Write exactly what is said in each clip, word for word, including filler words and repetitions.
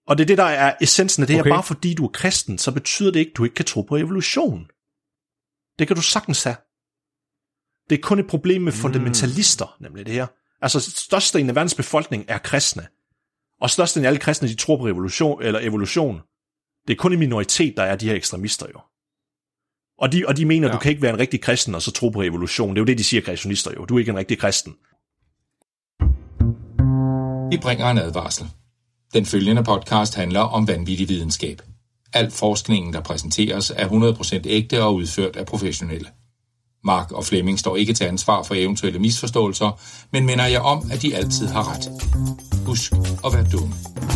Og det er det, der er essensen af det her. Okay. Bare fordi du er kristen, så betyder det ikke, at du ikke kan tro på evolution. Det kan du sagtens have. Det er kun et problem med fundamentalister, mm. nemlig det her. Altså, størstedelen af verdens befolkning er kristne. Og størstedelen af alle kristne, de tror på revolution, eller evolution. Det er kun en minoritet, der er de her ekstremister jo. Og de, og de mener, ja. Du kan ikke være en rigtig kristen, og så tro på evolution. Det er jo det, de siger, kreationister jo. Du er ikke en rigtig kristen. Vi bringer en advarsel. Den følgende podcast handler om vanvittig videnskab. Al forskningen, der præsenteres, er hundrede procent ægte og udført af professionelle. Mark og Flemming står ikke til ansvar for eventuelle misforståelser, men minder jer om, at de altid har ret. Husk at være dumme.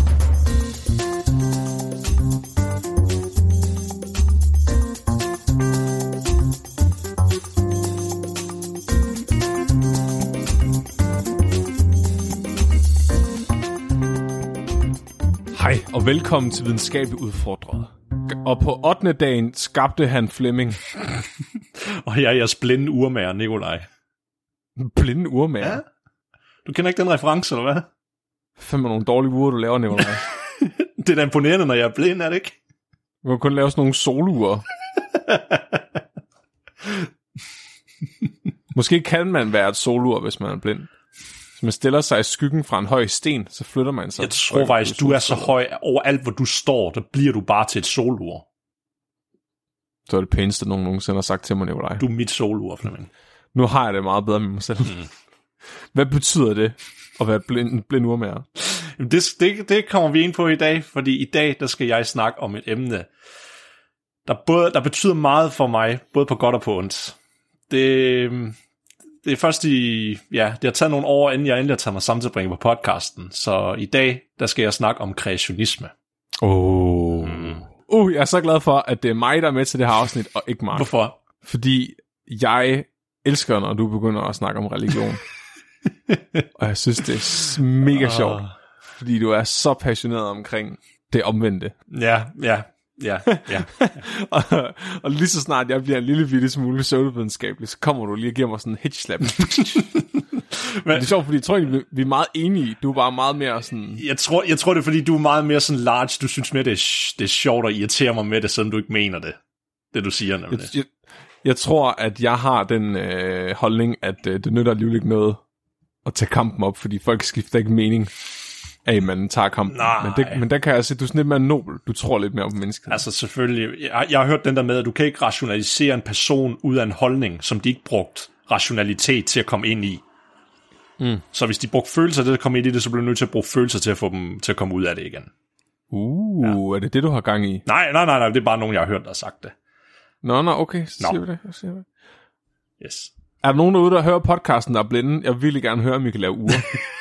Hej, og velkommen til Videnskabeligt Udfordret. Og på ottende dagen skabte han Flemming. Og jeg er jeres blinde urmager, Nikolaj. Blinde urmager? Ja. Du kender ikke den reference, eller hvad? Fandme nogle dårlige uger, du laver, Nikolaj. Det er da imponerende, når jeg er blind, er det ikke? Du kan kun lave sådan nogle solurer. Måske kan man være et solur, hvis man er blind. Hvis man stiller sig i skyggen fra en høj sten, så flytter man sig. Jeg tror faktisk, du er så høj, overalt hvor du står, der bliver du bare til et solur. Det er det pæneste, nogen nogensinde har sagt til mig, Nikolaj. Du er mit solur, Flemming. Nu har jeg det meget bedre med mig selv. Mm. Hvad betyder det at være blind, blind urmager? Det, det, det kommer vi ind på i dag, fordi i dag der skal jeg snakke om et emne, der, både, der betyder meget for mig, både på godt og på ondt. Det, det er først i, ja, det har taget nogle år, inden jeg endelig har taget mig sammen til at bringe på podcasten. Så i dag, der skal jeg snakke om kreationisme. Oh. Mm. Uh, jeg er så glad for, at det er mig, der er med til det her afsnit, og ikke Mark. Hvorfor? Fordi jeg elsker, når du begynder at snakke om religion. Og jeg synes, det er mega sjovt. Fordi du er så passioneret omkring det omvendte. Ja, ja, ja, ja. og, og lige så snart jeg bliver en lille bitte smule pseudovidenskabelig, så kommer du lige og giver mig sådan en hitch-slap. Men det er sjovt, fordi jeg tror, vi er meget enige. Du er bare meget mere sådan... Jeg tror, jeg tror det er, fordi du er meget mere sådan large. Du synes mere, det er, det er sjovt at irritere mig med det, selvom du ikke mener det. Det du siger nemlig. Jeg, jeg, jeg tror, at jeg har den øh, holdning, at øh, det nytter alligevel ikke noget at tage kampen op, fordi folk skifter ikke mening af, man tager kampen. Men, det, men der kan jeg se, du er sådan lidt mere nobel. Du tror lidt mere på mennesket. Altså selvfølgelig. Jeg, jeg har hørt den der med, at du kan ikke rationalisere en person ud af en holdning, som de ikke brugt rationalitet til at komme ind i. Mm. Så hvis de brugte følelser til at komme ind i det, så bliver du nødt til at bruge følelser til at få dem til at komme ud af det igen. Uh, ja. Er det det, du har gang i? Nej, nej, nej, nej, det er bare nogen, jeg har hørt, der har sagt det. Nå, nå, okay, så siger vi det. Så siger vi det. Yes. Er der nogen derude, der hører podcasten, der er blinde? Jeg vil virkelig gerne høre, om I kan lave uger.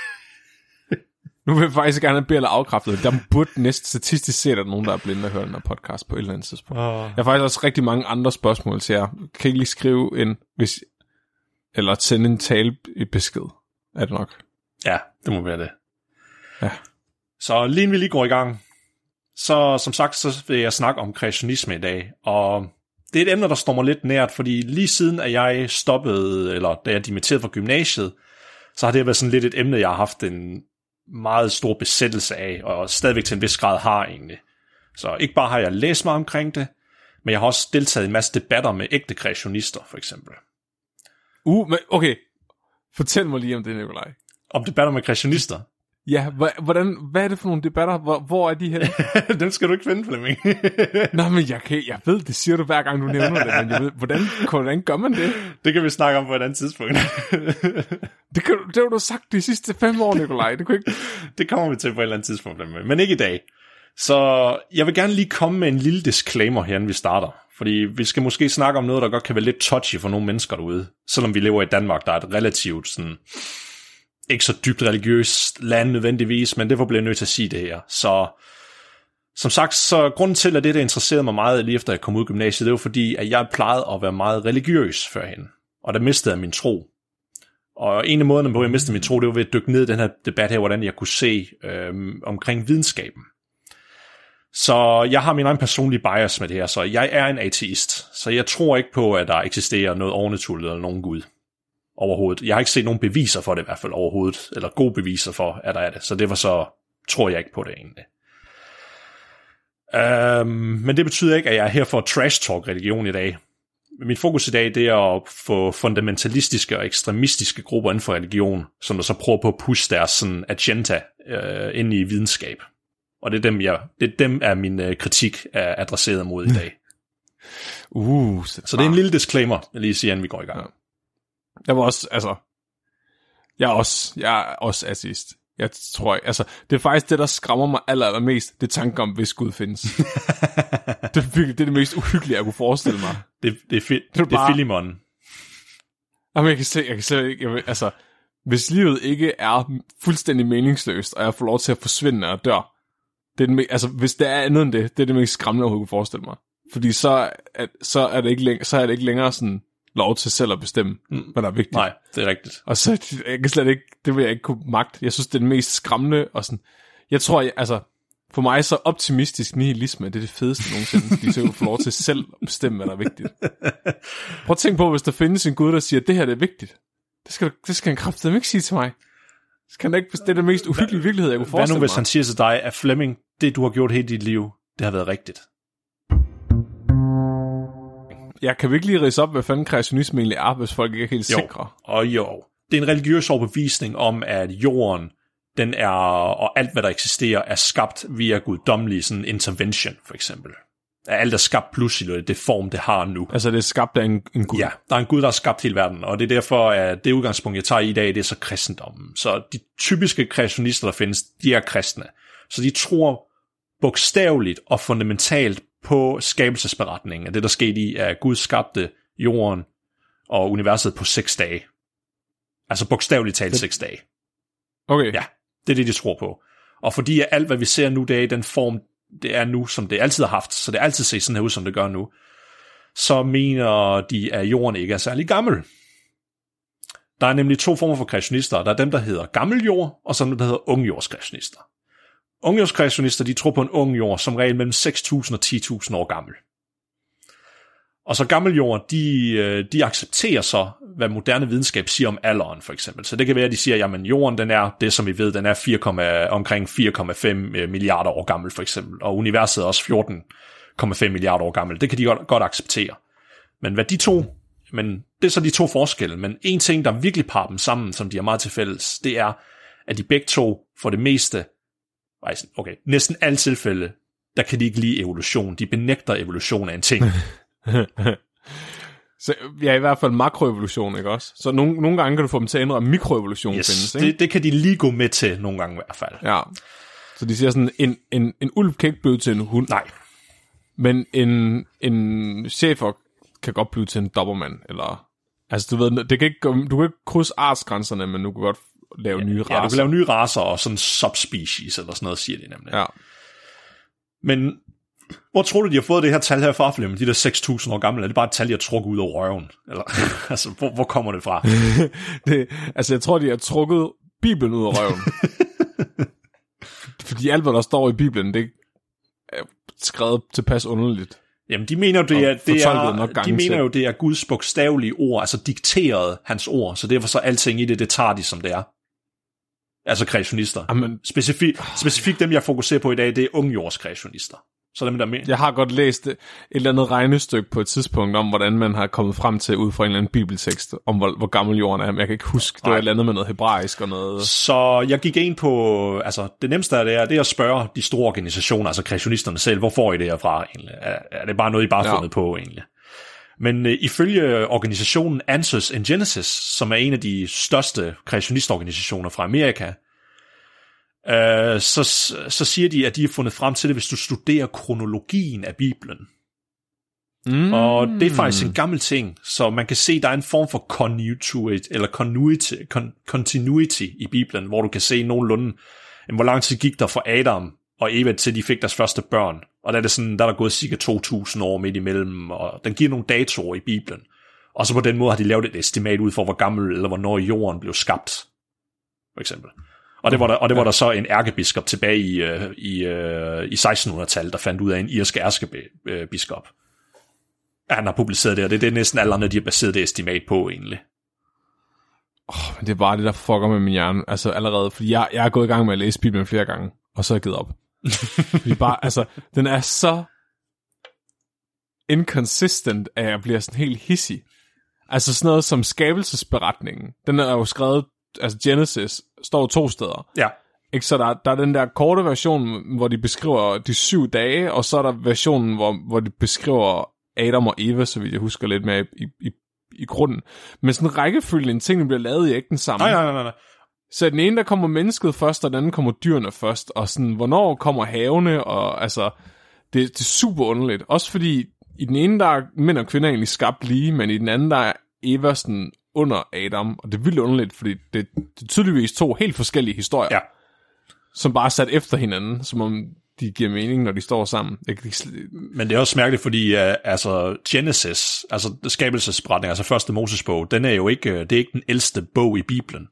Nu vil jeg faktisk gerne have bedre afkræftet. Der burde næsten statistisk set, at der er nogen, der er blinde, der hører den her podcast på et eller andet tidspunkt. Oh. Jeg har faktisk også rigtig mange andre spørgsmål til jer. Kan I lige skrive en, hvis, eller sende en tale i besked? Er det nok? Ja, det må være det. Ja. Så lige inden vi lige går i gang, så som sagt, så vil jeg snakke om kreationisme i dag. Og det er et emne, der står mig lidt nært, fordi lige siden, at jeg stoppede, eller da jeg dimitterede fra gymnasiet, så har det været sådan lidt et emne, jeg har haft en meget stor besættelse af, og stadigvæk til en vis grad har egentlig. Så ikke bare har jeg læst mig omkring det, men jeg har også deltaget i en masse debatter med ægte kreationister, for eksempel. Uh, men okay. Fortæl mig lige om det, Nikolaj. Om debatter med kreationister? Ja, hvordan, hvad er det for nogle debatter? Hvor, hvor er de her? Den skal du ikke finde, Flemming. Nå, men jeg, kan, jeg ved, det siger du hver gang, du nævner det, men jeg ved, hvordan, hvordan gør man det? Det kan vi snakke om på et andet tidspunkt. det, kan, det har du sagt de sidste fem år, Nikolaj. Det, kunne ikke... det kommer vi til på et eller andet tidspunkt, Flemming. Men ikke i dag. Så jeg vil gerne lige komme med en lille disclaimer her, inden vi starter. Fordi vi skal måske snakke om noget, der godt kan være lidt touchy for nogle mennesker derude. Selvom vi lever i Danmark, der er et relativt sådan... ikke så dybt religiøst land nødvendigvis, men det får blive nødt til at sige det her. Så som sagt, så grunden til, at det, der interesserede mig meget lige efter jeg kom ud af gymnasiet, det var fordi, at jeg plejede at være meget religiøs førhen. Og der mistede jeg min tro. Og en af måderne, hvor jeg mistede min tro, det var ved at dykke ned i den her debat her, hvordan jeg kunne se øhm, omkring videnskaben. Så jeg har min egen personlige bias med det her, så jeg er en ateist. Så jeg tror ikke på, at der eksisterer noget overnaturligt eller nogen gud. Overhovedet. Jeg har ikke set nogen beviser for det i hvert fald overhovedet, eller gode beviser for, at der er det. Så det var så, tror jeg ikke på det egentlig. Um, men det betyder ikke, at jeg er her for at trash-talk religion i dag. Mit fokus i dag, det er at få fundamentalistiske og ekstremistiske grupper inden for religion, som der så prøver på at pushe deres sådan, agenda uh, ind i videnskab. Og det er dem, jeg, det er, dem er min uh, kritik er adresseret mod i dag. Uh, så, så det er en lille disclaimer, jeg lige siger, inden vi går i gang. Ja. Jeg var også, altså, jeg er også, jeg er også ateist. Jeg tror, altså, det er faktisk det, der skræmmer mig aller, allermest, det tanke om, hvis Gud findes. det, er virkelig, det er det mest uhyggelige, jeg kunne forestille mig. Det, det er, fi- det er, det er Filimon. Jamen, jeg kan se, jeg kan se, jeg vil, altså, hvis livet ikke er fuldstændig meningsløst, og jeg får lov til at forsvinde og dør, det er den, altså, hvis det er andet end det, det er det mest skræmmende, jeg kunne forestille mig. Fordi så, at, så, er det ikke længere, så er det ikke længere sådan lov til selv at bestemme, mm. hvad der er vigtigt. Nej, det er rigtigt. Og så, jeg kan slet ikke, det vil jeg ikke kunne magte. Jeg synes, det er det mest skræmmende, og sådan, jeg tror, jeg, altså, for mig så optimistisk nihilisme, det er det fedeste nogensinde, fordi så kan få lov til selv at bestemme, hvad der er vigtigt. Prøv at tænke på, hvis der findes en Gud, der siger, det her det er vigtigt. Det skal, det skal han kraftedeme ikke sige til mig. Det skal han ikke, det er det mest uhyggelige virkelighed, jeg kunne forestille mig. Hvad nu, hvis han siger til dig, at Flemming, det du har gjort hele dit liv, det har været rigtigt? Jeg kan virkelig ridse op, hvad fanden kreationisme egentlig er, hvis folk ikke er helt jo. sikre. Og jo, det er en religiøs overbevisning om, at jorden, den er, og alt hvad der eksisterer, er skabt via guddommelig sådan intervention, for eksempel. At alt er skabt pludselig, og det form, det har nu. Altså det er skabt af en, en gud? Ja, der er en gud, der har skabt hele verden, og det er derfor, at det udgangspunkt, jeg tager i dag, det er så kristendommen. Så de typiske kreationister, der findes, de er kristne. Så de tror bogstaveligt og fundamentalt på skabelsesberetningen, at det der skete i, at Gud skabte jorden og universet på seks dage. Altså bogstaveligt talt det... seks dage. Okay. Ja, det er det, de tror på. Og fordi at alt, hvad vi ser nu, det er i den form, det er nu, som det altid har haft, så det altid ser sådan her ud, som det gør nu, så mener de, at jorden ikke er særlig gammel. Der er nemlig to former for kreationister. Der er dem, der hedder gammel jord, og så dem, der hedder ungjordskreationister. Ungjordskreationister, de tror på en ung jord, som regel mellem seks tusind og ti tusind år gammel. Og så gammel jord, de, de accepterer så, hvad moderne videnskab siger om alderen, for eksempel. Så det kan være, at de siger, jamen jorden, den er det, som vi ved, den er fire, omkring fire komma fem milliarder år gammel, for eksempel. Og universet er også fjorten komma fem milliarder år gammel. Det kan de godt, godt acceptere. Men hvad de to, men det er så de to forskelle. Men en ting, der virkelig parer dem sammen, som de har meget til fælles, det er, at de begge to for det meste, okay, næsten alle tilfælde, der kan de ikke lide evolution. De benægter evolution af en ting. Så ja, i hvert fald makroevolution, ikke også? Så nogle, nogle gange kan du få dem til at ændre, at mikroevolution yes, findes, ikke? Det, det kan de lige gå med til nogle gange i hvert fald. Ja, så de siger sådan, en, en, en ulv kan ikke blive til en hund. Nej. Men en, en chefer kan godt blive til en dobermand, eller... Altså, du ved, det kan ikke, du kan ikke krydse artsgrænserne, men du kan godt lave ja, nye racer. Ja, du kan lave nye racer og sådan subspecies, eller sådan noget, siger de nemlig. Ja. Men... Hvor tror du, de har fået det her tal her fra, Flemming? De der seks tusind år gamle, er det bare et tal, de har trukket ud af røven? Eller, altså, hvor, hvor kommer det fra? det, altså, jeg tror, de har trukket Bibelen ud af røven. Fordi alt, hvad der står i Bibelen, det er skrevet tilpas underligt. Jamen, de mener, det er, det er, de mener jo, det er Guds bogstavelige ord, altså dikteret hans ord, så derfor så alting i det, det tager de, som det er. Altså kreationister. Amen. Specifik, specifikt dem, jeg fokuserer på i dag, det er ungjordskreationister. Så dem, der med. Jeg har godt læst et eller andet regnestykke på et tidspunkt om, hvordan man har kommet frem til ud fra en eller anden bibeltekst, om hvor, hvor gammel jorden er. Men jeg kan ikke huske, det var et eller andet med noget hebraisk og noget. Så jeg gik ind på, altså det nemmeste af det er, det er at spørge de store organisationer, altså kreationisterne selv, hvor får I det her fra egentlig? Er, er det bare noget, I bare har fundet ja. på egentlig? Men øh, ifølge organisationen Answers in Genesis, som er en af de største kreationistorganisationer fra Amerika, Uh, så, så siger de, at de har fundet frem til det, hvis du studerer kronologien af Bibelen. Mm. Og det er faktisk en gammel ting, så man kan se, at der er en form for continuity, eller continuity, con, continuity i Bibelen, hvor du kan se nogenlunde, hvor lang tid gik der fra Adam og Eva til de fik deres første børn. Og der er, det sådan, der er der gået cirka to tusind år midt imellem, og den giver nogle datoer i Bibelen. Og så på den måde har de lavet et estimat ud for, hvor gammel eller hvornår jorden blev skabt, for eksempel. Og det var der, og det var der så en ærkebiskop tilbage i, i, i sekstenhundredetallet, der fandt ud af en irsk ærkebiskop. Han har publiceret det, og det er det næsten alle andre, de har baseret det estimat på, egentlig. Oh, men det er bare det, der fucker med min hjerne. Altså allerede, fordi jeg, jeg er gået i gang med at læse Bibelen flere gange, og så er jeg givet op. Vi bare, altså, den er så inconsistent, at jeg bliver sådan helt hissig. Altså sådan noget som skabelsesberetningen. Den er jo skrevet, altså Genesis står to steder. Ja. Ikke, så der, der er den der korte version, hvor de beskriver de syv dage, og så er der versionen, hvor, hvor de beskriver Adam og Eva, så vidt jeg husker lidt mere i, i, i grunden. Men sådan en rækkefølge, tingene bliver lavet i ikke den samme. Nej, nej, nej, nej. Så den ene, der kommer mennesket først, og den anden kommer dyrene først. Og sådan, hvornår kommer havene, og altså, det, det er super underligt. Også fordi, i den ene, der er mænd og kvinder egentlig skabt lige, men i den anden, der er Eva sådan under Adam. Og det er vildt underligt, fordi det, det er tydeligvis to helt forskellige historier. Ja. Som bare er sat efter hinanden, som om de giver mening, når de står sammen. Men det er også mærkeligt, fordi uh, altså Genesis, altså skabelsesberetning, altså første Mosesbog, den er jo ikke, det er ikke den ældste bog i Bibelen.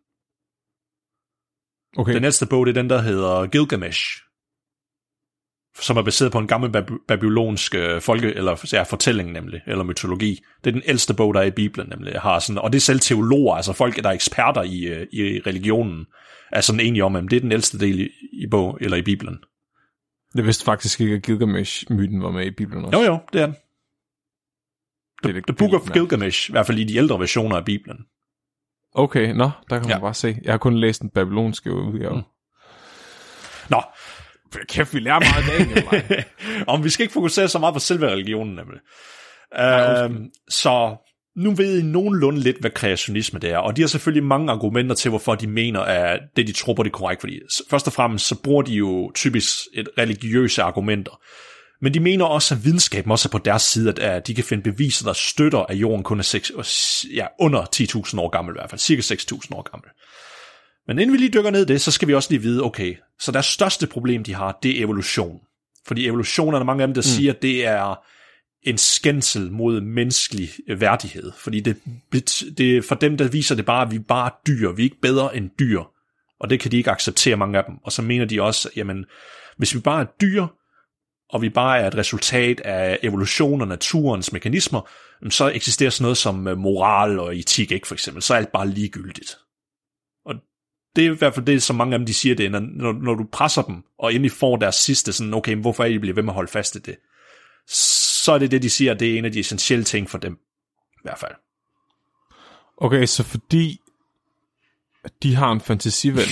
Okay. Den ældste bog, det er den, der hedder Gilgamesh, som er baseret på en gammel bab- babylonsk øh, folke, eller ja, fortælling nemlig, eller mytologi. Det er den ældste bog, der er i Bibelen nemlig. Har sådan, og det er selv teologer, altså folk, der er eksperter i, øh, i religionen, er sådan enige om, at det er den ældste del i, i bog, eller i Bibelen. Jeg vidste faktisk ikke, at Gilgamesh-myten var med i Bibelen også. Jo jo, det er den. Det er det, The Book of Gilgamesh, i hvert fald i de ældre versioner af Bibelen. Okay, nå, der kan man Ja. bare se. Jeg har kun læst den babylonske udgave. Mm. Nå, Kæft, vi lærer meget af det. om vi skal ikke fokusere så meget på selve religionen nemlig. Nej, øhm, så nu ved I nogenlunde lidt, hvad kreationisme det er, og de har selvfølgelig mange argumenter til, hvorfor de mener, at det, de tror på, det er korrekt, fordi først og fremmest, så bruger de jo typisk et religiøse argumenter, men de mener også, at videnskaben også er på deres side, at de kan finde beviser, der støtter, at jorden kun er seks, ja, under ti tusind år gammel i hvert fald, cirka seks tusind år gammel. Men inden vi lige dykker ned i det, så skal vi også lige vide, okay, så deres største problem, de har, det er evolution. Fordi evolution er der mange af dem, der mm. siger, at det er en skændsel mod menneskelig værdighed. Fordi det, det, for dem, der viser det bare, at vi er bare dyr, vi er ikke bedre end dyr. Og det kan de ikke acceptere, mange af dem. Og så mener de også, jamen, hvis vi bare er dyr, og vi bare er et resultat af evolution og naturens mekanismer, så eksisterer sådan noget som moral og etik, ikke for eksempel. Så er alt bare ligegyldigt. Og det er i hvert fald det, som mange af dem de siger, det er, når, når du presser dem, og endelig får deres sidste, sådan, okay, men hvorfor er I bliver ved med at holde fast i det? Så er det det, de siger, det er en af de essentielle ting for dem, i hvert fald. Okay, så fordi de har en fantasiven.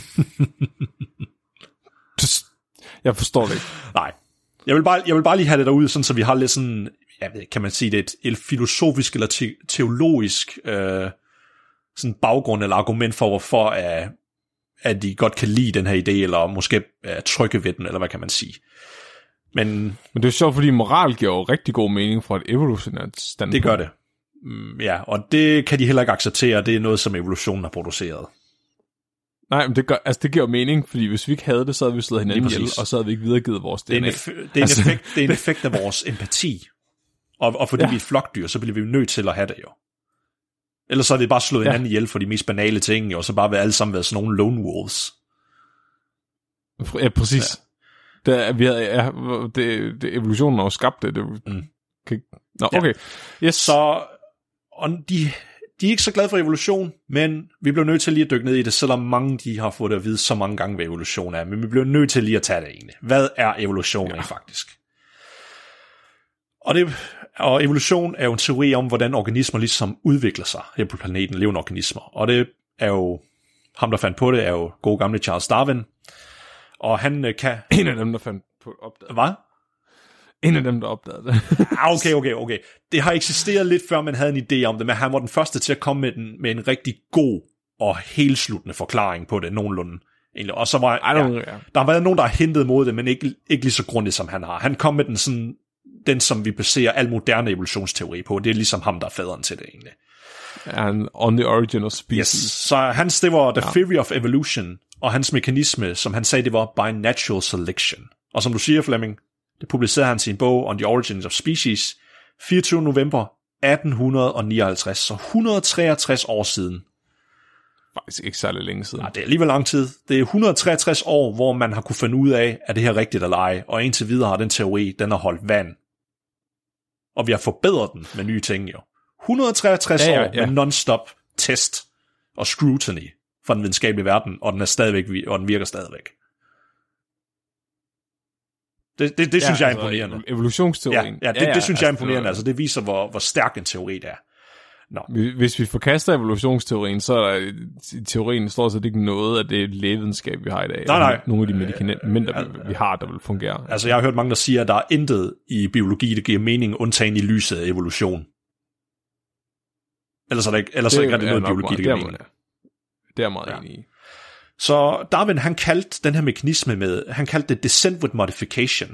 Jeg forstår det ikke. Nej. Jeg vil bare, jeg vil bare lige have det derude, sådan, så vi har lidt sådan, jeg ved, kan man sige det, et, et filosofisk eller te, teologisk øh, sådan baggrund eller argument for, hvorfor at, at de godt kan lide den her idé, eller måske er trygge ved den, eller hvad kan man sige. Men, Men det er sjovt, fordi moral giver jo rigtig god mening fra et evolutionært standpunkt. Det gør det. Mm, ja, og det kan de heller ikke acceptere, det er noget, som evolutionen har produceret. Nej, men det, gør, altså det giver mening, fordi hvis vi ikke havde det, så havde vi slået hinanden ihjel, og så havde vi ikke videregivet vores D N A. Det er en, eff- det er en, altså, effekt, det er en effekt af vores empati. Og, og fordi ja. vi er et flokdyr, så bliver vi nødt til at have det jo. Ellers så er det bare slået ja. hinanden ihjel for de mest banale ting, og så bare være alle sammen været sådan nogle lone wolves. Ja, præcis. Ja. Det, vi havde, ja, det, det, evolutionen har jo skabt det. det mm. kan, Nå, okay. Ja. Yes. Så og de... De er ikke så glade for evolution, men vi bliver nødt til lige at dykke ned i det, selvom mange de har fået det at vide så mange gange, hvad evolution er. Men vi bliver nødt til lige at tage det egentlig. Hvad er evolution ja. faktisk? Og, det, og evolution er jo en teori om, hvordan organismer ligesom udvikler sig her på planeten, levende organismer. Og det er jo, ham der fandt på det, er jo god gamle Charles Darwin. Og han kan... En af dem, der fandt på opdaget. Hvad? En af dem, der opdagede det. okay, okay, okay. Det har eksisteret lidt før, man havde en idé om det, men han var den første til at komme med, den, med en rigtig god og helsluttende forklaring på det, nogenlunde. Egentlig. Og så var, ja, der har været nogen, der har hentet mod det, men ikke, ikke lige så grundigt, som han har. Han kom med den, sådan, den, som vi baserer al moderne evolutionsteori på. Det er ligesom ham, der er faderen til det, egentlig. And on the origin of species. Yes. Så hans, det var The ja. Theory of Evolution, og hans mekanisme, som han sagde, det var by natural selection. Og som du siger, Flemming, det publicerede han sin bog On the Origins of Species fireogtyvende november atten nioghalvtreds, så et hundrede og treogtres år siden. Faktisk ikke særlig længe siden. Nej, det er alligevel lang tid. Det er et hundrede og treogtres år, hvor man har kunne finde ud af, er det her rigtigt eller ej, og indtil videre har den teori, den har holdt vand. Og vi har forbedret den med nye ting jo. et hundrede og treogtres ja, ja, ja. år med non-stop test og scrutiny fra den videnskabelige verden, og den er stadigvæk, og den virker stadigvæk. Det, det, det ja, synes jeg er altså, imponerende. Evolutionsteorien. Ja, ja, det, ja, ja, det synes jeg er imponerende. Altså, det viser, hvor, hvor stærk en teori det er. Nå. Hvis vi forkaster evolutionsteorien, så er der i teorien stort set ikke noget af det lægevidenskab, vi har i dag. Nej, nej. Nogle af de medikamenter, øh, vi har, der vil fungere. Altså, jeg har hørt mange, der siger, at der er intet i biologi, der giver mening, undtagen i lyset af evolution. Ellers er der ikke, ellers det er ikke rigtig noget biologi, der giver mening. Det er meget ja. enig i. Så Darwin, han kaldte den her mekanisme med, han kaldte det descent with modification.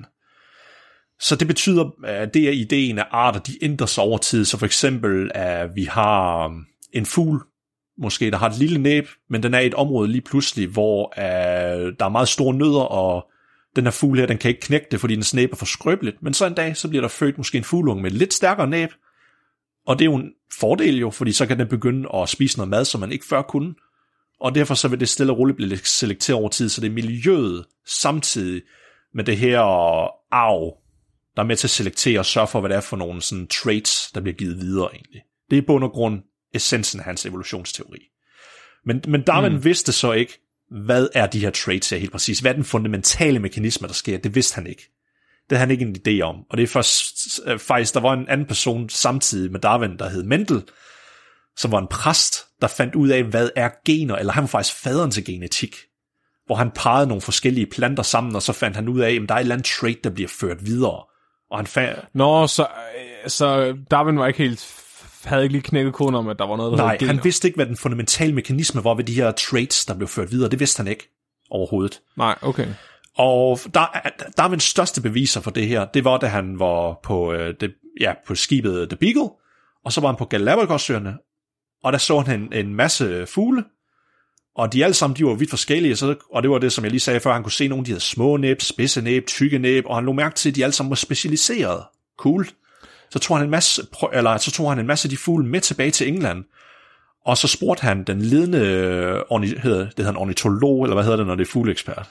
Så det betyder, at det er ideen af arter, de ændrer sig over tid. Så for eksempel, at vi har en fugl, måske der har et lille næb, men den er i et område lige pludselig, hvor uh, der er meget store nødder, og den her fugl her, den kan ikke knække det, fordi den næb er for skrøbeligt. Men så en dag, så bliver der født måske en fugleunge med et lidt stærkere næb, og det er jo en fordel jo, fordi så kan den begynde at spise noget mad, som man ikke før kunne. Og derfor så vil det stille og roligt blive selekteret over tid, så det er miljøet samtidig med det her arv, der er med til at selektere og sørge for, hvad det er for nogle sådan traits, der bliver givet videre egentlig. Det er i bund og grund essensen af hans evolutionsteori. Men, men Darwin mm. vidste så ikke, hvad er de her traits her helt præcis? Hvad er den fundamentale mekanisme, der sker? Det vidste han ikke. Det havde han ikke en idé om. Og det er først, øh, faktisk, der var en anden person samtidig med Darwin, der hed Mendel, som var en præst, der fandt ud af, hvad er gener, eller han var faktisk faderen til genetik, hvor han parrede nogle forskellige planter sammen, og så fandt han ud af, at der er et eller andet trait, der bliver ført videre. Og han fandt... Nå, så, så Darwin var ikke helt, havde ikke lige knækket koden om, at der var noget, der Nej, han vidste ikke, hvad den fundamentale mekanisme var ved de her traits, der blev ført videre. Det vidste han ikke overhovedet. Nej, okay. Og der, Darwins største beviser for det her, det var, da han var på, øh, det, ja, på skibet The Beagle, og så var han på Galapagosøerne, og der så han en, en masse fugle, og de alle sammen, de var vidt forskellige, så, og det var det, som jeg lige sagde før, han kunne se nogle af de her små næb, spidse næb, tykke næb, og han lå mærke til, at de alle sammen var specialiseret. Cool. Så tog han en masse, eller så tog han en masse af de fugle med tilbage til England, og så spurgte han den ledende, hedder, det hedder en ornitolog, eller hvad hedder det, når det er fugleekspert?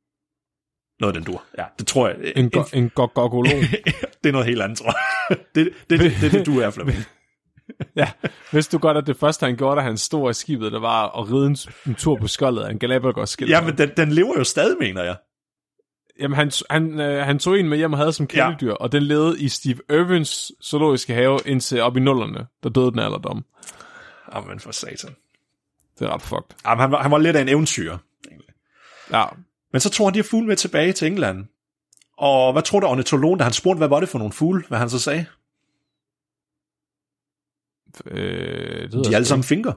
Noget af den dur. Ja, det tror jeg. En, go- en gogolog. Det er noget helt andet, tror jeg. Det er det, det, det, det, du er, Flemming. Ja, hvis du godt, at det første, han gjorde, da han stod af skibet, der var at ride en, en tur på skjoldet af en Galapagos-skilt. Ja, men den, den lever jo stadig, mener jeg. Jamen, han, han, øh, han tog en med hjem og havde som kæledyr, ja. Og den levede i Steve Irwins zoologiske have indtil op i nullerne, der døde den alderdom. Jamen, for satan. Det er ret fucked. Jamen, han var, han var lidt af en eventyr, egentlig. Ja. Men så tog han de her fugle med tilbage til England. Og hvad tror du, ornitologen, da han spurgte, hvad var det for nogle fugle, hvad han så sagde? Øh, de er alle sammen finker.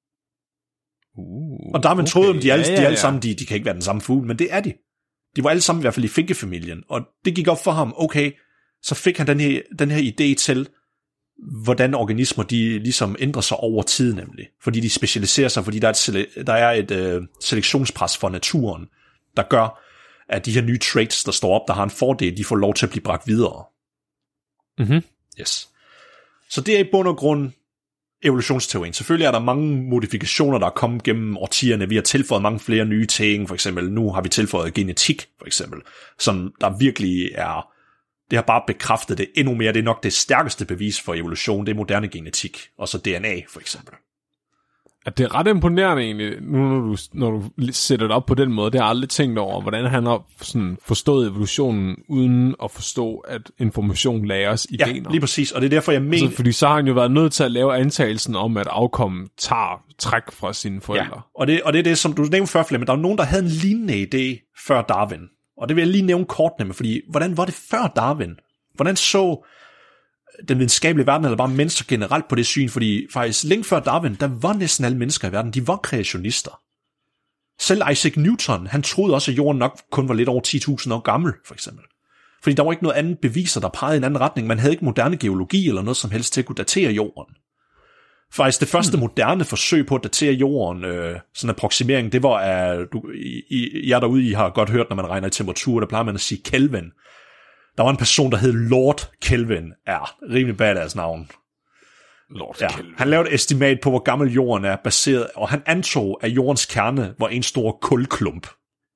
Uh, og der man okay. troede, at de alle, ja, ja, ja. de alle sammen, de, de kan ikke være den samme fugl, men det er de. De var alle sammen i hvert fald i finkefamilien, og det gik op for ham, okay, så fik han den her, den her idé til, hvordan organismer, de ligesom ændrer sig over tid nemlig. Fordi de specialiserer sig, fordi der er et, der er et øh, selektionspres for naturen, der gør, at de her nye traits, der står op, der har en fordel, de får lov til at blive bragt videre. Mhm. Yes. Så det er i bund og grund evolutionsteorien. Selvfølgelig er der mange modifikationer, der er kommet gennem årtierne. Vi har tilføjet mange flere nye ting. For eksempel, nu har vi tilføjet genetik, for eksempel, som der virkelig er... Det har bare bekræftet det endnu mere. Det er nok det stærkeste bevis for evolution. Det er moderne genetik. Og så D N A, for eksempel. At det er ret imponerende egentlig, nu når du, når du sætter det op på den måde. Det har jeg aldrig tænkt over, hvordan han har sådan forstået evolutionen, uden at forstå, at information lagres i ja, gener. Ja, lige præcis, og det er derfor, jeg mener... Altså, fordi så har han jo været nødt til at lave antagelsen om, at afkommen tager træk fra sine forældre. Ja, og det, og det er det, som du nævnte før, Flemming. Der var nogen, der havde en lignende idé før Darwin. Og det vil jeg lige nævne kort nemlig, fordi hvordan var det før Darwin? Hvordan så den videnskabelige verden, eller bare mennesker generelt på det syn? Fordi faktisk længe før Darwin, der var næsten alle mennesker i verden, de var kreationister. Selv Isaac Newton, han troede også, at jorden nok kun var lidt over ti tusind år gammel, for eksempel. Fordi der var ikke noget andet beviser, der pegede i en anden retning. Man havde ikke moderne geologi eller noget som helst til at kunne datere jorden. Faktisk det første hmm. moderne forsøg på at datere jorden, øh, sådan en approximering, det var, at du, I, I, jer derude, I har godt hørt, når man regner i temperatur, der plejer man at sige Kelvin. Der var en person, der hed Lord Kelvin. Ja, rimelig badass navn. Lord ja, Kelvin. Han lavede et estimat på, hvor gammel jorden er baseret, og han antog, at jordens kerne var en stor kulklump,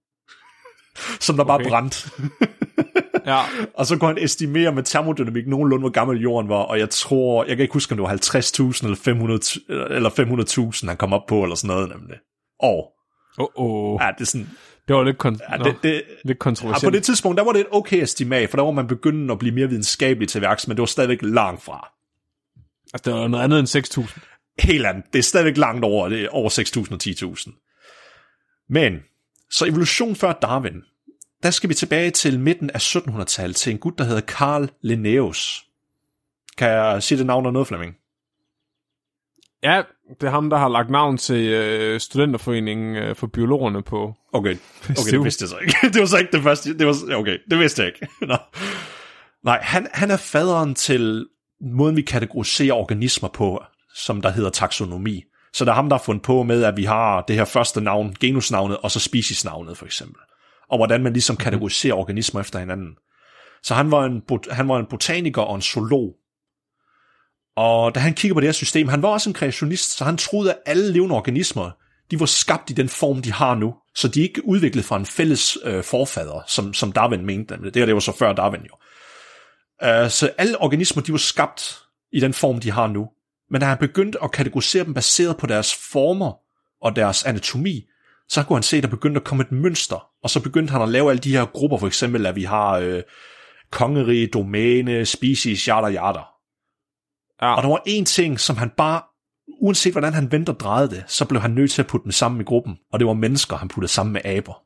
som der okay. bare brændte. Ja. Og så kunne han estimere med termodynamik nogenlunde, hvor gammel jorden var, og jeg tror, jeg kan ikke huske, om det var halvtreds tusind eller fem hundrede eller fem hundrede tusind, han kom op på, eller sådan noget nemlig. Og oh, oh. ja, det er sådan... Det var lidt, kon- ja, Nå, det, det, lidt kontroversielt. Ja, på det tidspunkt, der var det et okay estimat, for der var man begyndt at blive mere videnskabelig til værks, men det var stadigvæk langt fra. Altså, det var noget andet end seks tusind. Helt andet. Det er stadigvæk langt over, det er over seks tusind og ti tusind. Men, så evolution før Darwin, der skal vi tilbage til midten af syttenhundredetallet til en gut, der hedder Carl Linnaeus. Kan jeg sige det navn og noget, Flemming? Ja, det er ham, der har lagt navn til øh, studenterforeningen øh, for biologerne på... Okay, okay det vidste jeg så ikke. Det var så ikke det første. Det var, okay, det vidste jeg ikke. Nå. Nej, han, han er faderen til måden, vi kategoriserer organismer på, som der hedder taksonomi. Så der er ham, der har fundet på med, at vi har det her første navn, genusnavnet, og så speciesnavnet for eksempel. Og hvordan man ligesom kategoriserer organismer efter hinanden. Så han var en, han var en botaniker og en zoolog. Og da han kigger på det her system, han var også en kreationist, så han troede, at alle levende organismer, de var skabt i den form, de har nu. Så de er ikke udviklet fra en fælles øh, forfader, som, som Darwin mente. Det her, det var så før Darwin jo. Uh, så alle organismer, de var skabt i den form, de har nu. Men da han begyndte at kategorisere dem baseret på deres former og deres anatomi, så kunne han se, at der begyndte at komme et mønster. Og så begyndte han at lave alle de her grupper, for eksempel, at vi har øh, kongerige, domæne, species, yada yada. Ja. Og der var en ting, som han bare, uanset hvordan han vendte og drejede det, så blev han nødt til at putte dem sammen i gruppen. Og det var mennesker, han puttede sammen med aber.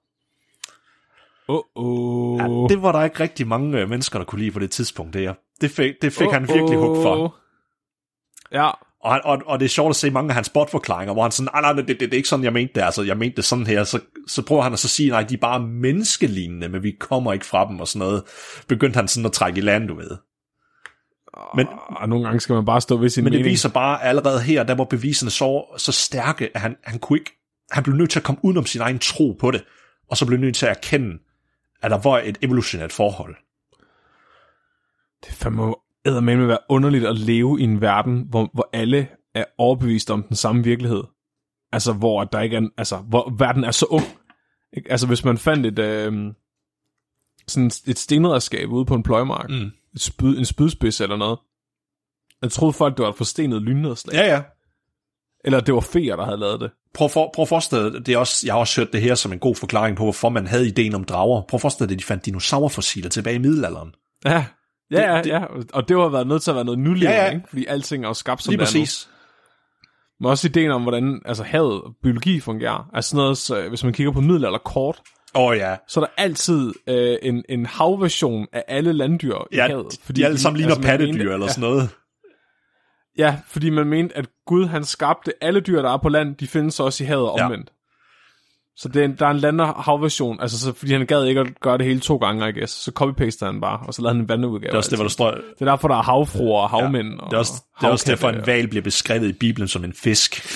Uh-oh. Ja, det var der ikke rigtig mange mennesker, der kunne lide på det tidspunkt. Det, det fik, det fik han virkelig hug for. Ja. Og, han, og, og det er sjovt at se mange af hans bortforklaringer, hvor han sådan, nej, nej, det, det, det er ikke sådan, jeg mente det. Altså, jeg mente det sådan her. Så, så prøver han at så sige, nej, de er bare menneskelignende, men vi kommer ikke fra dem og sådan noget. Begyndte han sådan at trække i land, du ved. Men, og nogle gange skal man bare stå ved sin men mening. Men det viser bare allerede her, der var beviserne så, så stærke, at han, han kunne ikke, han blev nødt til at komme udenom sin egen tro på det, og så blev nødt til at erkende, at der var et evolutionært forhold. Det fandme eddermame være underligt at leve i en verden, hvor, hvor alle er overbevist om den samme virkelighed. Altså, hvor der ikke er, altså, hvor verden er så ung. Ikke? Altså, hvis man fandt et, øh, sådan et stenredskab ude på en pløjemark, mm. et spyd, en spydspids eller noget, jeg troede folk, det var et forstenet lynnedslag. Ja, ja. Eller det var feer, der havde lavet det. Prøv, for, prøv at forestille dig, det er også, jeg har også hørt det her som en god forklaring på, hvorfor man havde ideen om drager. Prøv at forestille dig, at de fandt dinosaurfossiler tilbage i middelalderen. Ja, ja, det, ja, ja. Og det var været nødt til at være noget nulevende, ja, ja. Ikke? Fordi alting er jo skabt som lige det er præcis. Nu. Men også ideen om, hvordan altså, havet og biologi fungerer. Altså noget, så, hvis man kigger på middelalderkort, Åh oh, ja. så er der altid øh, en, en havversion af alle landdyr ja, i havet. Fordi de alle sammen ligner altså, pattedyr mente, eller sådan noget. Ja, fordi man mente, at Gud han skabte alle dyr, der er på land, de findes også i havet omvendt. Ja. Så det er en, der er en land- og havversion, altså så, fordi han gad ikke at gøre det hele to gange, I guess. Så copy-paster han bare, og så lavede han en vandudgave. Det er også det, hvor der står... Det er derfor, der er havfruer og havmænd. Ja, det er også, og det er også derfor, en hval bliver beskrevet i Bibelen som en fisk.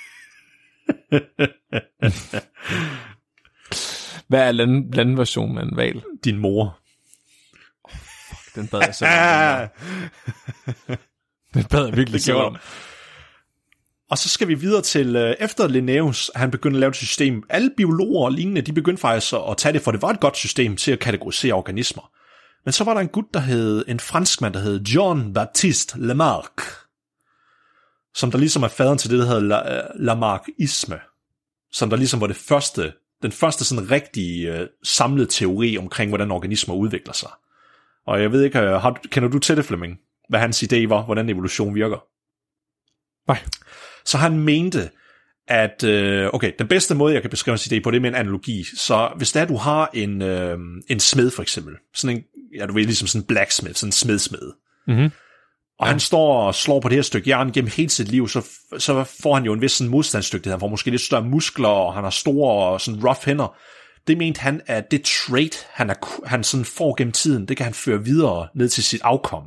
Hvad er land, landversionen af en hval? Din mor. Oh, fuck, den bad jeg selv om. Den, den bad jeg virkelig selv om. Og så skal vi videre til, øh, efter Linnaeus, han begyndte at lave et system. Alle biologer og lignende, de begyndte faktisk at tage det, for det var et godt system til at kategorisere organismer. Men så var der en gut, der hed, en franskmand, der hed John Baptiste Lamarck, som der ligesom er faderen til det, der hedder La- Lamarckisme, som der ligesom var det første, den første sådan rigtige øh, samlede teori omkring, hvordan organismer udvikler sig. Og jeg ved ikke, øh, har, kender du til det, Flemming? Hvad hans idé var, hvordan evolution virker? Nej. Så han mente, at øh, okay, den bedste måde, jeg kan beskrive hans idé på, det er med en analogi. Så hvis det er, du har en, øh, en smed for eksempel, sådan en, ja, du ved, ligesom sådan en blacksmith, sådan en smedsmed, mm-hmm. og ja. han står og slår på det her stykke jern gennem hele sit liv, så, så får han jo en vis sådan modstandsdygtighed. Han får måske lidt større muskler, og han har store og sådan rough hænder. Det mente han, at det trait, han, er, han sådan får gennem tiden, det kan han føre videre ned til sit afkom.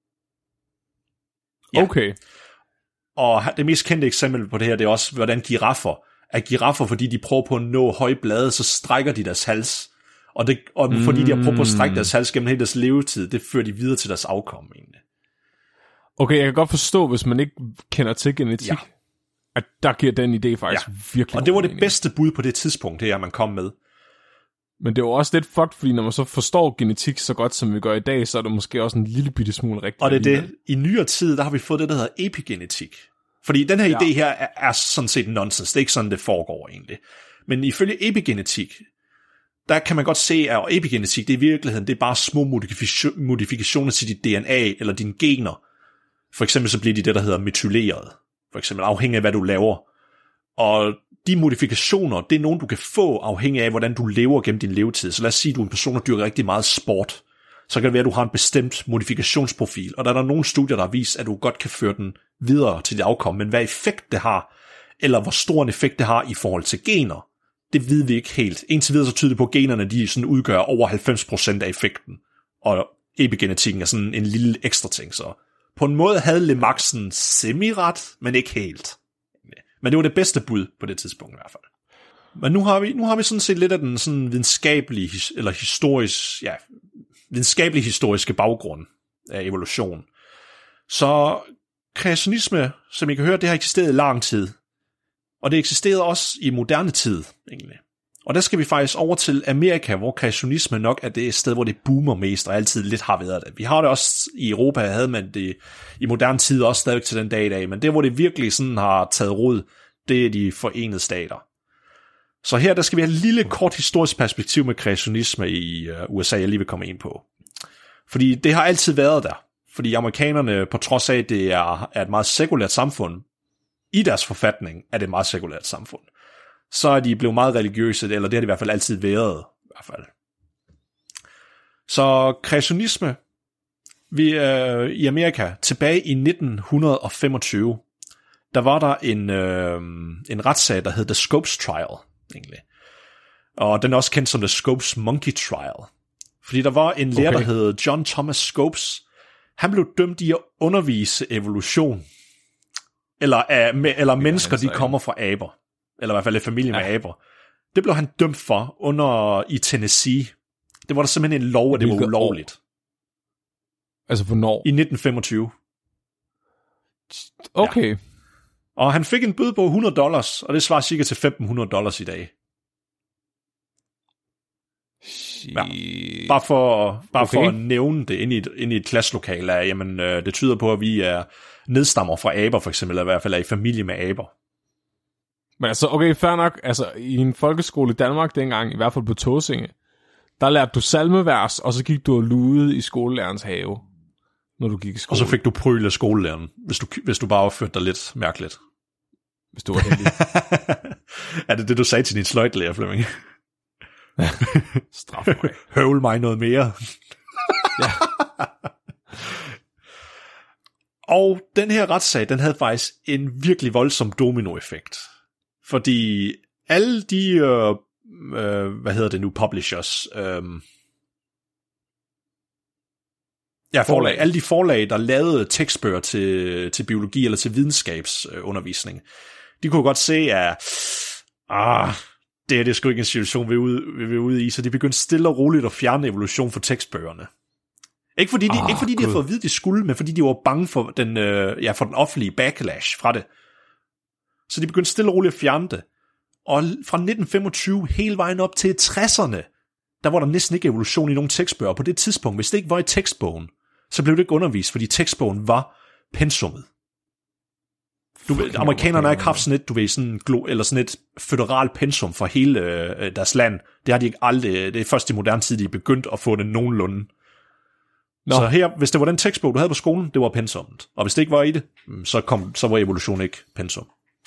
Ja. Okay. Og det mest kendte eksempel på det her, det er også, hvordan giraffer, at giraffer, fordi de prøver på at nå høje blade, så strækker de deres hals. Og, det, og mm. fordi de har prøvet på at strække deres hals gennem hele deres levetid, det fører de videre til deres afkom egentlig. Okay, jeg kan godt forstå, hvis man ikke kender til genetik, ja. at der giver den idé faktisk ja. virkelig. Og det var det bedste bud på det tidspunkt, her man kom med. Men det var også lidt fucked, fordi når man så forstår genetik så godt, som vi gør i dag, så er det måske også en lille bitte smule rigtigt. Og det er det. I nyere tid, der har vi fået det, der hedder epigenetik. Fordi den her ja. idé her er, er sådan set nonsens. Det er ikke sådan, det foregår egentlig. Men ifølge epigenetik, der kan man godt se, at epigenetik, det er i virkeligheden, det er bare små modifikation, modifikationer til dit D N A eller dine gener. For eksempel så bliver de det, der hedder metyleret. For eksempel afhængig af, hvad du laver. Og de modifikationer, det er nogen, du kan få afhængig af, hvordan du lever gennem din levetid. Så lad os sige, at du er en person, der dyrker rigtig meget sport. Så kan det være, at du har en bestemt modifikationsprofil. Og der er der nogle studier, der har vist, at du godt kan føre den videre til dit afkom. Men hvad effekt det har, eller hvor stor en effekt det har i forhold til gener, det ved vi ikke helt. Indtil videre så tyder det på, at generne de sådan udgør over halvfems procent af effekten. Og epigenetikken er sådan en lille ekstra ting. Så på en måde havde Lemaxen semi-ret, men ikke helt. Men det var det bedste bud på det tidspunkt i hvert fald. Men nu har vi, nu har vi sådan set lidt af den sådan videnskabelige, eller historisk, ja, videnskabelige historiske baggrund af evolution. Så kreationisme, som I kan høre, det har eksisteret i lang tid. Og det eksisterede også i moderne tid, egentlig. Og der skal vi faktisk over til Amerika, hvor kreationisme nok er det sted, hvor det boomer mest, og altid lidt har været det. Vi har det også i Europa, havde man det i moderne tid også stadig til den dag i dag, men det, hvor det virkelig sådan har taget rod, det er de Forenede Stater. Så her, der skal vi have et lille kort historisk perspektiv med kreationisme i U S A, jeg lige vil komme ind på. Fordi det har altid været der. Fordi amerikanerne, på trods af, at det er, er et meget sekulært samfund, i deres forfatning er det et meget sekulært samfund, så er de blevet meget religiøse, eller det har de i hvert fald altid været. I hvert fald. Så kreationisme vi, øh, i Amerika, tilbage i nitten femogtyve, der var der en, øh, en retssag, der hed The Scopes Trial, egentlig. Og den er også kendt som The Scopes Monkey Trial. Fordi der var en lærer, okay. der hed John Thomas Scopes. Han blev dømt i at undervise evolution. Eller, af, med, eller mennesker, de kommer fra aber. Eller i hvert fald en familie ja. med aber. Det blev han dømt for under i Tennessee. Det var der simpelthen en lov, at det var ulovligt. År? Altså hvornår? I nitten femogtyve. Okay. Ja. Og han fik en bøde på hundrede dollars, og det svarer cirka til femten hundrede dollars i dag. Ja. Bare for, bare okay. for at nævne det ind i et, ind i et klasselokale, at jamen, øh, det tyder på, at vi er nedstammer fra aber, for eksempel, eller i hvert fald er i familie med aber. Men altså, okay, fair nok. Altså, i en folkeskole i Danmark dengang, i hvert fald på Tåsinge, der lærte du salmevers, og så gik du og ludede i skolelærerens have, når du gik i skole. Og så fik du pryl af skolelæreren, hvis du, hvis du bare opførte dig lidt mærkeligt. Hvis du var heldig. Er det det, du sagde til din sløjtlærer, Flemming? Straf mig. Høvl mig noget mere. Ja. Og den her retssag, den havde faktisk en virkelig voldsom dominoeffekt. Fordi alle de, øh, øh, hvad hedder det nu, publishers, øh, ja, forlag, alle de forlag, der lavede tekstbøger til, til biologi eller til videnskabsundervisning, de kunne godt se, at ah, det er det sgu ikke en situation, vi er, ude, vi er ude i, så de begyndte stille og roligt at fjerne evolution fra tekstbøgerne. Ikke fordi, de, oh, ikke fordi de havde fået at vide, de skulle, men fordi de var bange for den, øh, ja, for den offentlige backlash fra det. Så de begyndte stille og roligt at fjerne det. Og fra nitten femogtyve hele vejen op til tresserne, der var der næsten ikke evolution i nogen tekstbøger. På det tidspunkt, hvis det ikke var i tekstbogen, så blev det ikke undervist, fordi tekstbogen var pensummet. Du ved, amerikanerne har ikke haft sådan et, du ved, sådan, eller sådan et føderalt pensum for hele øh, deres land. Det har de ikke aldrig. Det er først i moderne tid, de er begyndt at få det nogenlunde. Nå. Så her, hvis det var den tekstbog, du havde på skolen, det var pensummet. Og hvis det ikke var i det, så, kom, så var evolution ikke pensum.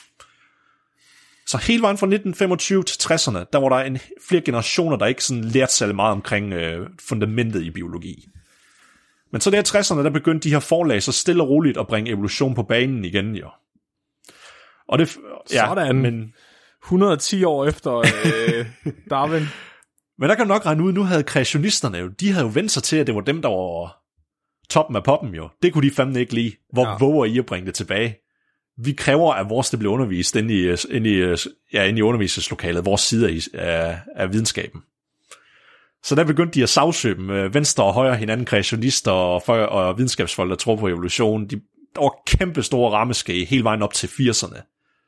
Så hele vejen fra nitten femogtyve til tresserne, der var der en, flere generationer, der ikke sådan lærte særlig meget omkring øh, fundamentet i biologi. Men så der i tresserne, der begyndte de her forlag så stille og roligt at bringe evolution på banen igen, jo. Og det, ja, sådan, men et hundrede og ti år efter øh, Darwin. Men der kan du nok regne ud, nu havde kreationisterne jo, de havde jo vendt sig til, at det var dem, der var toppen af poppen jo. Det kunne de fandme ikke lide. Hvor ja. våger I at bringe det tilbage? Vi kræver, at vores det bliver undervist inde i, inde i, ja, inde i undervisningslokalet, vores side af, af videnskaben. Så der begyndte de at sagsøge dem, venstre og højre hinanden, kreationister og, og videnskabsfolk, der tror på evolution. De, der var kæmpe store rammeskæg hele vejen op til firserne.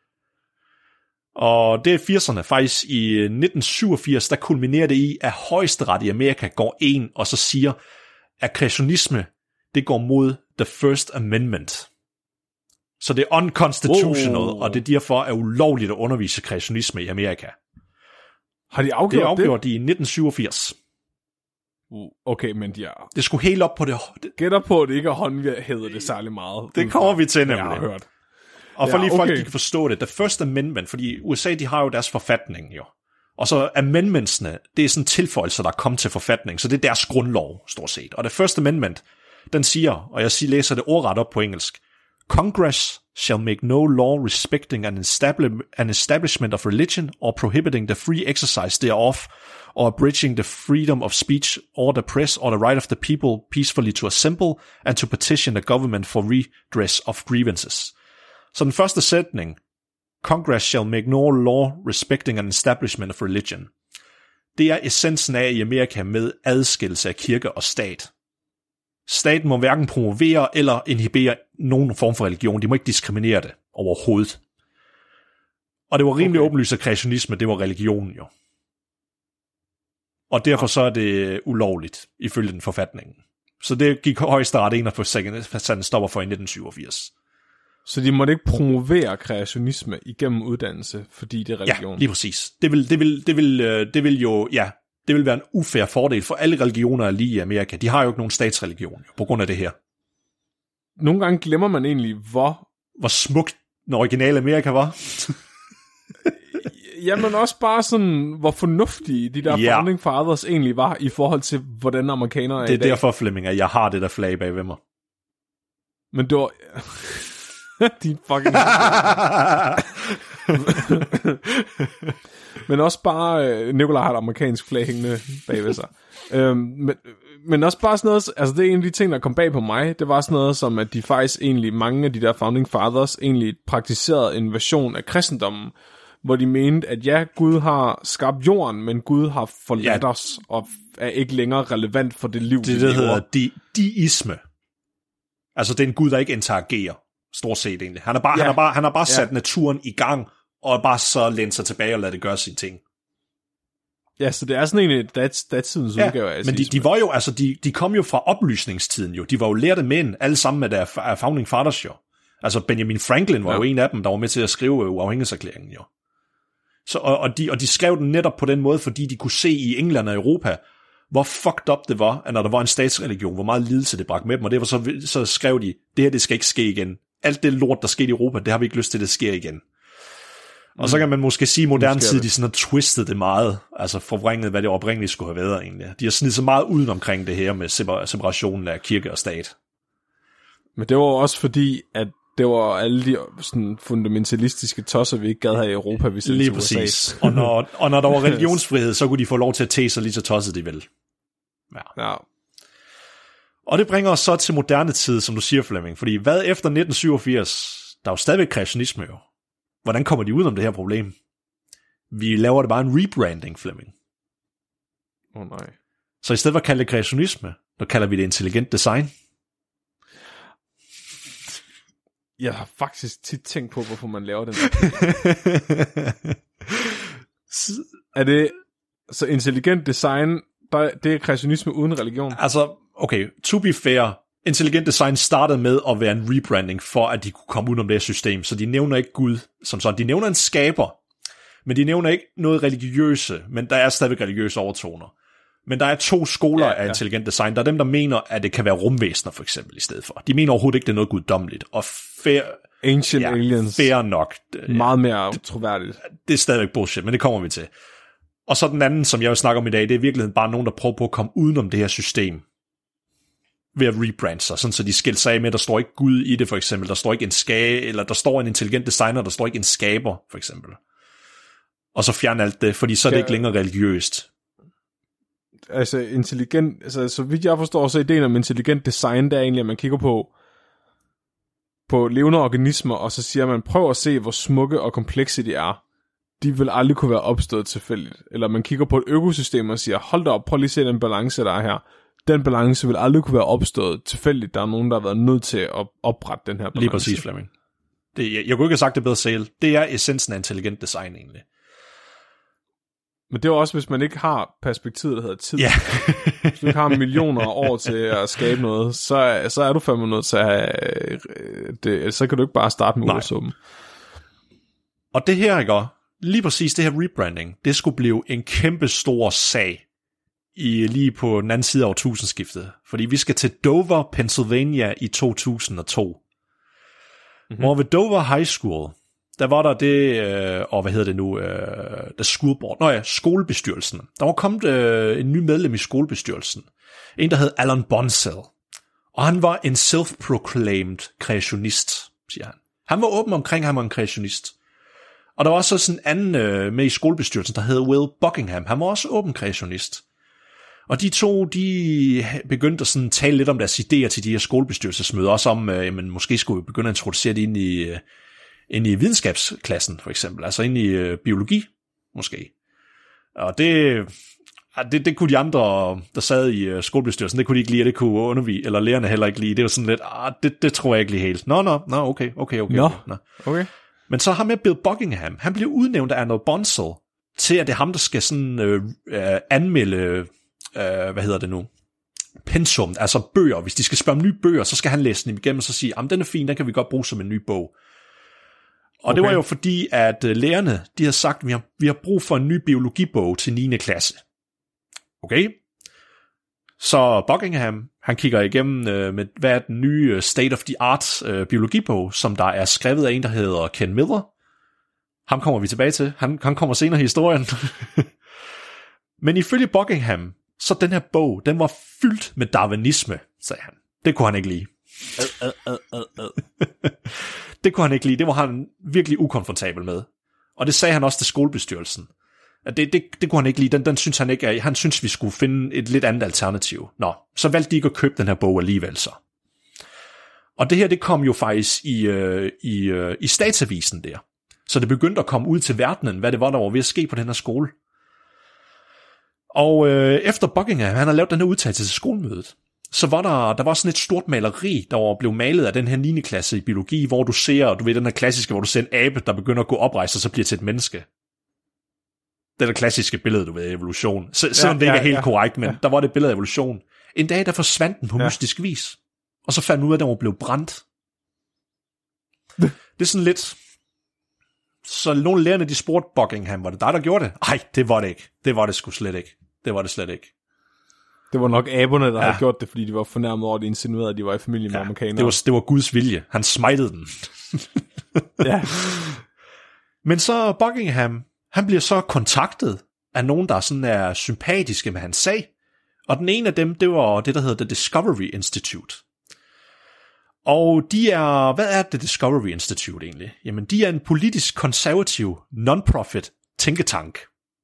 Og det er firserne, faktisk i nitten syvogfirs, der kulminerer det i, at højesteret i Amerika går ind og så siger, at kreationisme, det går mod the First Amendment. Så det er unconstitutional, oh. og det derfor er ulovligt at undervise kreationisme i Amerika. Har de afgjort det? Det afgjorde de i nitten syvogfirs. Uh, okay, men de er... Det skulle helt op på det... Gætter på, at det ikke er håndhævet det særlig meget. Det kommer vi til, nemlig. Jeg har hørt. Og for ja, lige okay. folk, de kan forstå det. The First Amendment, fordi U S A, de har jo deres forfatning, jo. Og så amendmentsene, det er sådan tilføjelser, der er kommet til forfatning, så det er deres grundlov, stort set. Og The First Amendment, den siger, og jeg læser det ordret op på engelsk, Congress shall make no law respecting an, establi- an establishment of religion or prohibiting the free exercise thereof or abridging the freedom of speech or the press or the right of the people peacefully to assemble and to petition the government for redress of grievances. Så den første sætning, Congress shall make no law respecting an establishment of religion. Det er essensen af i Amerika med adskillelse af kirke og stat. Staten må hverken promovere eller inhibere nogen form for religion. De må ikke diskriminere det overhovedet. Og det var rimelig okay. åbenlyst, at kreationisme, det var religionen jo. Og derfor så er det ulovligt, ifølge den forfatningen. Så det gik højesteret ind og få sat en stopper for i nitten syvogfirs. Så de måtte ikke promovere kreationisme igennem uddannelse, fordi det er religion? Ja, lige præcis. Det vil, det vil, det vil, det vil jo, ja, det vil være en ufair fordel, for alle religioner er lige i Amerika. De har jo ikke nogen statsreligion, på grund af det her. Nogle gange glemmer man egentlig, hvor... Hvor smukt den originale Amerika var. Jamen også bare sådan, hvor fornuftige de der ja. founding fathers egentlig var, i forhold til, hvordan amerikanere er Det er i dag. derfor, Flemming, at jeg har det der flag bag ved mig. Men det var... Din fucking... Men også bare... Nikolaj har et amerikansk flag hængende bagved sig. øhm, men, men også bare sådan noget... Altså det er en af de ting, der kom bag på mig. Det var sådan noget som, at de faktisk egentlig... Mange af de der founding fathers egentlig praktiserede en version af kristendommen, hvor de mente, at ja, Gud har skabt jorden, men Gud har forladt ja. os, og er ikke længere relevant for det liv, det, det hedder de, deisme. Altså det er en Gud, der ikke interagerer. Stort set egentlig. Han har bare, ja. han har bare, han har bare sat ja. naturen i gang, og bare så lænet sig tilbage og ladet det gøre sine ting. Ja, så det er sådan en dat, datidens ja, udgave af men de, de var jo, altså, de, de kom jo fra oplysningstiden jo. De var jo lærte mænd, alle sammen med deres founding fathers jo. Altså Benjamin Franklin var ja. jo en af dem, der var med til at skrive uafhængighedserklæringen jo. Så, og, og, de, og de skrev den netop på den måde, fordi de kunne se i England og Europa, hvor fucked up det var, at når der var en statsreligion, hvor meget lidelse det bragte med dem, og det var så, så skrev de, det her, det skal ikke ske igen. Alt det lort, der skete i Europa, det har vi ikke lyst til, at det sker igen. Og mm. så kan man måske sige, at i moderne tid, de sådan har twistet det meget, altså forvrænget, hvad det oprindeligt skulle have været egentlig. De har snidt så meget uden omkring det her med separationen af kirke og stat. Men det var også fordi, at det var alle de sådan fundamentalistiske tosser, vi ikke gad have i Europa, hvis det lige præcis. Og når, og når der var religionsfrihed, så kunne de få lov til at tage sig lige så tosset de vil. Ja. ja. Og det bringer os så til moderne tid, som du siger, Flemming. Fordi hvad efter nitten syvogfirs, der er jo stadigvæk kreationisme jo. Hvordan kommer de ud om det her problem? Vi laver det bare en rebranding, Flemming. Åh oh, nej. Så i stedet for at kalde det kreationisme, så kalder vi det intelligent design. Jeg har faktisk tit tænkt på, hvorfor man laver den. Er det så intelligent design, der, det er kreationisme uden religion? Altså, okay, to be fair, intelligent design startede med at være en rebranding, for at de kunne komme ud om det her system, så de nævner ikke Gud som sådan. De nævner en skaber, men de nævner ikke noget religiøse, men der er stadig religiøse overtoner. Men der er to skoler ja, ja. af intelligent design. Der er dem, der mener, at det kan være rumvæsener, for eksempel, i stedet for. De mener overhovedet ikke, det er noget guddommeligt. Og fair, Ancient ja, aliens. Fair nok. Meget mere troværdigt. Det er stadigvæk bullshit, men det kommer vi til. Og så den anden, som jeg vil snakke om i dag, det er i virkeligheden bare nogen, der prøver på at komme udenom det her system. Ved at rebrande sig, sådan så de skiller sig af med, der står ikke Gud i det, for eksempel. Der står ikke en skage, eller der står en intelligent designer, der står ikke en skaber, for eksempel. Og så fjerne alt det, fordi så er det ikke længere religiøst. Altså intelligent, altså så vidt jeg forstår, så ideen om intelligent design, det er egentlig, at man kigger på på levende organismer, og så siger man, prøv at se, hvor smukke og komplekse de er. De vil aldrig kunne være opstået tilfældigt. Eller man kigger på et økosystem og siger, hold da op, prøv lige at se den balance, der er her. Den balance vil aldrig kunne være opstået tilfældigt. Der er nogen, der har været nødt til at oprette den her balance. Lige præcis, Flemming. Det, jeg, jeg kunne ikke have sagt det bedre selv. Det er essensen af intelligent design, egentlig. Men det er også, hvis man ikke har perspektivet, der hedder tid. Ja. Hvis du ikke har millioner af år til at skabe noget, så, så er du fandme nødt til at have det. Så kan du ikke bare starte med ursuppen. Og det her, ikke? lige præcis det her rebranding, det skulle blive en kæmpe stor sag i lige på den anden side af årtusindskiftet. Fordi vi skal til Dover, Pennsylvania i to tusind og to. Mm-hmm. Hvor ved Dover High School, der var der det, øh, og hvad hedder det nu, øh, der school board, nå ja, skolebestyrelsen. Der var kommet øh, en ny medlem i skolebestyrelsen. En, der hed Alan Bonsell. Og han var en self-proclaimed kreationist, siger han. Han var åben omkring, han var en kreationist. Og der var også sådan en anden øh, med i skolebestyrelsen, der hed Will Buckingham. Han var også åben kreationist. Og de to, de begyndte at sådan tale lidt om deres idéer til de her skolebestyrelsesmøder, også om, øh, jamen, måske skulle vi begynde at introducere det ind i, øh, ind i videnskabsklassen, for eksempel. Altså ind i øh, biologi, måske. Og det, det, det kunne de andre, der sad i øh, skolebestyrelsen, det kunne de ikke lide, og det kunne undervise, eller lærerne heller ikke lide. Det var sådan lidt, ah, det, det tror jeg ikke lige helt. Nå, nå, nå, okay, okay, okay. Nå, okay, nå. okay. Men så har med Bill Buckingham, han blev udnævnt af Arnold Bonsell, til at det er ham, der skal sådan øh, øh, anmelde, øh, hvad hedder det nu, pensum, altså bøger. Hvis de skal spørge om nye bøger, så skal han læse dem igennem og så sige, jamen den er fin, den kan vi godt bruge som en ny bog. Og okay. Det var jo fordi, at øh, lærerne, de har sagt, at vi har, vi har brug for en ny biologibog til niende klasse. Okay? Så Buckingham, han kigger igennem øh, med, hvad er den nye state-of-the-art øh, biologibog, som der er skrevet af en, der hedder Ken Miller. Ham kommer vi tilbage til. Han, han kommer senere i historien. Men ifølge Buckingham, så den her bog, den var fyldt med darwinisme, sagde han. Det kunne han ikke lide. Uh, uh, uh, uh, uh. Det kunne han ikke lide. Det var han virkelig ukomfortabel med. Og det sagde han også til skolebestyrelsen. At det, det, det kunne han ikke lide. Den, den synes han ikke. Han synes, vi skulle finde et lidt andet alternativ. Nå, så valgte de ikke at købe den her bog alligevel så. Og det her, det kom jo faktisk i, øh, i, øh, i statsavisen der. Så det begyndte at komme ud til verdenen, hvad det var, der var ved at ske på den her skole. Og øh, efter Buckingham, han har lavet den her udtalelse til skolemødet, så var der, der var sådan et stort maleri, der var blevet malet af den her niende klasse i biologi, hvor du ser, du ved den her klassiske, hvor du ser en abe, der begynder at gå oprejst, og så bliver til et menneske. Det er det klassiske billede, du ved, af evolution. Så, selvom ja, det ikke ja, er helt ja, korrekt, men ja. Der var det billede af evolution. En dag, der forsvandt den på ja. mystisk vis, og så fandt man ud af, at den var blevet brændt. Det er sådan lidt... Så nogle lærerne, de spurgte Buckingham, var det dig, der gjorde det? Nej, det var det ikke. Det var det sgu slet ikke. Det var det slet ikke. Det var nok aberne, der ja. havde gjort det, fordi de var fornærmet over, at de insinuerede, at de var i familie med ja, amerikanere. Det var, det var Guds vilje. Han smejtede den. Ja. Men så Buckingham, han bliver så kontaktet af nogen, der sådan er sympatiske med hans sag. Og den ene af dem, det var det, der hedder The Discovery Institute. Og de er, hvad er The Discovery Institute egentlig? Jamen, de er en politisk konservativ, non-profit tænketank.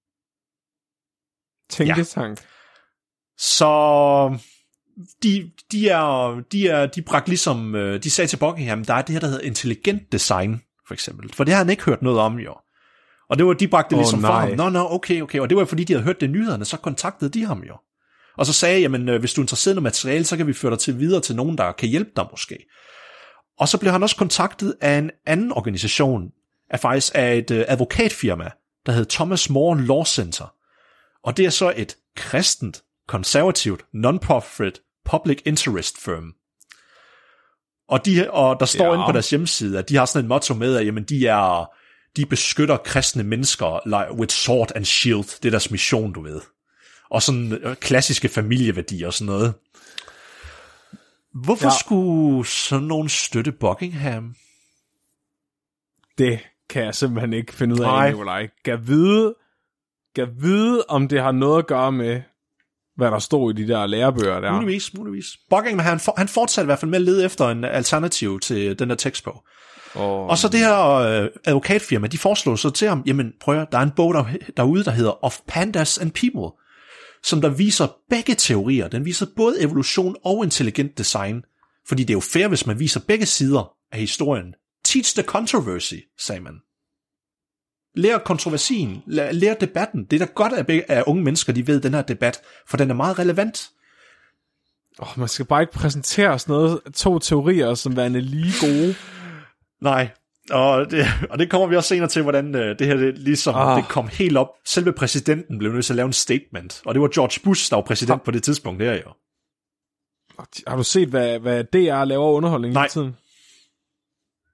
Tænketank? Ja. Så de, de er, de er, de bragte ligesom, de sagde til Buckingham, der er det her, der hedder intelligent design, for eksempel. For det har han ikke hørt noget om, jo. Og det var, de bragte det ligesom oh, for ham. Nå, nå, okay, okay. Og det var fordi, de havde hørt det i nyhederne, så kontaktede de ham jo. Og så sagde jeg, jamen, hvis du er interesseret i noget materiale, så kan vi føre dig til videre til nogen, der kan hjælpe dig måske. Og så blev han også kontaktet af en anden organisation, af faktisk af et uh, advokatfirma, der hed Thomas More Law Center. Og det er så et kristent, konservativt, non-profit, public interest firm. Og, de, og der står ja. inde på deres hjemmeside, at de har sådan et motto med, at jamen, de er, de beskytter kristne mennesker like, with sword and shield. Det er deres mission, du ved. Og sådan klassiske familieværdier og sådan noget. Hvorfor ja. skulle sådan nogen støtte Buckingham? Det kan jeg simpelthen ikke finde ud af, Nikolaj. Kan vide, kan vide, om det har noget at gøre med, hvad der stod i de der lærebøger der. Muligvis, muligvis. Buckingham, han, for, han fortsatte i hvert fald med at lede efter en alternativ til den der tekstbog. Oh. Og så det her øh, advokatfirma, de foreslog så til ham, jamen prøv at, der er en bog der, derude, der hedder Of Pandas and People, som der viser begge teorier. Den viser både evolution og intelligent design. Fordi det er jo fair, hvis man viser begge sider af historien. Teach the controversy, sagde man. Lær kontroversien, lær debatten. Det er da godt, at, begge, at unge mennesker de ved den her debat, for den er meget relevant. Oh, man skal bare ikke præsentere os noget, to teorier, som værende lige gode. Nej, og det, og det kommer vi også senere til, hvordan det her det, ligesom ah. det kom helt op. Selve præsidenten blev nødt til at lave en statement, og det var George Bush, der var præsident har, på det tidspunkt der jo. Har du set, hvad, hvad D R laver underholdning Nej. i tiden?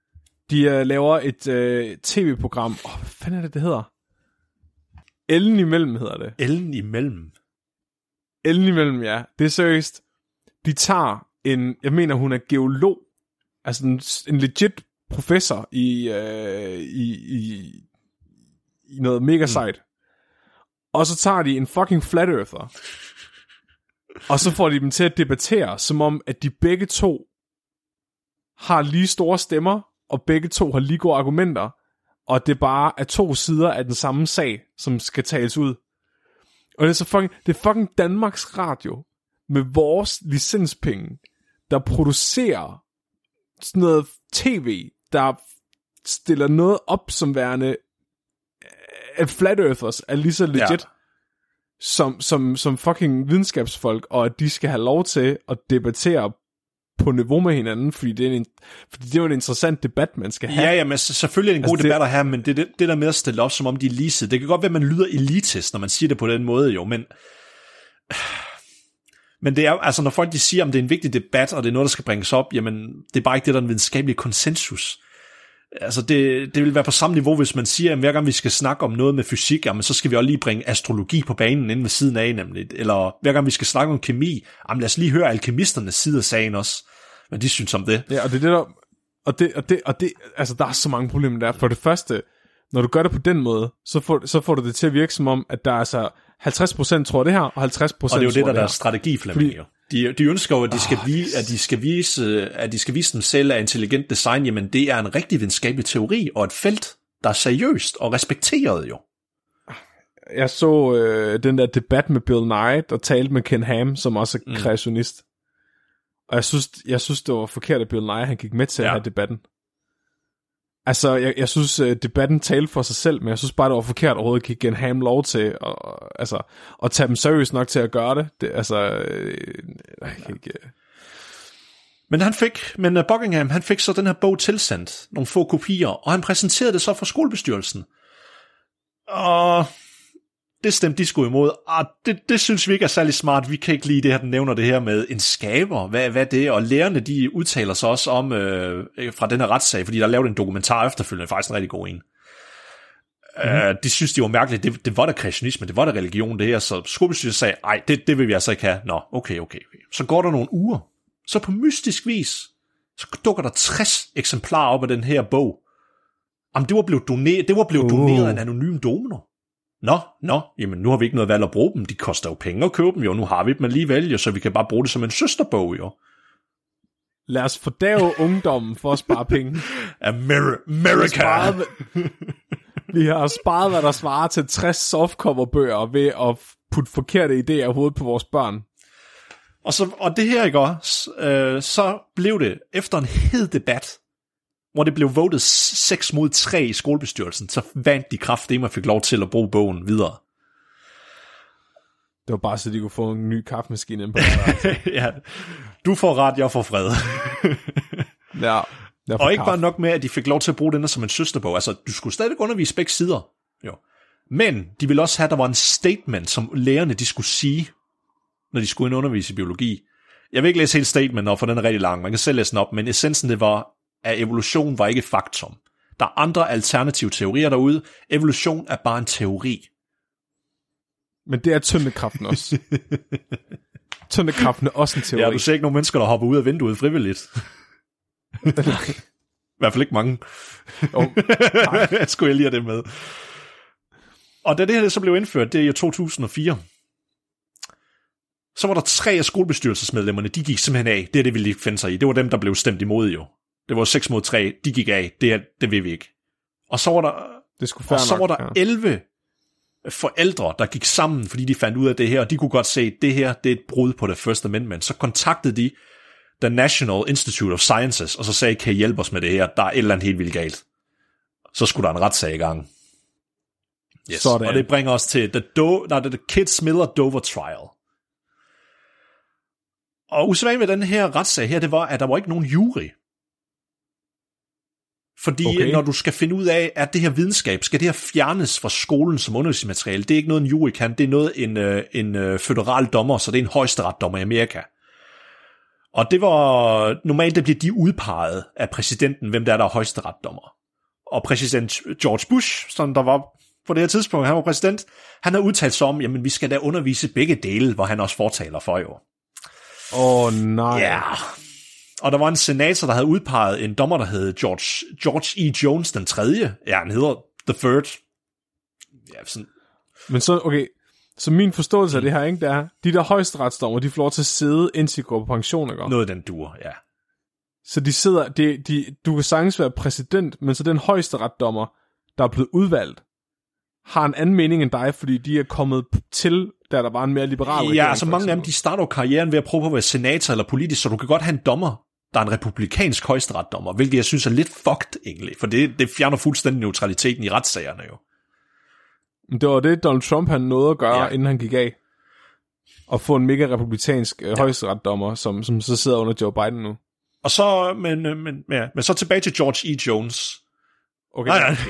De uh, laver et uh, tv-program. Åh, oh, hvad fanden er det, det hedder? Ellen imellem hedder det. Ellen imellem? Ellen imellem, ja. Det er seriøst. De tager en, jeg mener hun er geolog, altså en, en legit professor i, uh, i, i, i noget mega sejt. Mm. Og så tager de en fucking flat earther. Og så får de dem til at debattere, som om, at de begge to har lige store stemmer, og begge to har lige gode argumenter, og det bare er to sider af den samme sag, som skal tales ud. Og det er så fucking, det er fucking Danmarks Radio, med vores licenspenge, der producerer sådan noget tv, der stiller noget op som værende, at flat earthers er lige så legit, ja. som, som, som fucking videnskabsfolk, og at de skal have lov til at debattere på niveau med hinanden, fordi det er en, fordi det er jo en interessant debat, man skal have. Ja, ja, men selvfølgelig er det en god altså, debat at have, men det, det, det der med at stille op, som om de er leasede, det kan godt være, at man lyder elitist, når man siger det på den måde, jo, men men det er altså, når folk de siger, om det er en vigtig debat, og det er noget, der skal bringes op, jamen, det er bare ikke det, der er en videnskabelig konsensus. Altså, det, det vil være på samme niveau, hvis man siger, at hver gang vi skal snakke om noget med fysik, jamen, så skal vi også lige bringe astrologi på banen inde ved siden af, nemlig. Eller hver gang vi skal snakke om kemi, jamen, lad os lige høre alkemisternes side af sagen også, hvad de synes om det. Ja, og det er det, der, og det, og det, og det, altså, der er så mange problemer der. For det første, når du gør det på den måde, så får, så får du det til at virke som om, at der er altså halvtreds procent tror det her, og halvtreds procent tror det her. Og det er jo det, der er strategi, Flemming, jo. De, de ønsker jo, at de, skal oh, vise, at, de skal vise, at de skal vise dem selv af intelligent design, jamen det er en rigtig videnskabelig teori, og et felt, der er seriøst og respekteret jo. Jeg så øh, den der debat med Bill Nye, der talte med Ken Ham, som også er mm. kreationist. Og jeg synes, jeg synes, det var forkert, at Bill Nye han gik med til ja. at have debatten. Altså, jeg, jeg synes, debatten talte for sig selv, men jeg synes bare, det var forkert overhovedet at give Ken Ham lov til at, altså, at tage dem seriøst nok til at gøre det. det altså, øh, jeg kan ikke... Men han fik, men Buckingham, han fik så den her bog tilsendt, nogle få kopier, og han præsenterede det så for skolebestyrelsen. Og det stemte de sgu imod. Og det, det synes vi ikke er særlig smart. Vi kan ikke lide det her, den nævner det her med en skaber. Hvad, hvad er det? Og lærerne, de udtaler sig også om øh, fra den her retssag, fordi der lavede en dokumentar efterfølgende, faktisk en rigtig god en. Mm-hmm. Uh, de synes, det var mærkeligt. Det, det var da kreationisme, det var da religion, det her. Så skolebestyrelsen sagde, ej, det, det vil vi altså ikke have. Nå, okay, okay, okay. Så går der nogle uger. Så på mystisk vis, så dukker der tres eksemplarer op af den her bog. Jamen, det var blevet doneret, det var blevet uh. doneret af en anonym donor. Nå, nå, jamen nu har vi ikke noget valg at bruge dem. De koster jo penge at købe dem, jo. Nu har vi dem alligevel, jo, så vi kan bare bruge det som en søsterbog, jo. Lad os fordave ungdommen for at spare penge. Amer- America! Vi har sparet, hvad der svarer til tres softcover-bøger ved at putte forkerte idéer i hovedet på vores børn. Og, så, og det her, ikke også, øh, så blev det efter en hed debat, hvor det blev votet seks mod tre i skolebestyrelsen, så vandt de kraftedeme og fik lov til at bruge bogen videre. Det var bare så, de kunne få en ny kaffemaskine ind på ja, du får ret, jeg får fred. ja, og ikke kaffe. Bare nok med, at de fik lov til at bruge den som en søsterbog. Altså, du skulle stadig undervise begge sider. Jo. Men de ville også have, at der var en statement, som lærerne de skulle sige, når de skulle undervise i biologi. Jeg vil ikke læse hele statement, for den er rigtig lang. Man kan selv læse den op, men essensen det var, at evolution var ikke faktum. Der er andre alternative teorier derude. Evolution er bare en teori. Men det er tyndekraften også. Tyndekraften er også en teori. Ja, du ser ikke nogen mennesker, der hopper ud af vinduet frivilligt. I hvert fald ikke mange. Oh, jeg skulle jeg lige have det med. Og da det her så blev indført, det er i to tusind og fire, så var der tre af skolebestyrelsesmedlemmerne, de gik simpelthen af. Det er det, ville de ikke finde sig i. Det var dem, der blev stemt imod jo. Det var seks mod tre, de gik af. Det, er, det vil vi ikke. Og så var der, det og så nok, var der ja. elleve forældre, der gik sammen, fordi de fandt ud af det her, og de kunne godt se, at det her, det er et brud på det First Amendment. Så kontaktede de The National Institute of Sciences, og så sagde, kan I hjælpe os med det her? Der er et eller andet helt vildt galt. Så skulle der en retssag i gang. Yes. Og det bringer os til The, Do- nej, the Kids Miller Dover Trial. Og usædvanligt ved den her retssag her, det var, at der var ikke nogen jury. Fordi okay. Når du skal finde ud af, at det her videnskab, skal det her fjernes fra skolen som undervisningsmateriale, det er ikke noget, en jury kan, det er noget, en, en føderal dommer, så det er en højesteretsdommer i Amerika. Og det var, normalt det bliver de udpeget af præsidenten, hvem der er, der er højesteretsdommer. Og præsident George Bush, som der var på det her tidspunkt, han var præsident, han har udtalt sig om, jamen vi skal da undervise begge dele, hvor han også fortaler for jo. Åh oh, nej. Ja. Og der var en senator, der havde udpeget en dommer, der hed George, George E. Jones den tredje. Ja, han hedder The Third. Ja, sådan. Men så, okay, så min forståelse af det her, ikke, det er, de der højesteretsdommer, de får lov til at sidde, indtil de går på pension, ikke? Noget den dur, ja. Så de sidder, de, de, du kan sagtens være præsident, men så den højesteretsdommer, der er blevet udvalgt, har en anden mening end dig, fordi de er kommet til, da der var en mere liberal regering. Ja, altså mange af dem, de starter jo karrieren ved at prøve på at være senator eller politisk, så du kan godt have en dommer, der er en republikansk højesteretsdommer, hvilket jeg synes er lidt fucked egentlig, for det, det fjerner fuldstændig neutraliteten i retssagerne jo. Det var det, Donald Trump han nåede at gøre, ja. Inden han gik af. Og få en mega republikansk ja. højesteretsdommer, som, som så sidder under Joe Biden nu. Og så, men, men, ja, men så tilbage til George E. Jones. Okay. Nej, nej.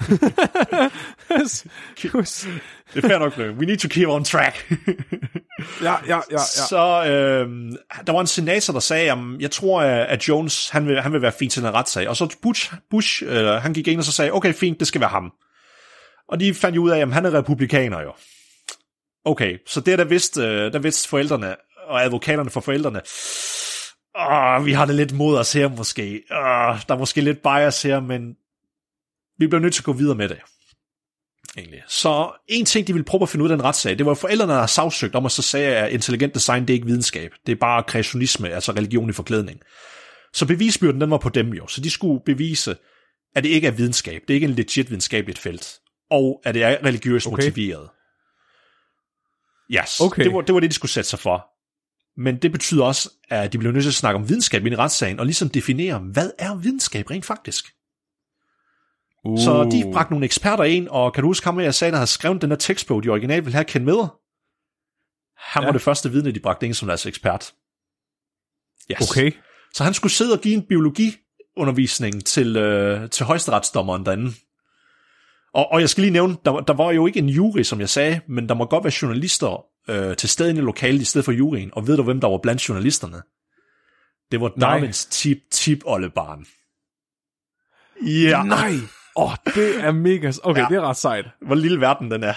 Det er fair nok. We need to keep on track. ja, ja, ja, ja. Så øh, der var en senator, der sagde, at jeg tror, at Jones han vil, han vil være fint til en retssag. Og så Bush, Bush øh, han gik ind og så sagde, okay, fint, det skal være ham. Og de fandt jo ud af, at han er republikaner jo. Okay, så det er der vidste, der vidste forældrene og advokaterne for forældrene. Åh, vi har det lidt mod os her måske. Åh, der er måske lidt bias her, men vi bliver nødt til at gå videre med det. Egentlig. Så en ting, de ville prøve at finde ud af den retssag, det var forældrene, der har sagsøgt om at så sagde, at intelligent design, det er ikke videnskab. Det er bare kreationisme, altså religion i forklædning. Så bevisbyrden, den var på dem jo. Så de skulle bevise, at det ikke er videnskab. Det er ikke en legit videnskabeligt felt. Og at det er religiøst okay. motiveret. Yes, okay. det, var, det var det, de skulle sætte sig for. Men det betyder også, at de bliver nødt til at snakke om videnskab i retssagen, og ligesom definere, hvad er videnskab rent faktisk? Uh. Så de bragte nogle eksperter ind, og kan du huske ham, jeg sagde, der havde skrevet den der tekstbog, de originalt ville have Ken Miller? Han ja. var det første vidne, de bragte ind som deres ekspert. Yes. Okay. Så han skulle sidde og give en biologiundervisning til, øh, til højesteretsdommeren derinde. Og, og jeg skal lige nævne, der, der var jo ikke en jury, som jeg sagde, men der må godt være journalister øh, til stede i lokalet i stedet for juryen. Og ved du, hvem der var blandt journalisterne? Det var Darwins tip-tip-oldebarn. Ja. Nej! Åh, oh, det er mega... Okay, ja. Det er ret sejt. Hvor lille verden den er.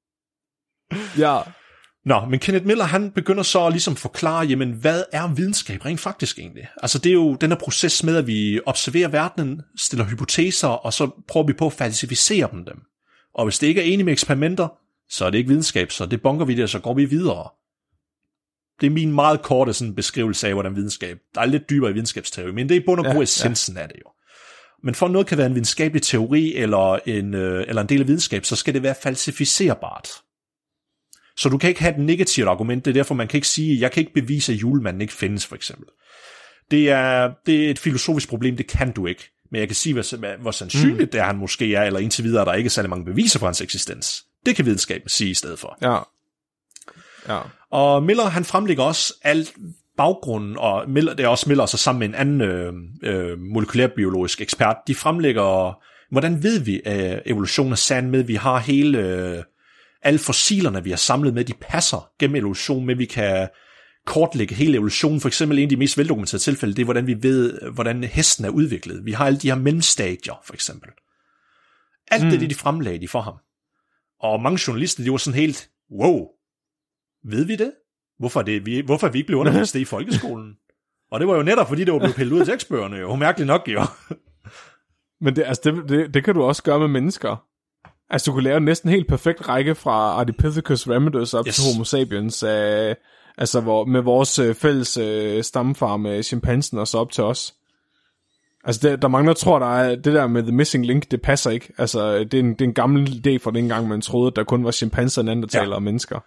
Ja. Nå, men Kenneth Miller, han begynder så at ligesom forklare, jamen, hvad er videnskab rent faktisk egentlig? Altså, det er jo den her proces med, at vi observerer verdenen, stiller hypoteser, og så prøver vi på at falsificere dem. dem. Og hvis det ikke er enige med eksperimenter, så er det ikke videnskab, så det bunker vi det, og så går vi videre. Det er min meget korte sådan, beskrivelse af, hvordan videnskab... Der er lidt dybere i videnskabsteori, men det er i bund og grund ja, essensen ja. af det jo. Men for noget kan være en videnskabelig teori, eller en, øh, eller en del af videnskab, så skal det være falsificerbart. Så du kan ikke have et negativt argument, det er derfor, man kan ikke sige, jeg kan ikke bevise, at julemanden ikke findes, for eksempel. Det er, det er et filosofisk problem, det kan du ikke. Men jeg kan sige, hvor, hvor sandsynligt mm. det er, han måske er, eller indtil videre, der er ikke særlig mange beviser for hans eksistens. Det kan videnskaben sige i stedet for. Ja. Ja. Og Miller, han fremlægger også alt baggrunden, og Miller, det er også Miller, så sammen med en anden øh, øh, molekylærbiologisk ekspert, de fremlægger, hvordan ved vi, at evolution er sand med, vi har hele... Øh, alle fossilerne, vi har samlet med, de passer gennem evolution med, vi kan kortlægge hele evolutionen. For eksempel en af de mest veldokumenterede tilfælde, det er, hvordan vi ved, hvordan hesten er udviklet. Vi har alle de her mellemstadier, for eksempel. Alt mm. det, det, de fremlagde de for ham. Og mange journalister, de var sådan helt, wow, ved vi det? Hvorfor er, det, vi, hvorfor er vi ikke blevet undervist det i folkeskolen? Og det var jo netop, fordi det var blevet pillet ud af tekstbøgerne, jo. Mærkeligt nok, jo. Men det, altså, det, det, det kan du også gøre med mennesker. Altså, du kunne lave en næsten helt perfekt række fra Ardipithecus ramidus op yes. til Homo sapiens, øh, altså hvor, med vores øh, fælles øh, stamfar med chimpansen og så op til os. Altså, det, der er mange, der tror, der er det der med the missing link, det passer ikke. Altså, det er en, det er en gammel idé fra dengang, man troede, at der kun var chimpanser og neandertalere ja. og mennesker.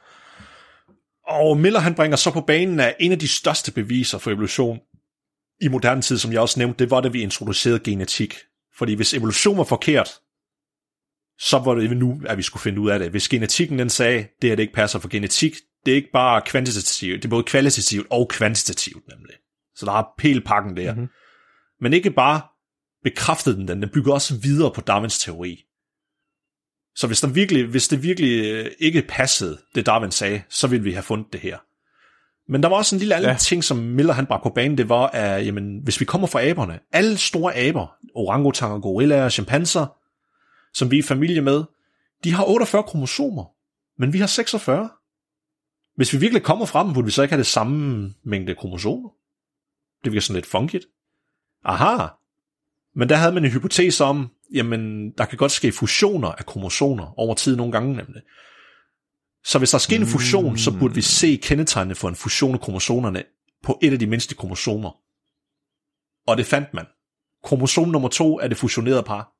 Og Miller, han bringer så på banen af en af de største beviser for evolution i moderne tid, som jeg også nævnte, det var, da vi introducerede genetik. Fordi hvis evolution var forkert, så var det nu, at vi skulle finde ud af det. Hvis genetikken den sagde, det her det ikke passer, for genetik, det er ikke bare kvantitativt, det er både kvalitativt og kvantitativt nemlig. Så der er pælpakken der. Mm-hmm. Men ikke bare bekræftede den den, den bygger også videre på Darwins teori. Så hvis, der virkelig, hvis det virkelig ikke passede, det Darwin sagde, så ville vi have fundet det her. Men der var også en lille anden Ja. ting, som Miller han bragte på banen, det var, at jamen, hvis vi kommer fra aberne, alle store aber, orangutanger, gorillaer, chimpanser, som vi er familie med, de har otteogfyrre kromosomer, men vi har seksogfyrre. Hvis vi virkelig kommer fra dem, burde vi så ikke have det samme mængde kromosomer? Det virker sådan lidt funky. Aha! Men der havde man en hypotese om, jamen, der kan godt ske fusioner af kromosomer over tid nogle gange nemlig. Så hvis der sker en fusion, så burde vi se kendetegnene for en fusion af kromosomerne på et af de mindste kromosomer. Og det fandt man. Kromosom nummer to er det fusionerede par.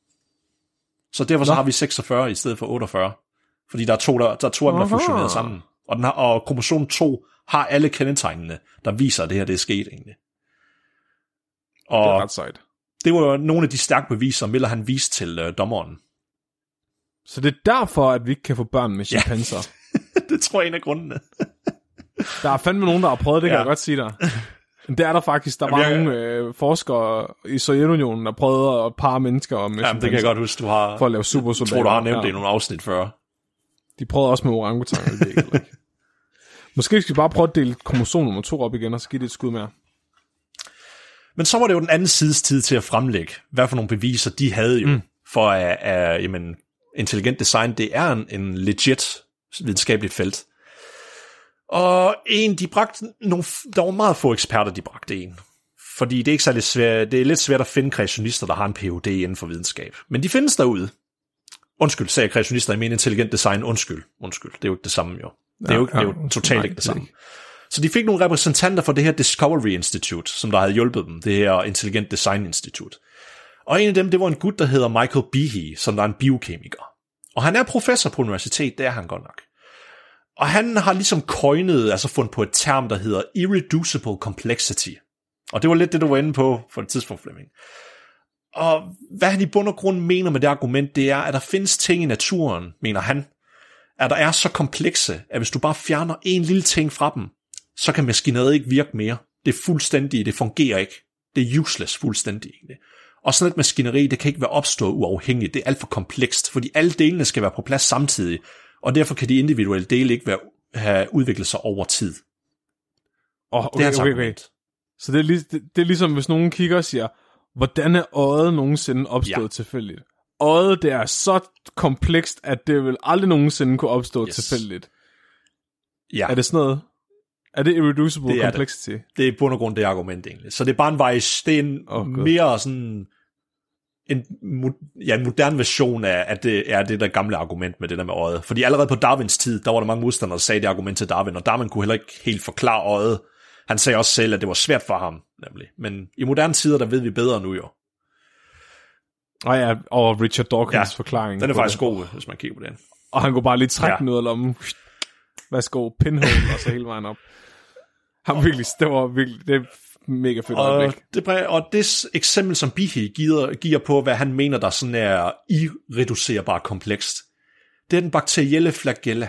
Så derfor så Nå. har vi seksogfyrre i stedet for otteogfyrre. Fordi der er to, der, der er to af dem, der er fusioneret sammen. Og, den har, og kromosom to har alle kendetegnene, der viser, at det her det er sket egentlig. Og Det er ret sejt. det var nogle af de stærke beviser, Miller han viste til øh, dommeren. Så det er derfor, at vi ikke kan få børn med chimpanser. Det tror jeg er en af grundene. Der er fandme nogen, der har prøvet det, kan Ja. jeg godt sige dig. Men det er der faktisk. Der var Jamen, jeg- nogle øh, forskere i Sovjetunionen, der prøvede at parre mennesker med Jamen, det kan jeg godt huske, du har... for at lave Jeg supersoldater. tror, du har nævnt Ja. det i nogle afsnit før. De prøvede også med orangutanger. Det ved jeg heller ikke. Måske skal vi bare prøve at dele kromosom nummer to op igen, og så give det et skud mere. Men så var det jo den anden sides tid til at fremlægge, hvad for nogle beviser de havde jo, mm. for at, at jamen, intelligent design, det er en, en legit videnskabeligt felt. Og en, de bragte nogle, der var meget få eksperter, de bragte en. Fordi det er ikke særlig svært, det er lidt svært at finde kreationister, der har en P H D inden for videnskab. Men de findes derude. Undskyld, sagde kreationister, jeg mener intelligent design, undskyld. Undskyld, det er jo ikke det samme jo. Det er jo, ja, det er jo totalt nej, ikke det samme. Så de fik nogle repræsentanter for det her Discovery Institute, som der havde hjulpet dem, det her Intelligent Design Institute. Og en af dem, det var en gut, der hedder Michael Behe, som der er en biokemiker. Og han er professor på universitet, det er han godt nok. Og han har ligesom coinet, altså fundet på et term, der hedder irreducible complexity. Og det var lidt det, du var inde på for et tidspunkt, Flemming. Og hvad han i bund og grund mener med det argument, det er, at der findes ting i naturen, mener han, at der er så komplekse, at hvis du bare fjerner en lille ting fra dem, så kan maskineriet ikke virke mere. Det er fuldstændig, det fungerer ikke. Det er useless fuldstændig egentlig. Og sådan et maskineri, det kan ikke være opstået uafhængigt. Det er alt for komplekst, fordi alle delene skal være på plads samtidig, og derfor kan de individuelle dele ikke være, have udviklet sig over tid. Oh, okay, Det er hans okay, okay. argument. Så det er, lig, det, det er ligesom, hvis nogen kigger og siger, hvordan er øjet nogensinde opstået Ja. tilfældigt? Øjet, det er så komplekst, at det vil aldrig nogensinde kunne opstå Yes. tilfældigt. Ja. Er det sådan noget? Er det irreducible Det er complexity? det. Det er i bund og grund det argument egentlig. Så det er bare en vej, det er en Oh, God. mere sådan en, mo- ja, en moderne version af, at det er det der gamle argument med det der med øjet. Fordi allerede på Darwins tid, der var der mange modstandere, der sagde det argument til Darwin, og Darwin kunne heller ikke helt forklare øjet. Han sagde også selv, at det var svært for ham, nemlig. Men i moderne tider, der ved vi bedre nu jo. Og ja, og Richard Dawkins Ja, forklaring. Den er på faktisk det. god, hvis man kigger på den. Og han kunne bare lige trække Ja. den ud af lommen. Værsgo, pinhole, og så hele vejen op. Han virkelig, det var virkelig, det er mega fedt Og øjeblik. det, og det eksempel, som Behe giver, giver på, hvad han mener, der sådan er irreducerbart komplekst, det er den bakterielle flagella.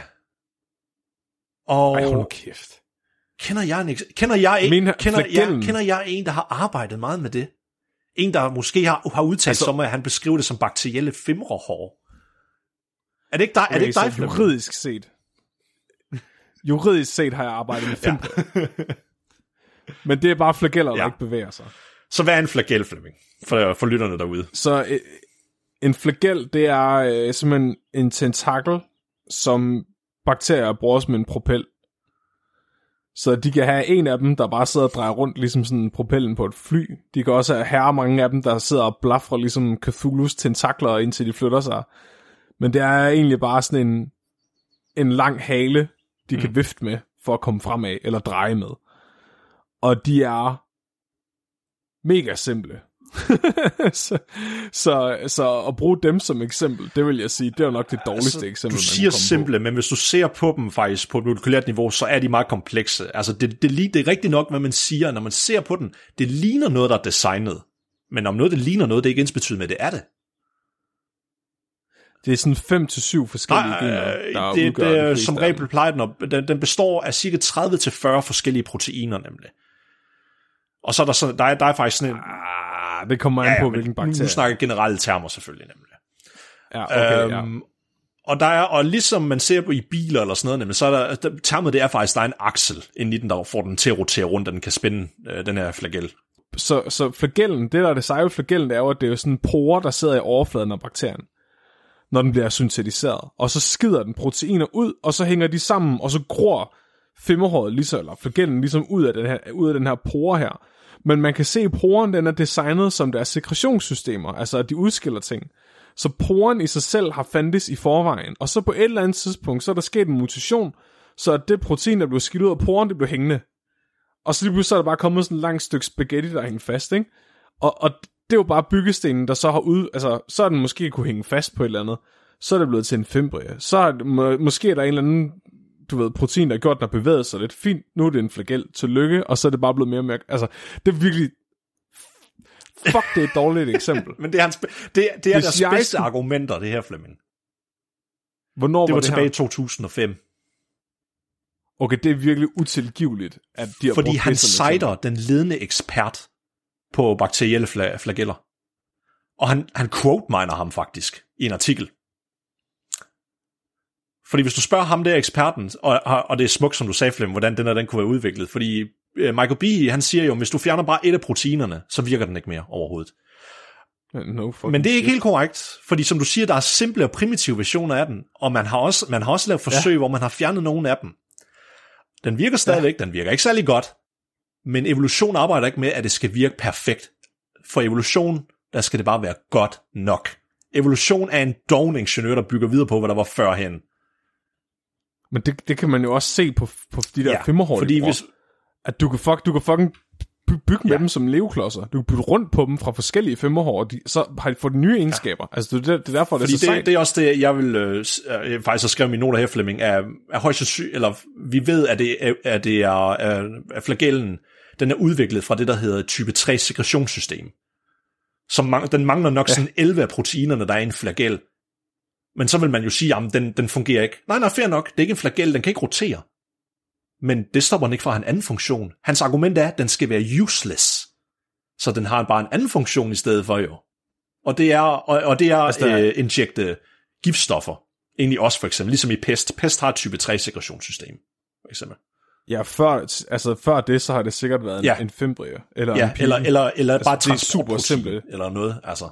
Og Ej, hold nu kæft. kender jeg en, eks- kender jeg en, Men kender, jeg, flagellen- kender jeg en, der har arbejdet meget med det? En, der måske har, har udtalt Altså- som, at han beskriver det som bakterielle fimrehår. Er det ikke dig, er det Okay, ikke dig så Flemming? juridisk set. Juridisk set har jeg arbejdet med fem. Ja. Men det er bare flageller, der Ja. ikke bevæger sig. Så hvad er en flagel, Flemming? For, for lytterne derude. Så øh, en flagel, det er øh, simpelthen en tentakel, som bakterier bruger som en propel. Så de kan have en af dem, der bare sidder og drejer rundt, ligesom sådan propellen på et fly. De kan også have mange af dem, der sidder og blafrer, ligesom Cthulhus tentakler, indtil de flytter sig. Men det er egentlig bare sådan en, en lang hale, de mm. kan vifte med, for at komme fremad, eller dreje med. Og de er mega simple. så, så, så at bruge dem som eksempel, det vil jeg sige, det er nok det dårligste altså, eksempel, Du man siger kan komme simple, men hvis du ser på dem faktisk på et molekylært niveau, så er de meget komplekse. Altså det, det, det er rigtigt nok, hvad man siger, når man ser på den. Det ligner noget, der er designet. Men om noget, det ligner noget, det er ikke ensbetydende med, det er det. Det er sådan fem til syv forskellige Nej, gener, der det, udgør det, de det fleste som af regel dem. plejer den, op, den, den består af cirka tredive til fyrre forskellige proteiner nemlig. Og så er der, sådan, der, er, der er faktisk sådan en... Ah, det kommer an Ja, ja, på, men hvilken nu, bakterie. nu snakker jeg generelle termer selvfølgelig nemlig. Ja, okay, ja. Øhm, og, der er, og ligesom man ser på i biler eller sådan noget, så er der, termet det er faktisk, der er en aksel inde i den, der får den til at rotere rundt, og den kan spænde øh, den her flagel. Så, så flagellen, det der er det seje ved flagellen, det er jo, at det er jo sådan en porer, der sidder i overfladen af bakterien, når den bliver syntetiseret. Og så skider den proteiner ud, og så hænger de sammen, og så gror femmerhåret, ligesom, eller flagellen, ligesom ud af den her, ud af den her pore her. Men man kan se, at poren, den er designet som deres sekretionssystemer, altså at de udskiller ting. Så poren i sig selv har fandtes i forvejen, og så på et eller andet tidspunkt, så er der sket en mutation, så at det protein, der blev skilt ud af poren, det blev hængende. Og så lige pludselig er der bare kommet sådan et langt stykke spaghetti, der hænger fast, ikke? Og, og det er jo bare byggestenen, der så har ud, altså, så er den måske kunne hænge fast på et eller andet, så er det blevet til en fimbrie. Så er det, må, måske er der en eller anden, du ved, protein, der har gjort, den har bevæget sig lidt fint, nu er det en flagel, tillykke, og så er det bare blevet mere og mere, altså, det er virkelig, fuck, det er et dårligt eksempel. Men det er, hans, det, det er deres bedste skulle... argumenter, det her, Flemming. Hvornår det var, var det tilbage her? i to tusind og fem. Okay, det er virkelig utilgiveligt, at de har Fordi brugt han citer den ledende ekspert på bakterielle flag- flageller. Og han, han quote-miner ham faktisk i en artikel. Fordi hvis du spørger ham, der eksperten, og, og det er smukt, som du sagde, Flemming, hvordan den her den kunne være udviklet. Fordi uh, Michael Behe, han siger jo, hvis du fjerner bare et af proteinerne, så virker den ikke mere overhovedet. No Men det er ikke helt korrekt, fordi som du siger, der er simple og primitive versioner af den, og man har også, man har også lavet forsøg, ja. hvor man har fjernet nogle af dem. Den virker stadigvæk, ja. Den virker ikke særlig godt, men evolution arbejder ikke med, at det skal virke perfekt. For evolution, der skal det bare være godt nok. Evolution er en doven ingeniør, der bygger videre på, hvad der var førhen. Men det, det kan man jo også se på, på de der ja, femmerhår, fordi hvis... at du kan, fuck, du kan fucking bygge med ja. dem som leveklodser. Du kan bytte rundt på dem fra forskellige femmerhår, og de, så har de fået nye egenskaber. Ja. Altså, det, det er derfor, fordi det er så det, det er også det, jeg vil øh, faktisk have skrevet mine noter her, Flemming, er, er højst sandsynligt, eller vi ved, at det er, at det er, er flagellen, den er udviklet fra det, der hedder type tre sekretionssystem. Som man, den mangler nok ja. sådan elleve af proteinerne, der er i en flagel. Men så vil man jo sige, at den, den fungerer ikke. Nej, nej, fair nok. Det er ikke en flagel, den kan ikke rotere. Men det stopper den ikke fra at have en anden funktion. Hans argument er, at den skal være useless. Så den har bare en anden funktion i stedet for jo. Og det er, og, og det er altså, øh, injekte giftstoffer. Egentlig også for eksempel, ligesom i pest. Pest har et type tre sekretionssystem, for eksempel. Ja, før, altså før det, så har det sikkert været en, ja. en fimbrie. Eller ja, en pige. eller, eller, eller altså, bare transportprotein. Eller noget, altså.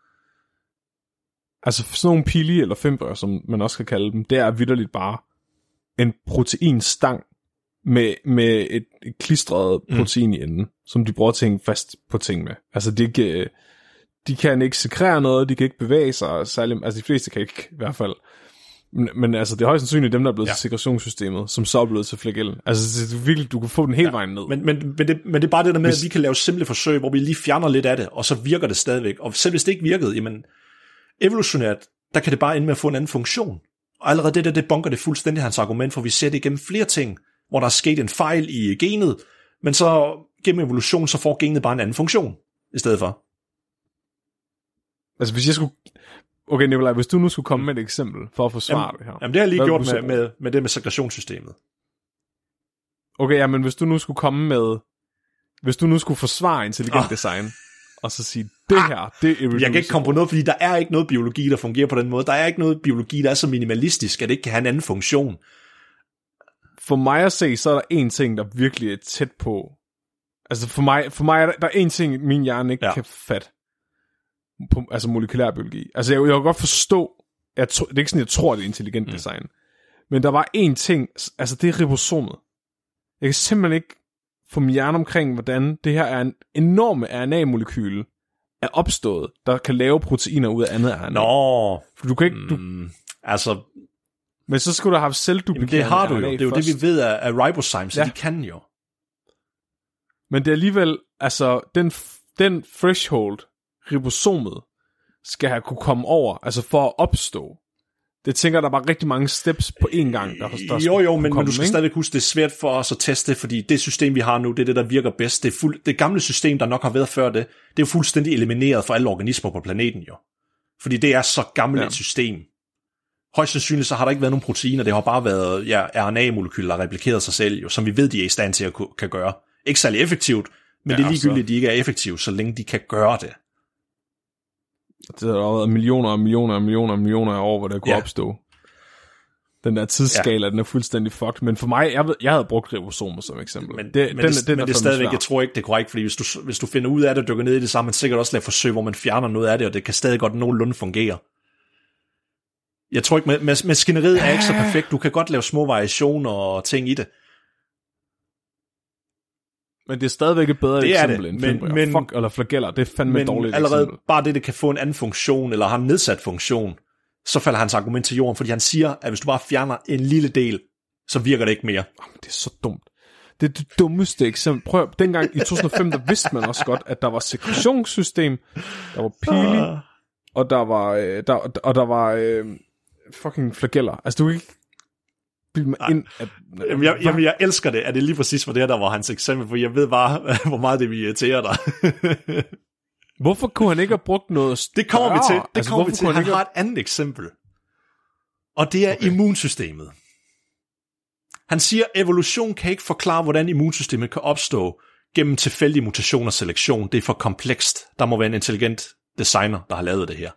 Altså sådan nogle pili eller fimbrie, som man også kan kalde dem, det er vitterligt bare en proteinstang med, med et, et klistret protein mm. i enden, som de bruger til at hænge fast på ting med. Altså de, ikke, de kan ikke sekrere noget, de kan ikke bevæge sig særlig, altså de fleste kan ikke i hvert fald. Men, men altså det er højst sandsynligt dem, der er blevet ja. til sekretionssystemet, som så er blevet til flagellen. Altså det er virkelig, du kan få den hele ja. vejen ned. Men, men, men, det, men det er bare det der med, hvis... at vi kan lave simple forsøg, hvor vi lige fjerner lidt af det, og så virker det stadigvæk. Og selv hvis det ikke virkede, jamen evolutionært, der kan det bare ende med at få en anden funktion. Og allerede det der, det bunker det fuldstændig hans argument, for vi ser det igennem flere ting, hvor der er sket en fejl i genet, men så gennem evolution, så får genet bare en anden funktion i stedet for. Altså hvis jeg skulle... Okay, Nikolaj, hvis du nu skulle komme med et eksempel for at forsvare jamen, det her. Jamen det har jeg lige Hvad gjort med, med, med det med sekretionssystemet. Okay, ja, men hvis du nu skulle komme med... Hvis du nu skulle forsvare intelligent oh. design, og så sige, det her, det er evolution. Jeg kan ikke komme på noget, fordi der er ikke noget biologi, der fungerer på den måde. Der er ikke noget biologi, der er så minimalistisk, at det ikke kan have en anden funktion. For mig at se, så er der en ting, der virkelig er tæt på. Altså for mig, for mig er der, der er en ting, min hjerne ikke ja. kan fatte. På, altså molekylærbiologi. Altså jeg, jeg kan godt forstå, jeg tro, det er ikke sådan, jeg tror, det er intelligent mm. design. Men der var en ting, altså det er ribosomet. Jeg kan simpelthen ikke få min hjerne omkring, hvordan det her er en enorme R N A-molekyle er opstået, der kan lave proteiner ud af andet R N A. Nå. For du kan ikke... Du, mm, altså... Men så skulle du have haft selvduplikerende det har du jo. R N A det er jo først. det, vi ved af, af ribozymes, så ja. de kan jo. Men det er alligevel, altså, den, den threshold, ribosomet, skal have kunne komme over, altså for at opstå. Det tænker der bare rigtig mange steps på én gang. Der, der jo, jo, men, komme, men du skal ikke? stadigvæk huske, det er svært for os at teste, fordi det system, vi har nu, det er det, der virker bedst. Det, er fuld, det gamle system, der nok har været før det, det er jo fuldstændig elimineret for alle organismer på planeten, jo. Fordi det er så gammelt ja. et system. Højst sandsynligt, så har der ikke været nogen proteiner, det har bare været ja, R N A-molekyler, der har replikeret sig selv, jo, som vi ved, de er i stand til at kunne, kan gøre. Ikke særlig effektivt, men ja, det er ligegyldigt, at de ikke er effektive, så længe de kan gøre det. Det har været millioner og millioner og millioner og millioner af år, hvor det kunne ja. opstå. Den der tidsskala, ja. Den er fuldstændig fucked. Men for mig, jeg, ved, jeg havde brugt ribosomer som eksempel. Men det, men, den, det, den, men er det er stadigvæk, svær. jeg tror ikke, det er korrekt, fordi hvis du, hvis du finder ud af det og dykker ned i det, så har man sikkert også lavet forsøg, hvor man fjerner noget af det, og det kan stadig godt nogenlunde fungere. Jeg tror ikke, med, med maskineriet er ikke så perfekt. Du kan godt lave små variationer og ting i det. Men det er stadigvæk et bedre det eksempel det. end men, fimbria. men, Fuck, eller flageller, det er fandme men et dårligt allerede eksempel. bare det, det kan få en anden funktion, eller har en nedsat funktion, så falder hans argument til jorden, fordi han siger, at hvis du bare fjerner en lille del, så virker det ikke mere. Jamen, det er så dumt. Det er det dummeste eksempel. Prøv, dengang i to tusind og fem, der vidste man også godt, at der var sekretionssystem, der var pili, uh. og der var, øh, der, og der var øh, fucking flageller. Altså, du kan ikke bilde mig ind, at... Jamen, jeg, jamen, jeg elsker det. Er det lige præcis for det her, der var hans eksempel, for jeg ved bare, hvor meget det vil irritere dig. Hvorfor kunne han ikke have brugt noget større? Det kommer vi til. Det altså, kommer vi til. Han ikke... har et andet eksempel. Og det er okay. Immunsystemet. Han siger, at evolution kan ikke forklare, hvordan immunsystemet kan opstå gennem tilfældige mutationer og selektion. Det er for komplekst. Der må være en intelligent designer, der har lavet det her.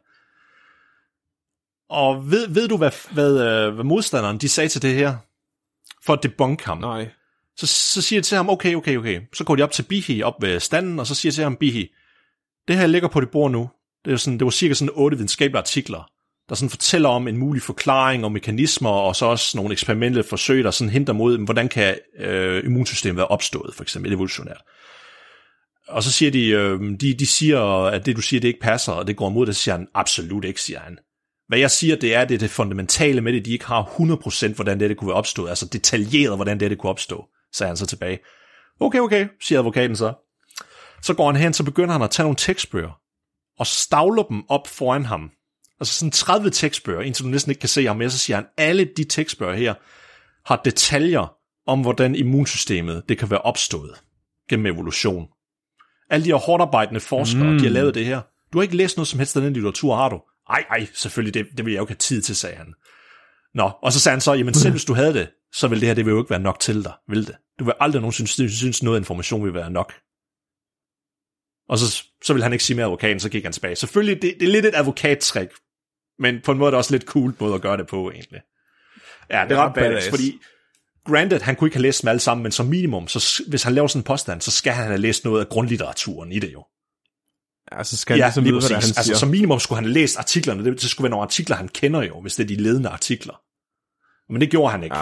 Og ved, ved du, hvad, hvad, hvad modstanderen de sagde til det her? For at debunke ham. Nej. Så, så siger de til ham, okay, okay, okay. Så går de op til Bihi, op ved standen, og så siger de til ham, Bihi, det her ligger på dit bord nu. Det, er sådan, det var cirka sådan otte videnskabelige artikler, der sådan fortæller om en mulig forklaring og mekanismer, og så også nogle eksperimentelle forsøg, der sådan henter mod, hvordan kan øh, immunsystemet være opstået, for eksempel evolutionært. Og så siger de, øh, de, de siger, at det du siger, det ikke passer, og det går imod det, så siger han, absolut ikke, siger han. Hvad jeg siger, det er, det er det fundamentale med det, de ikke har hundrede procent, hvordan det, det kunne være opstået, altså detaljeret, hvordan det, det kunne opstå, sagde han så tilbage. Okay, okay, siger advokaten så. Så går han hen, så begynder han at tage nogle tekstbøger, og stavler dem op foran ham. Altså sådan tredive tekstbøger, indtil du næsten ikke kan se ham mere, så siger han, alle de tekstbøger her har detaljer om, hvordan immunsystemet det kan være opstået gennem evolution. Alle de her hårdarbejdende forskere, mm. de har lavet det her. Du har ikke læst noget som helst af den litteratur, har du? Ej, ej, selvfølgelig, det, det vil jeg jo ikke have tid til, sagde han. Nå, og så sagde han så, jamen selv hvis du havde det, så vil det her, det vil jo ikke være nok til dig, vil det? Du vil aldrig nogensinde synes, noget information vil være nok. Og så, så vil han ikke sige med advokaten, så gik han tilbage. Selvfølgelig, det, det er lidt et advokattrik, men på en måde er det også lidt cool måde at gøre det på, egentlig. Ja, det er ret badass, fordi granted, han kunne ikke have læst dem alle sammen, men som minimum, så hvis han laver sådan en påstand, så skal han have læst noget af grundlitteraturen i det jo. Ja, så skal han ja, ligesom vide, hvad han siger. Altså, som minimum skulle han have læst artiklerne, det, det skulle være nogle artikler, han kender jo, hvis det er de ledende artikler. Men det gjorde han ikke. Ja.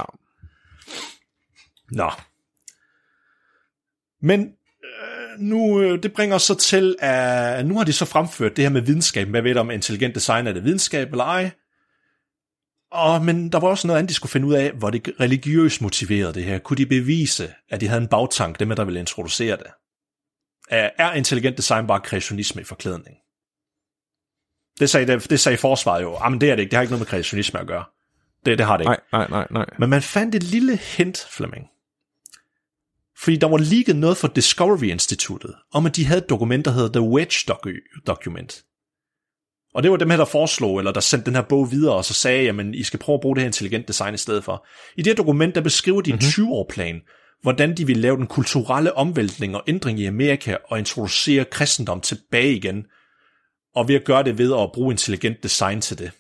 Nå. Men nu, det bringer os så til, at nu har de så fremført det her med videnskab. Hvad ved du om intelligent design? Er det videnskab eller ej? Og, men der var også noget andet, de skulle finde ud af, hvor det religiøst motiverede det her. Kunne de bevise, at de havde en bagtank, dem der ville introducere det? Er intelligent design bare kreationisme i forklædning? Det sagde, det, det sagde forsvaret jo. Jamen det er det ikke, det har ikke noget med kreationisme at gøre. Det, det har det ikke. Nej, nej, nej, nej. Men man fandt et lille hint, Flemming. Fordi der var leaget noget fra Discovery Instituttet, om at de havde et dokument, der hedder The Wedge Document. Og det var dem her, der foreslog, eller der sendte den her bog videre, og så sagde, jamen, I skal prøve at bruge det her intelligent design i stedet for. I det her dokument, der beskriver de en mm-hmm. tyve-år-plan, hvordan de ville lave den kulturelle omvæltning og ændring i Amerika, og introducere kristendom tilbage igen, og ved at gøre det ved at bruge intelligent design til det.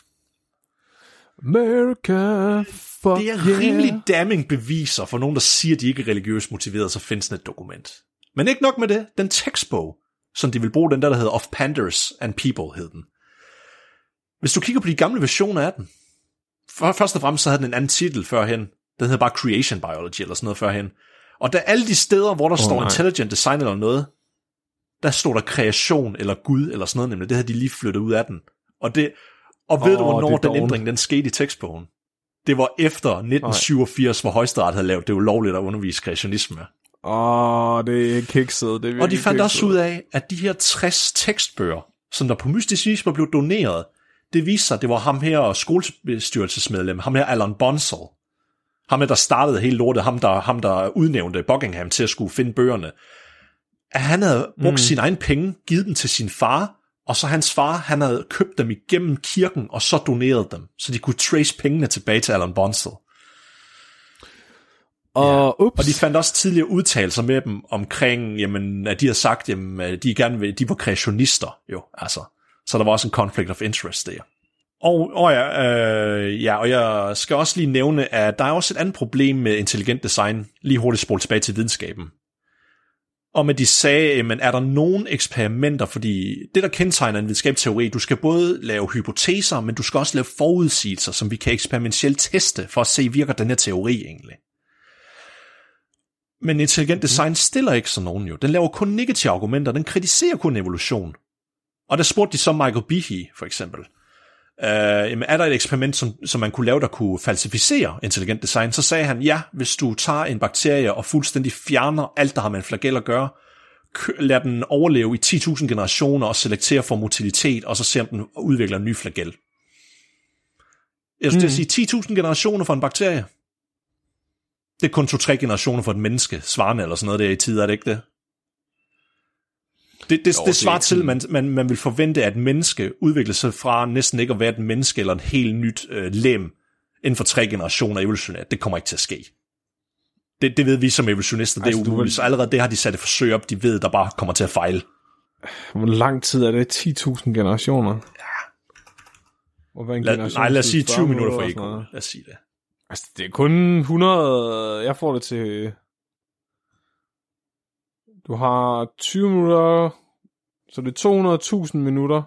America, fuck det er yeah. rimelig damning beviser for nogen, der siger, at de ikke er religiøst motiveret, så findes sådan et dokument. Men ikke nok med det, den tekstbog, som de vil bruge, den der, der hedder Of Panthers and People, hed den. Hvis du kigger på de gamle versioner af den, for, først og fremmest så havde den en anden titel førhen, den hedder bare Creation Biology, eller sådan noget førhen. Og der alle de steder, hvor der oh, står nej. Intelligent Design eller noget, der står der kreation, eller Gud, eller sådan noget, nemlig. Det havde de lige flyttet ud af den. Og det... Og ved oh, du, hvornår den ændring, den skete i tekstbogen? Det var efter nitten syvogfirs, hvor Højesteret havde lavet det ulovligt at undervise kreationisme. Åh, oh, det er kikset. Det er og de fandt kikset. også ud af, at de her tres tekstbøger, som der på mystisk vis var blevet doneret, det viste sig, at det var ham her, skolebestyrelsesmedlem, ham her Alan Bonsall. Ham her, der startede hele lortet, ham der, ham der udnævnte Buckingham til at skulle finde bøgerne. At han havde brugt mm. sine egne penge, givet dem til sin far, og så hans far, han havde købt dem igennem kirken, og så doneret dem, så de kunne trace pengene tilbage til Alan Bonsall. Og, ja. og de fandt også tidligere udtalelser med dem omkring, jamen, at de havde sagt, jamen, de gerne vil, de var kreationister, jo, altså. Så der var også en conflict of interest der. Og, og, ja, øh, ja, og jeg skal også lige nævne, at der er også et andet problem med intelligent design, lige hurtigt spole tilbage til videnskaben. Og med de sagde, men er der nogen eksperimenter, fordi det, der kendetegner en videnskabelig teori, du skal både lave hypoteser, men du skal også lave forudsigelser, som vi kan eksperimentelt teste, for at se, virker den her teori egentlig. Men intelligent design stiller ikke sådan nogen jo. Den laver kun negative argumenter, den kritiserer kun evolution. Og der spurgte de så Michael Behe, for eksempel. Uh, jamen, er der et eksperiment, som, som man kunne lave, der kunne falsificere intelligent design? Så sagde han, ja, hvis du tager en bakterie og fuldstændig fjerner alt, der har med en flagel at gøre, lader den overleve i ti tusind generationer og selekterer for motilitet, og så ser den udvikler en ny flagel. Jeg skulle mm. sige ti tusind generationer for en bakterie. Det er kun to-tre generationer for et menneske, svarende eller sådan noget der i tid, er det ikke det? Det, det, jo, det svarer til, at man, man, man vil forvente, at et menneske udvikler sig fra næsten ikke at være et menneske eller et helt nyt øh, lem inden for tre generationer evolutionært. Det kommer ikke til at ske. Det, det ved vi som evolutionister, altså, det er umuligt. Vil... Så allerede det har de sat et forsøg op, de ved, der bare kommer til at fejle. Hvor lang tid er det? ti tusind generationer? Ja. Hvad en La, nej, lad os sige tyve minutter for ego. Lad os sige det. Altså, det er kun hundrede... Jeg får det til... Du har tyve minutter, så det er to hundrede tusind minutter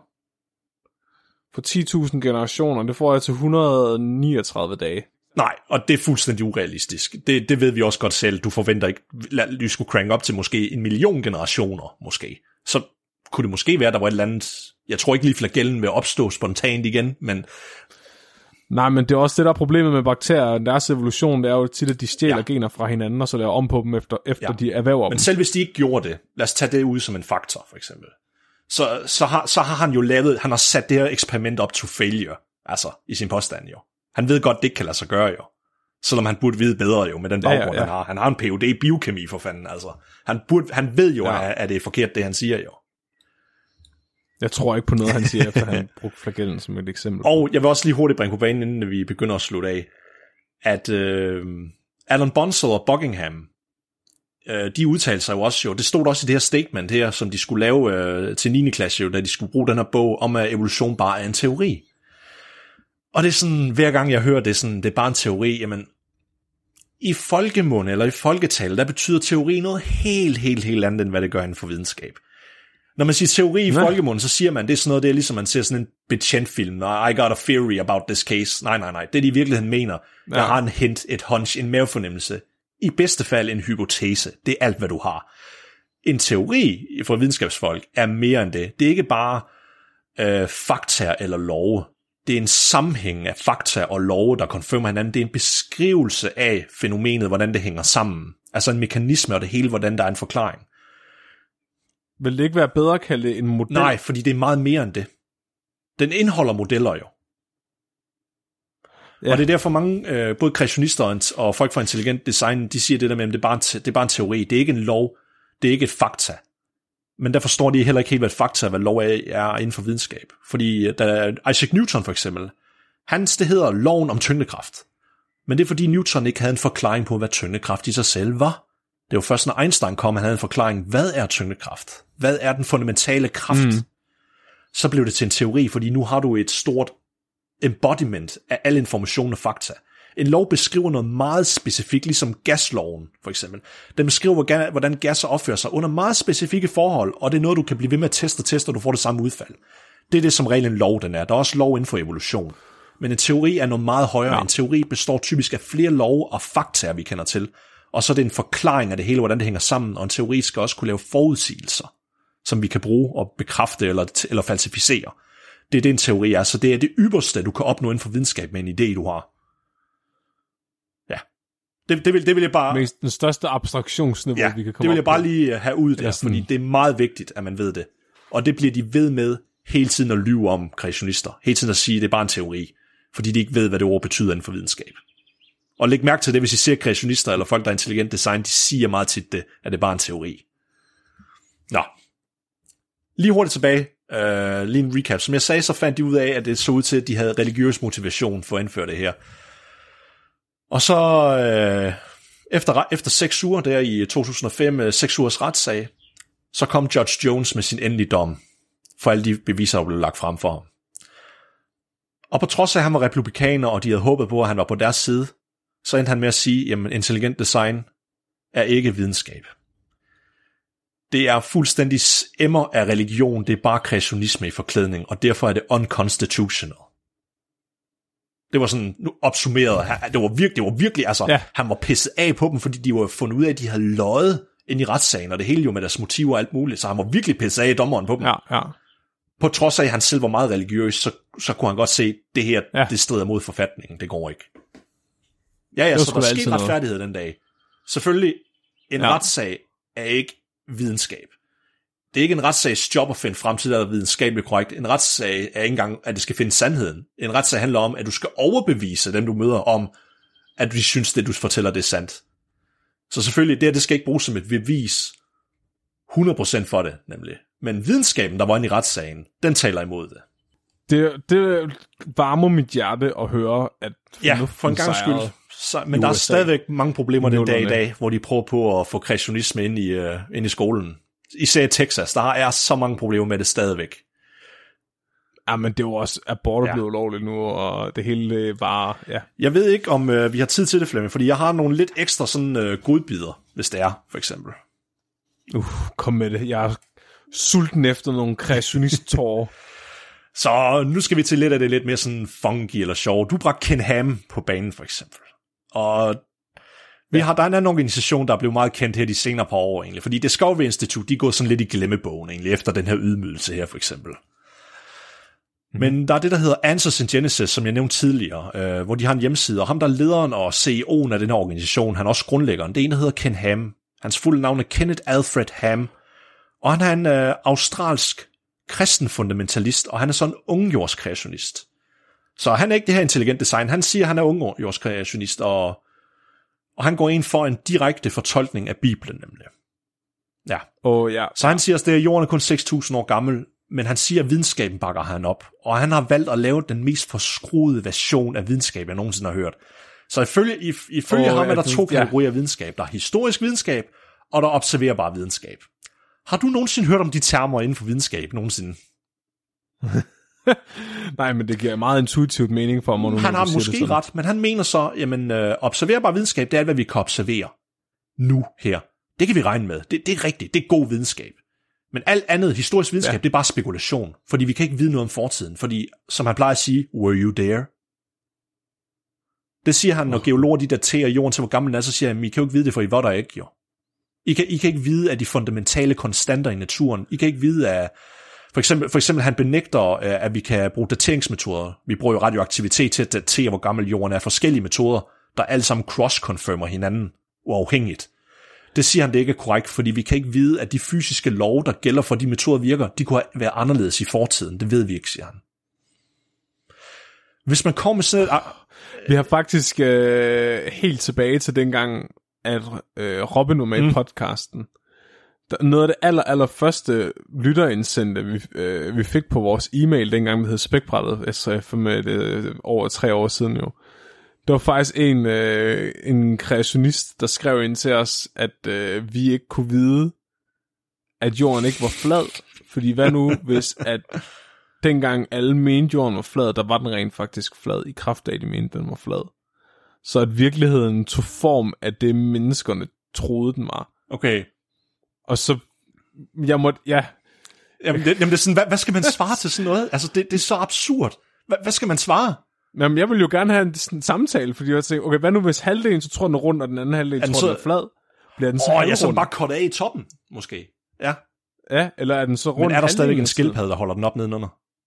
for ti tusind generationer. Det får jeg til et hundrede og niogtredive dage. Nej, og det er fuldstændig urealistisk. Det, det ved vi også godt selv. Du forventer ikke, at du skulle crank op til måske en million generationer, måske. Så kunne det måske være, der var et eller andet... Jeg tror ikke lige flagellen vil opstå spontant igen, men... Nej, men det er også det, der er problemet med bakterier. Deres evolution, det er jo tit, at de stjæler ja. gener fra hinanden, og så laver om på dem, efter, efter ja. de erhverver dem. Men selv hvis de ikke gjorde det, lad os tage det ud som en faktor, for eksempel. Så, så, har, så har han jo lavet, han har sat det her eksperiment op to failure, altså i sin påstand jo. Han ved godt, det ikke kan lade sig gøre jo. Selvom han burde vide bedre jo, med den baggrund, ja, ja, ja. han har. Han har en P H D i biokemi for fanden, altså. Han, burde, han ved jo, ja. at, at det er forkert, det han siger jo. Jeg tror ikke på noget, han siger, efter han brugte flagellen som et eksempel. Og jeg vil også lige hurtigt bringe på banen, inden vi begynder at slutte af, at øh, Alan Bonsall og Buckingham, øh, de udtalte sig jo også jo, det stod også i det her statement her, som de skulle lave øh, til niende klasse jo, da de skulle bruge den her bog om, at evolution bare er en teori. Og det er sådan, hver gang jeg hører det, sådan, det er bare en teori, jamen, i folkemunde eller i folketale, der betyder teori noget helt, helt, helt andet, end hvad det gør inden for videnskab. Når man siger teori i ja. folkemunden, så siger man, det er sådan noget, det er ligesom man ser sådan en betjentfilm, I got a theory about this case. Nej, nej, nej, det de i virkeligheden mener, ja. jeg har en hint, et hunch, en mavefornemmelse. I bedste fald en hypotese. Det er alt, hvad du har. En teori for videnskabsfolk er mere end det. Det er ikke bare øh, fakta eller love. Det er en sammenhæng af fakta og love, der konfirmerer hinanden. Det er en beskrivelse af fænomenet, hvordan det hænger sammen. Altså en mekanisme og det hele, hvordan der er en forklaring. Vil det ikke være bedre at kalde det en model? Nej, fordi det er meget mere end det. Den indeholder modeller jo. Ja. Og det er derfor mange, øh, både kreationister og folk fra intelligent design, de siger det der med, at det er, bare en te- det er bare en teori. Det er ikke en lov. Det er ikke et fakta. Men der forstår de heller ikke helt, hvad et fakta, hvad lov er, er inden for videnskab. Fordi der Isaac Newton for eksempel, hans det hedder loven om tyngdekraft. Men det er fordi Newton ikke havde en forklaring på, hvad tyngdekraft i sig selv var. Det var først, når Einstein kom, han havde en forklaring, hvad er tyngdekraft? Hvad er den fundamentale kraft? Mm. Så blev det til en teori, fordi nu har du et stort embodiment af al information og fakta. En lov beskriver noget meget specifikt, ligesom gasloven for eksempel. Den beskriver, hvordan gasser opfører sig under meget specifikke forhold, og det er noget, du kan blive ved med at teste og teste, og du får det samme udfald. Det er det, som regel en lov den er. Der er også lov inden for evolution. Men en teori er noget meget højere. Ja. En teori består typisk af flere love og faktaer, vi kender til. Og så er det en forklaring af det hele, hvordan det hænger sammen, og en teori skal også kunne lave forudsigelser, som vi kan bruge og bekræfte eller, eller falsificere. Det er det, en teori er, så det er det ypperste, du kan opnå inden for videnskab med en idé, du har. Ja, det, det, vil, det vil jeg bare... Mest den største abstraktionsniveau, ja, vi kan komme det vil jeg op bare på. lige have ud der, sådan... fordi det er meget vigtigt, at man ved det. Og det bliver de ved med hele tiden at lyve om kreationister. Hele tiden at sige, at det er bare en teori, fordi de ikke ved, hvad det ord betyder inden for videnskab. Og læg mærke til det, hvis I ser kreationister eller folk, der er intelligent design, de siger meget tit det, at det er bare en teori. Nå. Lige hurtigt tilbage, uh, lige en recap. Som jeg sagde, så fandt de ud af, at det så ud til, at de havde religiøs motivation for at indføre det her. Og så uh, efter, efter seks uger, der i to tusind og fem, uh, seks ugers retssag, så kom Judge Jones med sin endelige dom, for alle de beviser, der blev lagt frem for ham. Og på trods af, at han var republikaner, og de havde håbet på, at han var på deres side, så endte han med at sige, jamen intelligent design er ikke videnskab. Det er fuldstændig emmer af religion, det er bare kreationisme i forklædning, og derfor er det unconstitutional. Det var sådan, nu opsummeret, det var virkelig, det var virkelig, altså, ja. Han var pisset af på dem, fordi de var fundet ud af, at de havde løjet ind i retssagen, og det hele jo med deres motiver og alt muligt, så han var virkelig pisset af i dommeren på dem. Ja, ja. På trods af, at han selv var meget religiøs, så, så kunne han godt se, at det her, ja. Det strider mod forfatningen, det går ikke. Ja, ja, så der skete retfærdighed den dag. Selvfølgelig, en ja. retssag er ikke videnskab. Det er ikke en retssags job at finde frem til, at det er videnskabeligt korrekt. En retssag er ikke engang, at det skal finde sandheden. En retssag handler om, at du skal overbevise dem, du møder om, at de synes, det du fortæller, det er sandt. Så selvfølgelig, det her, det skal ikke bruges som et bevis hundrede procent for det, nemlig. Men videnskaben, der var inde i retssagen, den taler imod det. Det, det varmer mit hjerte at høre, at ja, for en gang skyld. Så, men der er stadigvæk mange problemer den dag i dag, hvor de prøver på at få kreationisme ind i, uh, ind i skolen. Især i Texas, der er så mange problemer med det stadigvæk. Ja, men det er jo også, abort ja. Blevet ulovligt nu, og det hele var, ja. Jeg ved ikke, om uh, vi har tid til det, Flemming, fordi jeg har nogle lidt ekstra sådan uh, godbidder, hvis det er, for eksempel. Uh, kom med det. Jeg er sulten efter nogle kreationist-tårer. Så nu skal vi til lidt af det lidt mere sådan funky eller sjov. Du bragte Ken Ham på banen, for eksempel. Og vi har, der er en anden organisation, der er blevet meget kendt her de senere par år, egentlig. Fordi Discovery Institute, de går sådan lidt i glemmebogen, egentlig, efter den her ydmygelse her, for eksempel. Mm-hmm. Men der er det, der hedder Answers in Genesis, som jeg nævnte tidligere, øh, hvor de har en hjemmeside, og ham, der er lederen og C E O'en af den her organisation, han er også grundlæggeren. Det er en, der hedder Ken Ham. Hans fulde navn er Kenneth Alfred Ham. Og han er en øh, australsk kristen fundamentalist, og han er sådan en ungjordskreationist. Så han er ikke det her intelligent design. Han siger, at han er ungjordskreationist, og, og han går ind for en direkte fortolkning af Bibelen, nemlig. Ja. Oh, ja. Så han siger, at det er jorden er kun seks tusind år gammel, men han siger, at videnskaben bakker han op. Og han har valgt at lave den mest forskruede version af videnskab, jeg nogensinde har hørt. Så ifølge, ifølge oh, ham er der to ja. kategorier af videnskab. Der er historisk videnskab, og der er observerbar videnskab. Har du nogensinde hørt om de termer inden for videnskab nogensinde? Nej, men det giver meget intuitivt mening for mig. Han har måske ret, men han mener så, jamen øh, observerbar videnskab, det er alt, hvad vi kan observere nu her. Det kan vi regne med. Det, det er rigtigt. Det er god videnskab. Men alt andet historisk videnskab, ja. det er bare spekulation. Fordi vi kan ikke vide noget om fortiden. Fordi, som han plejer at sige, were you there? Det siger han, når oh. geologer de daterer jorden til, hvor gammel den er, så siger han, I kan jo ikke vide det, for I var der ikke, jo. I kan, I kan ikke vide af de fundamentale konstanter i naturen. I kan ikke vide af... For eksempel, for eksempel han benægter, at vi kan bruge dateringsmetoder. Vi bruger jo radioaktivitet til at datere, hvor gammel jorden er. Forskellige metoder, der alle sammen cross-confirmer hinanden uafhængigt. Det siger han, det ikke er korrekt, fordi vi kan ikke vide, at de fysiske love, der gælder for de metoder virker, de kunne være anderledes i fortiden. Det ved vi ikke, siger han. Hvis man kommer med sådan et... Vi har faktisk øh, helt tilbage til dengang, at øh, Robin var med mm. i podcasten. Der, noget af det aller, aller første lytterindsendte, vi, øh, vi fik på vores e-mail, dengang vi hed Spækbrættet, S R F med det, over tre år siden jo. Der var faktisk en, øh, en kreationist, der skrev ind til os, at øh, vi ikke kunne vide, at jorden ikke var flad. Fordi hvad nu, hvis at dengang alle mente, jorden var flad, der var den rent faktisk flad, i kraft af, at de mente, den var flad. Så at virkeligheden tog form af det, menneskerne troede, den var. Okay. Og så, jeg måtte, ja. Jamen, det, jamen det er sådan, hvad, hvad skal man svare til sådan noget? Altså, det, det er så absurd. Hvad, hvad skal man svare? Jamen, jeg vil jo gerne have en, en samtale, fordi jeg tænker, okay, hvad nu hvis halvdelen, så tror den er rund, og den anden halvdel tror så... den er flad? Bliver den så Åh, jeg så bare kortet af i toppen, måske. Ja. Ja, eller er den så rund? Men er der stadigvæk en skildpadde, der holder den op nedenunder?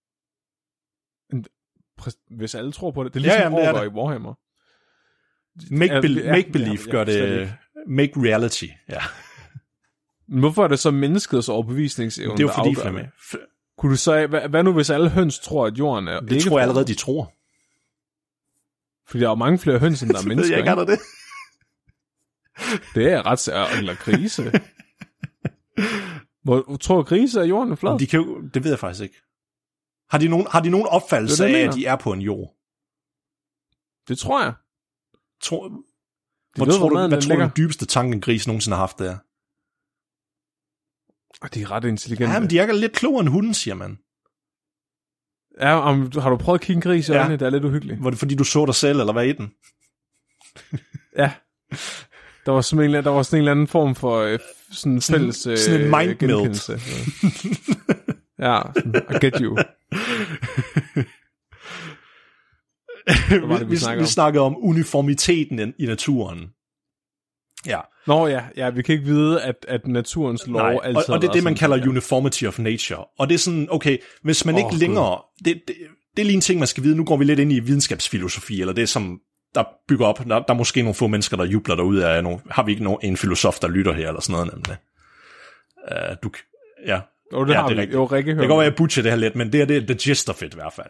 Hvis alle tror på det. Det er ligesom ja, over i Warhammer. Make, be- ja, make believe ja, ja, gør det... Make reality, ja. Hvorfor er det så menneskets overbevisningsevne, det er jo fordi, Flemming. Kunne du så, hvad, hvad nu hvis alle høns tror, at jorden er... Det tror jeg allerede, de tror. Fordi der er jo mange flere høns, end der er mennesker. Jeg ikke er det. Det er ret... Eller grise. Hvor, tror grise, at jorden er flad? De kan jo, det ved jeg faktisk ikke. Har de nogen, har de nogen opfattelse det, det af, at de er på en jord? Det tror jeg. Tror, hvor ved, tror du, hvad tror du den dybeste tanke, en gris nogensinde har haft, det er? Og de er ret intelligente. Ja, men de er lidt klogere end hunden, siger man. Ja, om, har du prøvet at kigge en gris i øjnene? Ja. Det er lidt uhyggeligt. Var det fordi, du så dig selv, eller hvad i den? Ja. Der var sådan en, der var sådan en eller anden form for øh, sådan fælles sådan, sådan en mind genkendelse. Ja, sådan, I get you. vi, det, vi, vi, vi snakkede om uniformiteten i naturen. Ja. Nå ja, ja, vi kan ikke vide, at, at naturens lov Nej, altid og, og det er det, man kalder ja. uniformity of nature. Og det er sådan, okay, hvis man oh, ikke længere... Det, det, det er lige en ting, man skal vide. Nu går vi lidt ind i videnskabsfilosofi, eller det, som der bygger op. Der, der er måske nogle få mennesker, der jubler derude af, nogle, har vi ikke nogen, en filosof, der lytter her, eller sådan noget nemlig. Uh, du, ja, jo, det ja, har det er vi. rigtigt. Jo, Rikke hører. Det går, at jeg butcher det her lidt, men det er det, the gist of it i hvert fald.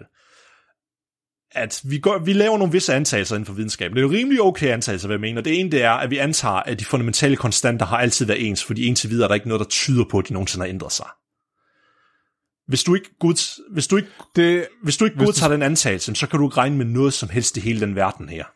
At vi, går, vi laver nogle visse antagelser inden for videnskaben. Det er jo rimelig okay antagelser, hvad jeg mener. Det ene, det er, at vi antager, at de fundamentale konstanter har altid været ens, fordi indtil videre er der ikke noget, der tyder på, at de nogensinde har ændret sig. Hvis du ikke, god, hvis du ikke, det, hvis du ikke hvis godtager du, den antagelse, så kan du ikke regne med noget som helst i hele den verden her.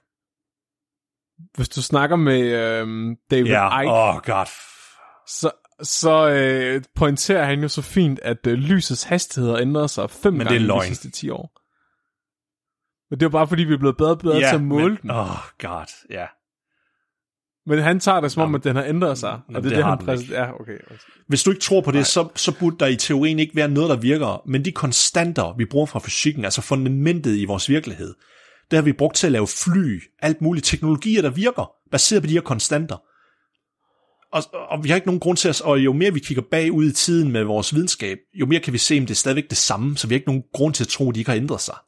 Hvis du snakker med øhm, David yeah. Icke, oh god. så, så øh, pointerer han jo så fint, at øh, lysets hastighed har ændret sig fem men gange de sidste ti år. Men det er bare fordi, vi er blevet bedre og bedre yeah, til at måle men, den. Oh god, ja. Yeah. Men han tager det som om, at den har ændret sig. Og det, det er det, han præsenterer. Ja, okay. Hvis du ikke tror på det, så, så burde der i teorien ikke være noget, der virker. Men de konstanter, vi bruger fra fysikken, altså fundamentet i vores virkelighed, det har vi brugt til at lave fly, alt muligt teknologier, der virker, baseret på de her konstanter. Og, og vi har ikke nogen grund til at, og jo mere vi kigger bagud i tiden med vores videnskab, jo mere kan vi se, om det er stadigvæk det samme, så vi har ikke nogen grund til at tro, at de ikke har ændret sig.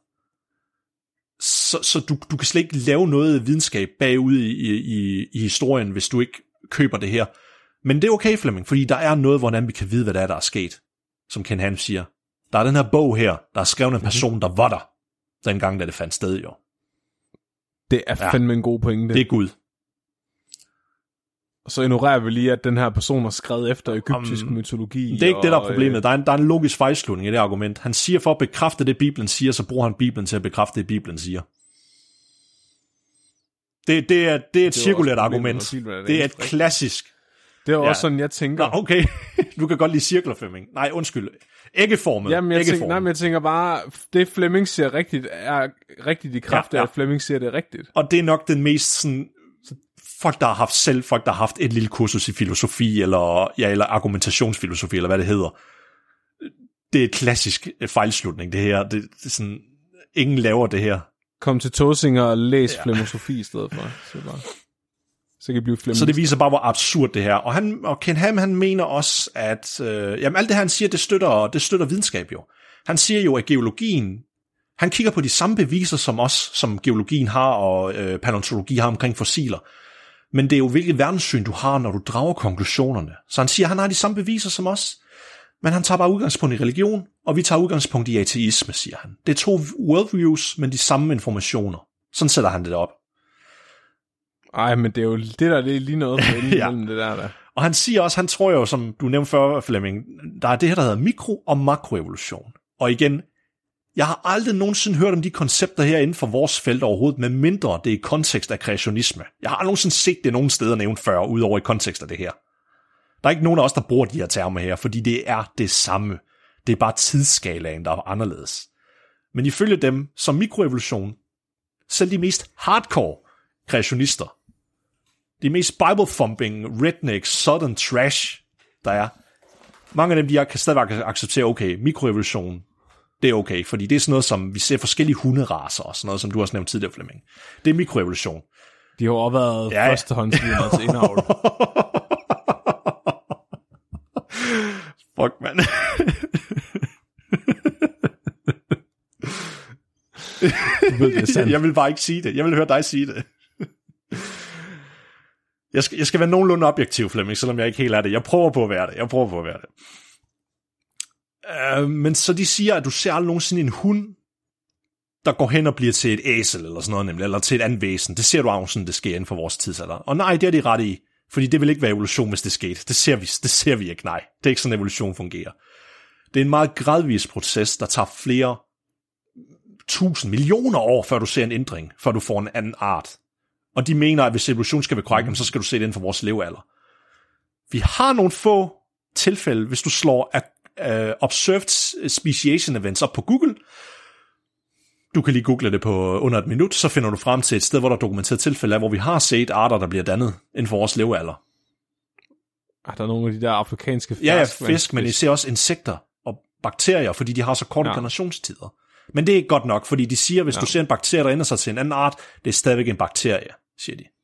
Så, så du, du kan slet ikke lave noget videnskab bagud i, i, i historien, hvis du ikke køber det her. Men det er okay, Flemming, fordi der er noget, hvordan vi kan vide, hvad der er, der er sket. Som Ken Ham siger. Der er den her bog her, der er skrevet en person, der var der, dengang, da det fandt sted, jo. Det er ja. fandme en god pointe. Det er Gud. Og så ignorerer vi lige, at den her person har skrevet efter egyptisk um, mytologi. Det er ikke og, det, der er problemet. Der er, en, der er en logisk fejlslutning i det argument. Han siger, for at bekræfte det, Bibelen siger, så bruger han Bibelen til at bekræfte det, Bibelen siger. Det, det, er, det er et det cirkulært argument. Bibelen, det er et klassisk. Det er også ja. sådan, jeg tænker. Nå, okay. Du kan godt lide cirkler, Flemming. Nej, undskyld. Æggeformet. Jamen, jeg, Æggeformet. tænker, nej, men jeg tænker bare, det Flemming siger rigtigt, er rigtigt i kraft af, ja, ja. at Flemming siger det rigtigt. Og det er nok den mest sådan... folk, der har haft selv, folk, der har haft et lille kursus i filosofi, eller, ja, eller argumentationsfilosofi, eller hvad det hedder. Det er et klassisk fejlslutning, det her. Det, det er sådan, ingen laver det her. Kom til Tåsinger og læs ja. Flemmosofi i stedet for. Så, bare, så kan det blive Flemming. Så det viser bare, hvor absurd det her. Og, han, og Ken Ham, han mener også, at øh, jamen, alt det, han siger, det støtter, det støtter videnskab jo. Han siger jo, at geologien, han kigger på de samme beviser som os, som geologien har, og øh, paleontologi har omkring fossiler. Men det er jo hvilket verdenssyn du har, når du drager konklusionerne. Så han siger, at han har de samme beviser som os, men han tager bare udgangspunkt i religion, og vi tager udgangspunkt i ateisme, siger han. Det er to worldviews, men de samme informationer. Sådan sætter han det op. Ej, men det er jo det der, det er lige noget for ja. Mellem det der, der. Og han siger også, han tror jo, som du nævnte før, Flemming, der er det her, der hedder mikro- og makroevolution. Og igen, jeg har aldrig nogensinde hørt om de koncepter her inden for vores felt overhovedet, med mindre det er i kontekst af kreationisme. Jeg har aldrig nogensinde set det nogen steder nævnt før, udover i kontekst af det her. Der er ikke nogen af os, der bruger de her termer her, fordi det er det samme. Det er bare tidsskalaen, der er anderledes. Men ifølge dem, som mikroevolution, selv de mest hardcore kreationister, de mest Bible-thumping, redneck, southern trash, der er, mange af dem, de kan stadigvæk acceptere, okay, mikroevolution, det er okay, fordi det er sådan noget, som vi ser forskellige hunderacer og sådan noget, som du også nævnt tidligere, Flemming. Det er mikroevolution. De har jo også været ja. førstehåndsviner til indavl. Fuck, man. ved, det er sandt. Jeg vil bare ikke sige det. Jeg vil høre dig sige det. Jeg skal, jeg skal være nogenlunde objektiv, Flemming, selvom jeg ikke helt er det. Jeg prøver på at være det. Jeg prøver på at være det. Uh, men så de siger, at du ser aldrig nogensinde en hund, der går hen og bliver til et æsel, eller sådan noget nemlig, eller til et andet væsen. Det ser du aldrig sådan, det sker inden for vores tidsalder. Og nej, det er de ret i. Fordi det vil ikke være evolution, hvis det skete. Det ser vi, det ser vi ikke, nej. Det er ikke sådan, evolution fungerer. Det er en meget gradvis proces, der tager flere tusind, millioner år, før du ser en ændring, før du får en anden art. Og de mener, at hvis evolution skal være korrekt, mm. så skal du se det inden for vores levealder. Vi har nogle få tilfælde, hvis du slår uh, observed speciation events op på Google, Du kan lige google det på under et minut, så finder du frem til et sted, hvor der er dokumenteret tilfælde af, hvor vi har set arter, der bliver dannet inden for vores levealder. Er der nogle af de der afrikanske fisk? Ja, ja, fisk, men I ser også insekter og bakterier, fordi de har så korte ja. generationstider. Men det er ikke godt nok, fordi de siger, hvis ja. du ser en bakterie, der ændrer sig til en anden art, det er stadigvæk en bakterie, siger de.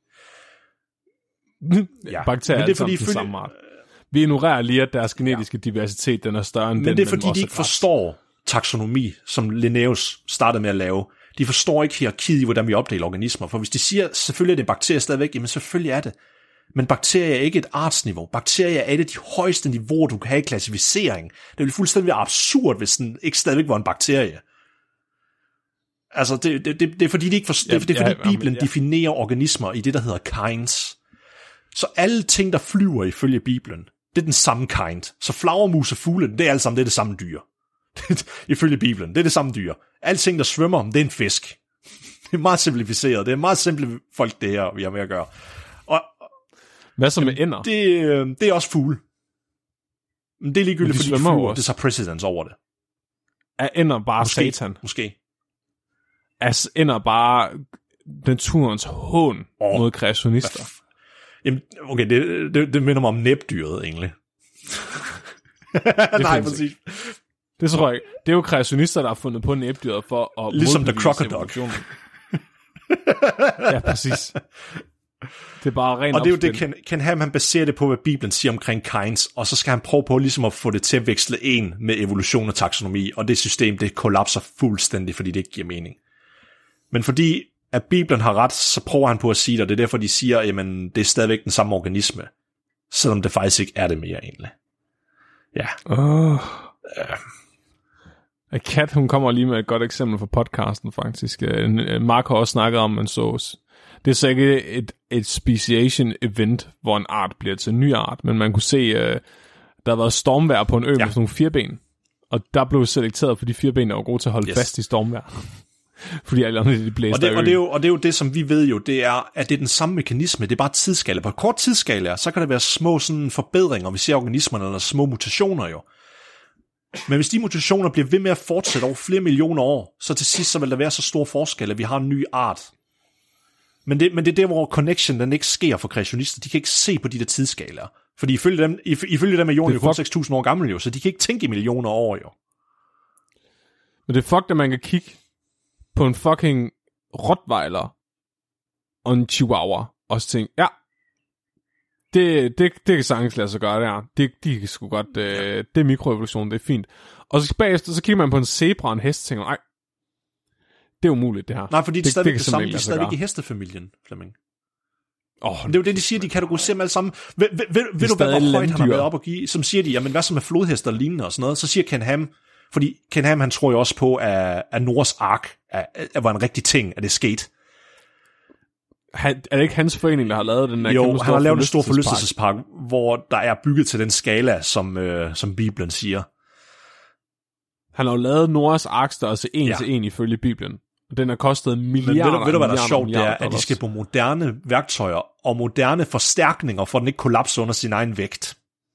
Ja, bakterier er det er fordi, følge... samme art. Vi ignorerer lige, at deres genetiske ja. diversitet den er større end men den. Men det er fordi, de ikke forstår taksonomi, som Linnaeus startede med at lave. De forstår ikke hierarkiet i, hvordan vi opdeler organismer. For hvis de siger, selvfølgelig er det en bakterie stadigvæk, jamen selvfølgelig er det. Men bakterier er ikke et artsniveau. Bakterier er et af de højeste niveauer, du kan have i klassificering. Det ville fuldstændig absurd, hvis den ikke stadigvæk var en bakterie. Altså, det, det, det, det er fordi, de ikke forstår, ja, det er fordi ja, Bibelen ja. definerer organismer i det, der hedder kinds. Så alle ting, der flyver ifølge Bibelen, det er den samme kind. Så flagermus og fugle, det er alle sammen det, er det samme dyr. Ifølge Bibelen, det er det samme dyr. Alle ting, der svømmer, det er en fisk. Det er meget simplificeret. Det er meget simple folk, det her, vi har med at gøre. Og, hvad så med ænder? Det, det er også fugle. Men det er ligegyldigt, de fordi de flyver. Det tager precedence over det. Er ænder bare måske, satan? Måske. Er ænder bare naturens hån oh, mod kreationister? Jamen, okay, det, det, det minder mig om næbdyret, egentlig. Nej, præcis. Det tror jeg ikke. Det er jo kreationister, der har fundet på næbdyret for at ligesom The Crocodile. Ja, præcis. Det er bare ren og det er jo opspind. det, Ken, Ken Ham, han baserer det på, hvad Bibelen siger omkring kinds, og så skal han prøve på ligesom at få det til at veksle en med evolution og taksonomi, og det system, det kollapser fuldstændig, fordi det ikke giver mening. Men fordi at Bibelen har ret, så prøver han på at sige det, og det er derfor, de siger, jamen, det er stadigvæk den samme organisme, selvom det faktisk ikke er det mere, egentlig. Ja. Åh. Oh. Uh. Kat, hun kommer lige med et godt eksempel fra podcasten, faktisk. Mark har også snakket om, man så. Det er så ikke et, et speciation event, hvor en art bliver til en ny art, men man kunne se, uh, der har været stormvejr på en ø ja. med sådan nogle fireben, og der blev selekteret for de fireben, der var gode til at holde yes. fast i stormvejr. Fordi alle andre, de blæser og det, og, det er jo, og det er jo det, som vi ved jo, det er, at det er den samme mekanisme, det er bare tidsskala. På et kort tidsskala, så kan der være små sådan forbedringer, vi ser organismerne, eller små mutationer jo. Men hvis de mutationer bliver ved med at fortsætte over flere millioner år, så til sidst så vil der være så stor forskel, at vi har en ny art. Men det, men det er der, hvor connection den ikke sker for kreationister. De kan ikke se på de der tidsskalaer. Fordi ifølge dem, ifølge dem er jorden jo kun seks tusind år gammel jo, så de kan ikke tænke i millioner år jo. Men det er fuck, at man kan kigge på en fucking rottweiler og en chihuahua, og så tænke, ja, det, det, det kan sagtens lade sig gøre der. Det, de kan sgu godt, øh, det er mikroevolution, det er fint. Og så bagefter, så kigger man på en zebra og en hest, og tænker, nej, det er umuligt det her. Nej, fordi det, det er stadigvæk det, det samme, de er stadigvæk i hestefamilien, Flemming. Oh, det er jo det, de siger, de kategoriserer dem alle sammen. Ved, ved, ved, ved du, hvad hvor højt han har været op at give? Som siger de, jamen hvad så med flodhester og lignende og sådan noget? Så siger Ken Ham, fordi Ken Ham, han tror jo også på, at, at Noahs ark at, at var en rigtig ting, at det skete. Han, er det ikke hans forening, der har lavet den der jo, han har lavet en stor forlystelsespark, hvor der er bygget til den skala, som, øh, som Bibelen siger. Han har jo lavet Noahs ark størrelse en ja. til en ifølge Bibelen. Og den har kostet milliarder. Men ved du, ved du hvad der er sjovt, det er, at de skal på moderne værktøjer og moderne forstærkninger, for at den ikke kollapser under sin egen vægt.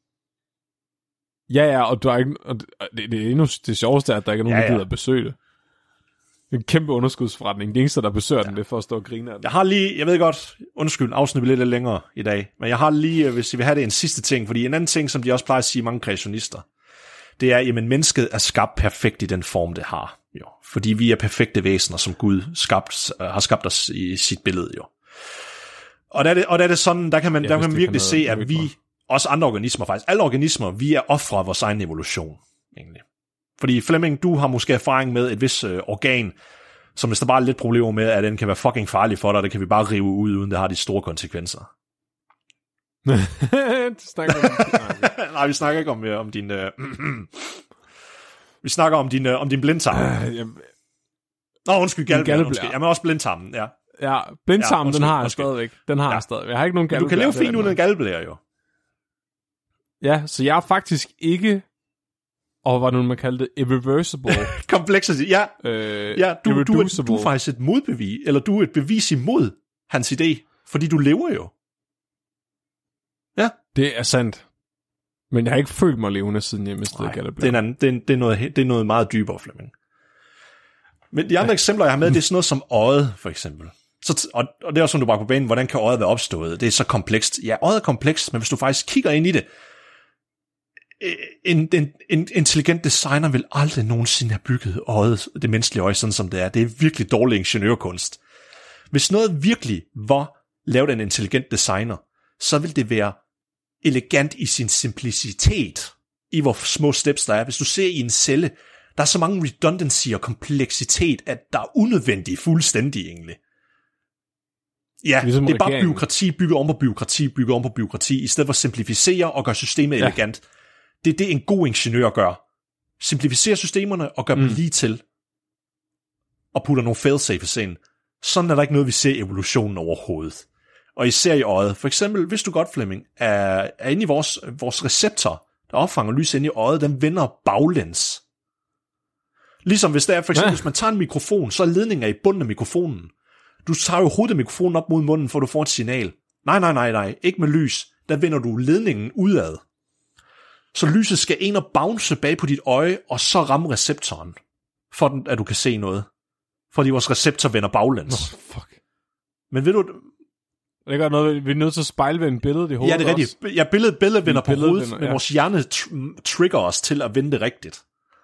Ja, ja, og, du er ikke, og det, det er endnu det sjoveste, er, at der ikke er nogen, ja, ja. der gider at besøge det. En kæmpe underskudsforretning. Det eneste, der besøger ja. den, det er for at stå og grine af den. Jeg har lige, jeg ved godt, undskyld, afsnit lidt længere i dag, men jeg har lige, hvis I vil have det, en sidste ting, fordi en anden ting, som de også plejer at sige, mange kreationister, det er, jamen mennesket er skabt perfekt i den form, det har. Jo. Fordi vi er perfekte væsener, som Gud skabt, har skabt os i sit billede, jo. Og der er det, og der er det sådan, der kan man, ja, der kan man virkelig se, at vi, også andre organismer faktisk, alle organismer, vi er ofre af vores egen evolution, egentlig. Fordi Flemming, du har måske erfaring med et vis øh, organ, som hvis der bare er lidt problemer med, at den kan være fucking farlig for dig, det kan vi bare rive ud, uden det har de store konsekvenser. snakker om, nej, vi snakker ikke om, øh, om din... Øh, vi snakker om din, øh, om din blindtarm. Uh, jamen, Nå, undskyld, galdeblære, undskyld. Jamen også blindtarmen, ja. Ja, blindtarmen, ja, den har jeg stadigvæk. Den har ja. jeg stadigvæk. Jeg har ikke nogen galdeblære. Du kan leve fint uden en galdeblære, jo. Ja, så jeg er faktisk ikke... Og hvad nu man kalder det? Irreversible. Complexity, ja. Øh, ja du, du, er, du er faktisk et modbevis, eller du er et bevis imod hans idé, fordi du lever jo. Ja. Det er sandt. Men jeg har ikke følt mig levende, siden jeg mistede galdeblære. Det, det, det, er noget, det er noget meget dybere, Flemming. Men de andre eksempler, jeg har med, det er sådan noget som øjet, for eksempel. Så, og, og det er også, som du bare på banen, hvordan kan øjet være opstået? Det er så komplekst. Ja, øjet er komplekst, men hvis du faktisk kigger ind i det, en, en, en intelligent designer vil aldrig nogensinde have bygget øjet, det menneskelige øje, sådan som det er. Det er virkelig dårlig ingeniørkunst. Hvis noget virkelig var lavet af en intelligent designer, så vil det være elegant i sin simplicitet, i hvor små steps der er. Hvis du ser i en celle, der er så mange redundancy og kompleksitet, at der er unødvendigt fuldstændig egentlig. Ja, ligesom det er bare byråkrati, bygget om på byråkrati, bygget om på byråkrati, i stedet for at simplificere og gøre systemet ja. elegant. Det er det, en god ingeniør gør. Simplificere systemerne og gør mm. dem lige til. Og putter nogle failsafes ind. Sådan er der ikke noget, vi ser i evolutionen overhovedet. Og især i øjet. For eksempel, hvis du godt, Flemming, er, er inde i vores, vores receptor, der opfanger lys inde i øjet, den vender baglæns. Ligesom hvis der er, for eksempel, ja. hvis man tager en mikrofon, så er ledningen i bunden af mikrofonen. Du tager jo hovedet af mikrofonen op mod munden, for du får et signal. Nej, nej, nej, nej. Ikke med lys. Der vender du ledningen udad. Så lyset skal ind og bounce bag på dit øje, og så ramme receptoren, for den, at du kan se noget. Fordi vores receptor vender baglæns. Oh, fuck. Men ved du... Det gør noget, vi er nødt til at spejlvende billedet i hovedet. Ja, det er rigtigt. Ja, billedet, billedet vender på hovedet, vender, ja. men vores hjerne tr- trigger os til at vende det rigtigt.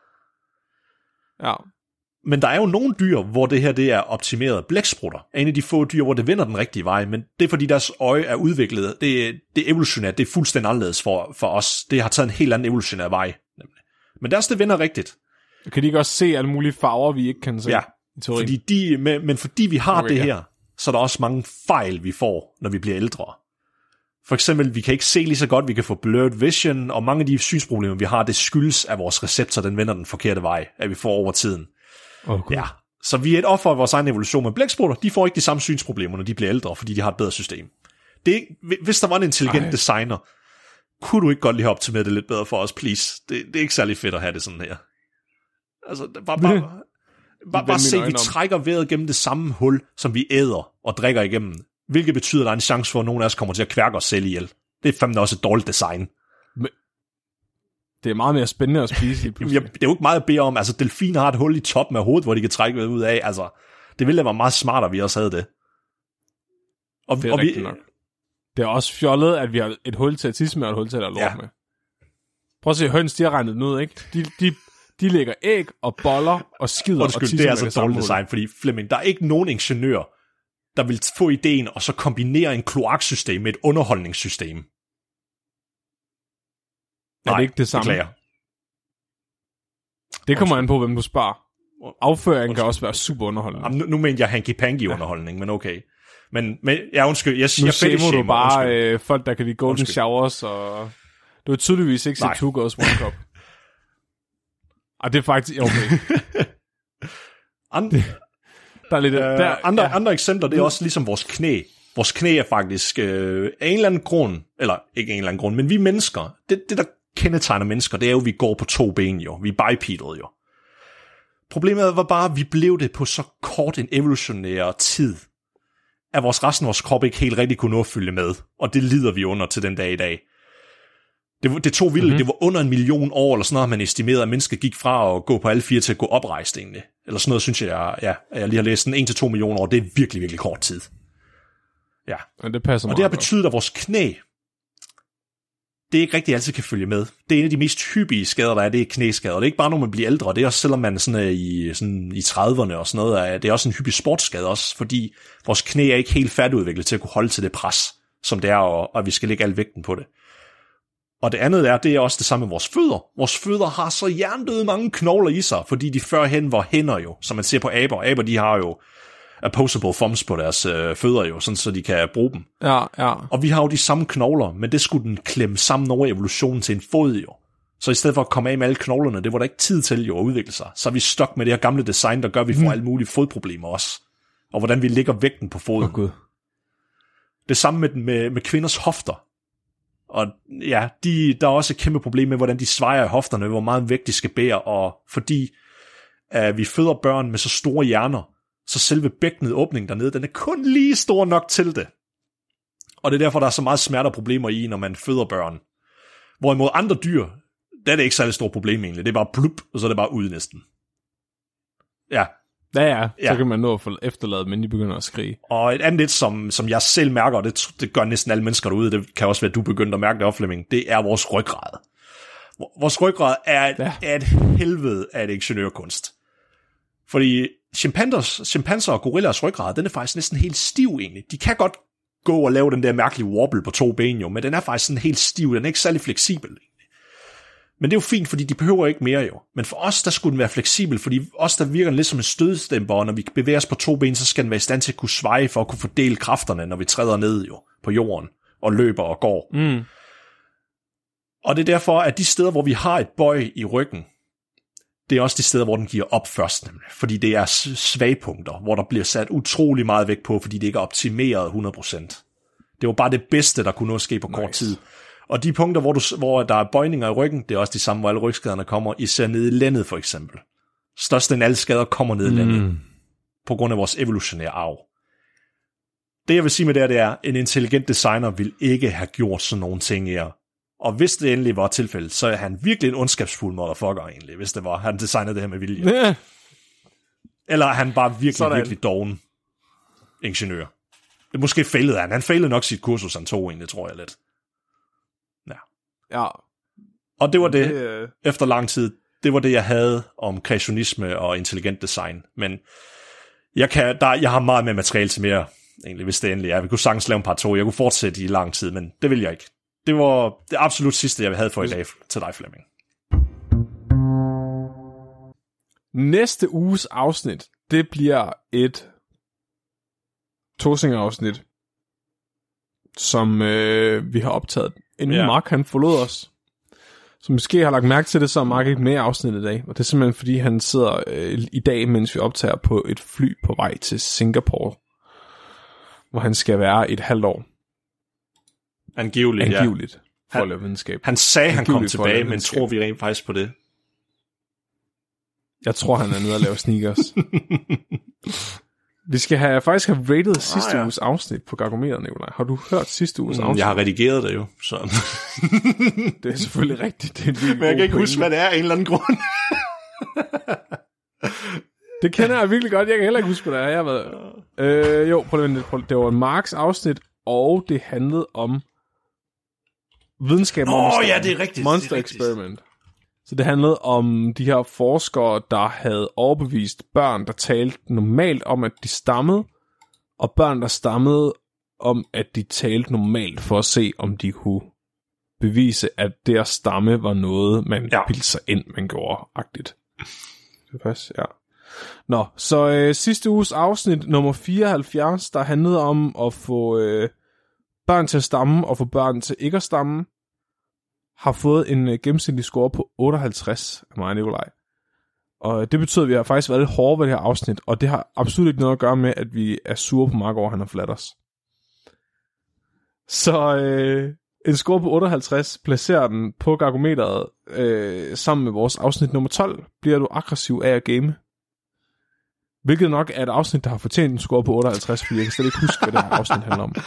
Ja. Men der er jo nogle dyr, hvor det her det er optimeret. Blæksprutter er en af de få dyr, hvor det vender den rigtige vej, men det er fordi deres øje er udviklet. Det, det er evolutionært, det er fuldstændig anderledes for, for os. Det har taget en helt anden evolutionær vej. Men deres det vender rigtigt. Kan de ikke også se alle mulige farver, vi ikke kan se? Ja, fordi de, men, men fordi vi har okay, det her, ja. så er der også mange fejl, vi får, når vi bliver ældre. For eksempel, vi kan ikke se lige så godt, vi kan få blurred vision, og mange af de synsproblemer, vi har, det skyldes af vores receptor, den vender den forkerte vej, at vi får over tiden. Okay. Ja, så vi er et offer af vores egen evolution, men blæksprutter, de får ikke de samme synsproblemer, når de bliver ældre, fordi de har et bedre system. Det, hvis der var en intelligent Ej. designer, kunne du ikke godt lige have optimeret det lidt bedre for os, please? Det, det er ikke særlig fedt at have det sådan her. Altså, bare, bare, bare, bare se, vi trækker vejret gennem det samme hul, som vi æder og drikker igennem, hvilket betyder, at der er en chance for, at nogen af os kommer til at kværke os selv ihjel. Det er fandme også et dårligt design. Men det er meget mere spændende at spise lige pludselig. Det er jo ikke meget at bede om. Altså, delfiner har et hul i toppen af hovedet, hvor de kan trække vejret ud af. Altså, det ville da være meget smartere, at vi også havde det. Og, det er og vi, nok. Det er også fjollet, at vi har et hul til at tisse med, og et hul til at lort ja. med. Prøv at se, høns, de har regnet den ud, ikke? De, de, de lægger æg og boller og skider Undskyld, og tisser med det, det er altså dårligt design, fordi Flemming, der er ikke nogen ingeniør, der vil få ideen og så kombinere en kloaksystem med et underholdningssystem. Er det ikke det samme? Beklager. Det kommer an på, hvem du spørger. Afføringen kan også være super underholdende. Jamen, nu, nu mener jeg hanky-panky ja. underholdning, men okay. Men, men ja, undskyld, jeg siger fedt. Nu ser du bare øh, folk, der kan lide golden undskyld. showers, og du har tydeligvis ikke set Two Girls, One Cup. Og det er faktisk, okay. Andre, der er lidt, øh, der, andre, ja. andre eksempler, det er også ligesom vores knæ. Vores knæ er faktisk øh, af en eller anden grund, eller ikke en eller anden grund, men vi mennesker, det, det der kendetegner mennesker, det er jo, at vi går på to ben jo. Vi er bipedede jo. Problemet var bare, at vi blev det på så kort en evolutionær tid, at vores resten af vores krop ikke helt rigtig kunne nå at følge med. Og det lider vi under til den dag i dag. Det, det tog vildt, mm-hmm. det var under en million år, eller sådan noget, man estimerede, at mennesket gik fra at gå på alle fire til at gå oprejst egentlig. Eller sådan noget, synes jeg, ja, jeg lige har læst sådan en til to millioner år, det er virkelig, virkelig kort tid. Ja. ja det passer og det har betydet, at vores knæ, det ikke rigtig altid kan følge med. Det er en af de mest hyppige skader, der er, det er knæskader. Det er ikke bare, når man bliver ældre, det er også selvom man sådan er i, sådan i trediverne og sådan noget, det er også en hyppig sportsskade også, fordi vores knæ er ikke helt færdigudviklet til at kunne holde til det pres, som det er, og, og vi skal lægge al vægten på det. Og det andet er, det er også det samme med vores fødder. Vores fødder har så hjernedøde mange knogler i sig, fordi de førhen var hænder jo, som man ser på aber. Aber, de har jo opposable thumbs på deres øh, fødder jo, sådan så de kan bruge dem. Ja, ja. Og vi har jo de samme knogler, men det skulle den klemme sammen over evolutionen til en fod jo. Så i stedet for at komme af med alle knoglerne, det var der ikke tid til jo at udvikle sig. Så er vi stok med det her gamle design, der gør, at vi får mm. alle mulige fodproblemer også. Og hvordan vi lægger vægten på foden. Oh, God. Det samme med, med, med kvinders hofter. Og ja, de, der er også et kæmpe problem med, hvordan de svejer i hofterne, hvor meget vægt de skal bære, og fordi uh, vi føder børn med så store hjerner, så selve bækkenet åbning dernede, den er kun lige stor nok til det. Og det er derfor, der er så meget smerte og problemer i, når man føder børn. Hvorimod andre dyr, der er det ikke særlig stort problem egentlig. Det er bare plup, og så er det bare ud næsten. Ja, Ja, ja, så Ja. kan man nå at få efterladet, men de begynder at skrige. Og et andet, som, som jeg selv mærker, og det, det gør næsten alle mennesker derude, det kan også være, at du begyndte at mærke det op, Flemming, det er vores ryggrad. Vores ryggrad er et, Ja. er et helvede af et ingeniørkunst. Fordi chimpansers, chimpanser og gorillers ryggrad, den er faktisk næsten helt stiv egentlig. De kan godt gå og lave den der mærkelige wobble på to ben jo, men den er faktisk sådan helt stiv, den er ikke særlig fleksibel. Men det er jo fint, fordi de behøver ikke mere jo. Men for os, der skulle den være fleksibel, fordi os, der virker lidt som en stødstæmper, og når vi bevæger os på to ben, så skal den være i stand til at kunne sveje for at kunne fordele kræfterne, når vi træder ned jo på jorden, og løber og går. Mm. Og det er derfor, at de steder, hvor vi har et bøj i ryggen, det er også de steder, hvor den giver op først, nemlig. Fordi det er svagpunkter, hvor der bliver sat utrolig meget vægt på, fordi det ikke er optimeret hundrede procent. Det var bare det bedste, der kunne nå at ske på kort Nice. tid. Og de punkter, hvor, du, hvor der er bøjninger i ryggen, det er også de samme, hvor alle rygskaderne kommer, især nede i lændet for eksempel. Størstedelen af alle skader kommer nede i lændet, Mm. på grund af vores evolutionære arv. Det jeg vil sige med det, er, det er, en intelligent designer vil ikke have gjort sådan nogle ting her. Og hvis det endelig var tilfældet, så er han virkelig en ondskabsfuld motherfucker egentlig, hvis det var, han designede det her med vilje. Ja. Eller er han bare virkelig, Sådan. virkelig doven ingeniør. Det er måske failede han. Han failede nok sit kursus, han tog egentlig, tror jeg lidt. Ja. Og det var det, Det, øh, efter lang tid, det var det, jeg havde om kreationisme og intelligent design. Men jeg, kan, der, jeg har meget mere materiale til mere, egentlig, hvis det endelig er. Vi kunne sagtens lave en par to. Jeg kunne fortsætte i lang tid, men det vil jeg ikke. Det var det absolut sidste, jeg havde for i dag til dig, Flemming. Næste uges afsnit, det bliver et Tosinger-afsnit, som øh, vi har optaget, inden Ja. ja. Mark han forlod os. Så måske har lagt mærke til det, så er Mark ikke med i afsnittet i dag. Og det er simpelthen fordi, han sidder øh, i dag, mens vi optager på et fly på vej til Singapore, hvor han skal være et halvt år, Angiveligt, ja. angiveligt, for Han- at lave videnskab. Han sagde, han kom Angiveligt for at tilbage, lave men videnskab. tror vi rent faktisk på det? Jeg tror, han er nede og lave sneakers. Vi skal have, faktisk have rated sidste Ah, ja. uges afsnit på Gargometer, Nikolaj. Har du hørt sidste uges afsnit? Jeg har redigeret det jo, så... Det er selvfølgelig rigtigt. Det er en virkelig Men jeg god kan ikke pointe. huske, hvad det er af en eller anden grund. Det kender jeg virkelig godt. Jeg kan heller ikke huske, hvad det er. Jeg har været... øh, jo, prøv at vente lidt. Prøv at- Det var Marks afsnit, og det handlede om videnskab om Åh, monster. ja, det er rigtigt, Monster det er rigtigt. Experiment. Så det handlede om de her forskere, der havde overbevist børn, der talte normalt om, at de stammede, og børn, der stammede om, at de talte normalt, for at se, om de kunne bevise, at det at stamme var noget, man Ja. ja. bildte sig ind, man gjorde-agtigt. Det passer, ja. Nå, så øh, sidste uges afsnit, nummer fireoghalvfjerds, der handlede om at få øh, børn til at stamme, og få børn til ikke at stamme, har fået en øh, gennemsnitlig score på otteoghalvtreds af mig og Nikolaj. Og det betyder, at vi har faktisk været lidt hårde ved det her afsnit, og det har absolut ikke noget at gøre med, at vi er sure på Mark over, at han har fladt os. Så øh, en score på otteoghalvtreds placerer den på Gargometeret øh, sammen med vores afsnit nummer tolv. Bliver du aggressiv af at game? Hvilket nok er et afsnit, der har fortjent en score på otteoghalvtreds, fordi jeg kan slet ikke huske, hvad det her afsnit handler om.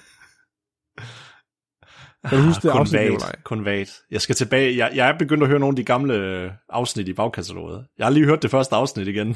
Kan du huske det kun afsnit, vagt, Nikolaj? kun vagt. Jeg skal tilbage. Jeg, jeg er begyndt at høre nogle af de gamle øh, afsnit i bagkataloget. Jeg har lige hørt det første afsnit igen.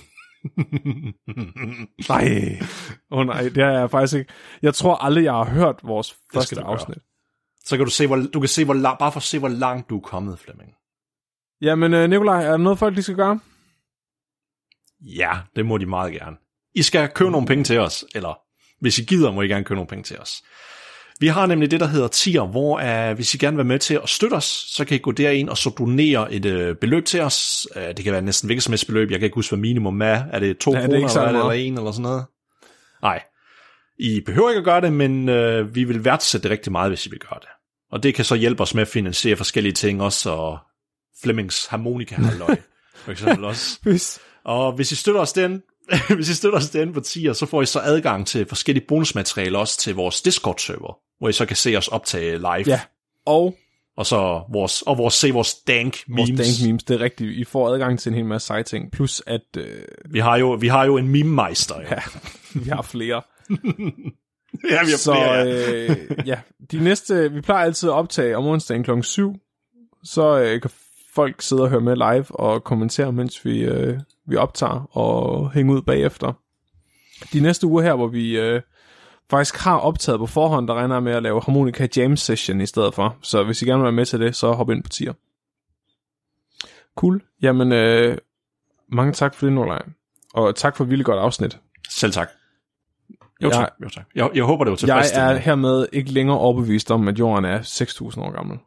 Nej. Åh oh, nej, det har jeg faktisk ikke. Jeg tror aldrig, jeg har hørt vores første du gøre. afsnit. Så kan du se, hvor, du kan se, hvor lang, bare for at se, hvor langt du er kommet, Flemming. Jamen, øh, Nikolaj, er der noget folk, de skal gøre? Ja, det må de meget gerne. I skal købe nogle penge til os, eller hvis I gider, må I gerne købe nogle penge til os. Vi har nemlig det, der hedder tier, hvor uh, hvis I gerne vil være med til at støtte os, så kan I gå derind og så donere et uh, beløb til os. Uh, det kan være næsten hvilket som helst beløb. Jeg kan ikke huske, hvad minimum er. Er det to Ja, det er kroner, ikke så eller, meget. eller en, eller sådan noget? Nej. I behøver ikke at gøre det, men uh, vi vil værdsætte det rigtig meget, hvis I vil gøre det. Og det kan så hjælpe os med at finansiere forskellige ting også, og Flemmings harmonika-halløj, for eksempel også. Hvis... Og hvis I støtter os den, hvis I støtter os den på tier, så får I så adgang til forskellige bonusmaterialer også til vores Discord-server, hvor I så kan se os optage live. Ja, og Og så vores, og vores, se vores dank memes. vores dank memes, det er rigtigt. I får adgang til en hel masse sejting. Plus at øh, Vi har jo, vi har jo en meme-meister. Jo. ja, vi har flere. Ja, vi har Så flere, ja. øh, ja, de næste, vi plejer altid at optage om onsdagen klokken syv. Så øh, kan folk sidder og hører med live og kommenterer, mens vi, øh, vi optager og hænger ud bagefter. De næste uger her, hvor vi øh, faktisk har optaget på forhånd, der regner jeg med at lave harmonika jam session i stedet for. Så hvis I gerne vil være med til det, så hop ind på tier. Cool. Jamen, øh, mange tak for det, Nikolaj. Og tak for et vildt godt afsnit. Selv tak. Jo jeg, tak. Jo, tak. Jeg, jeg håber, det var tilfredsstillende. Jeg er hermed ikke længere overbevist om, at jorden er seks tusind år gammel.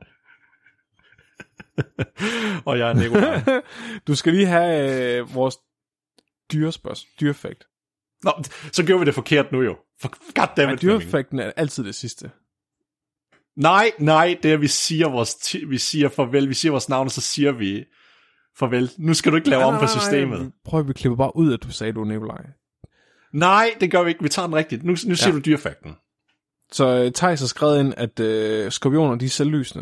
Og jeg er Nikolaj. Du skal lige have øh, vores dyrespørgsmål. Dyrefakt. Nå, så gjorde vi det forkert nu jo. For goddammit. Dyrefakten er altid det sidste. Nej, nej, det er, vi siger vores, ti- vi siger farvel, vi siger vores navn, og så siger vi farvel. Nu skal du ikke lave nej, om nej, på systemet. Nej, prøv at vi klipper bare ud, at du sagde, du er Nikolaj. Nej, det gør vi ikke. Vi tager den rigtigt. Nu, nu siger ja. du dyrefakten. Så uh, Theis har skrevet ind, at uh, skorpioner, de er selvlysende.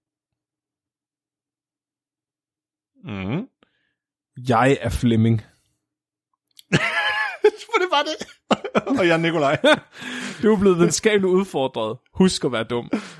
Mhm. Jeg er Flemming. For det var det. Og jeg er Nikolaj. Du er blevet videnskabeligt udfordret. Husk at være dum.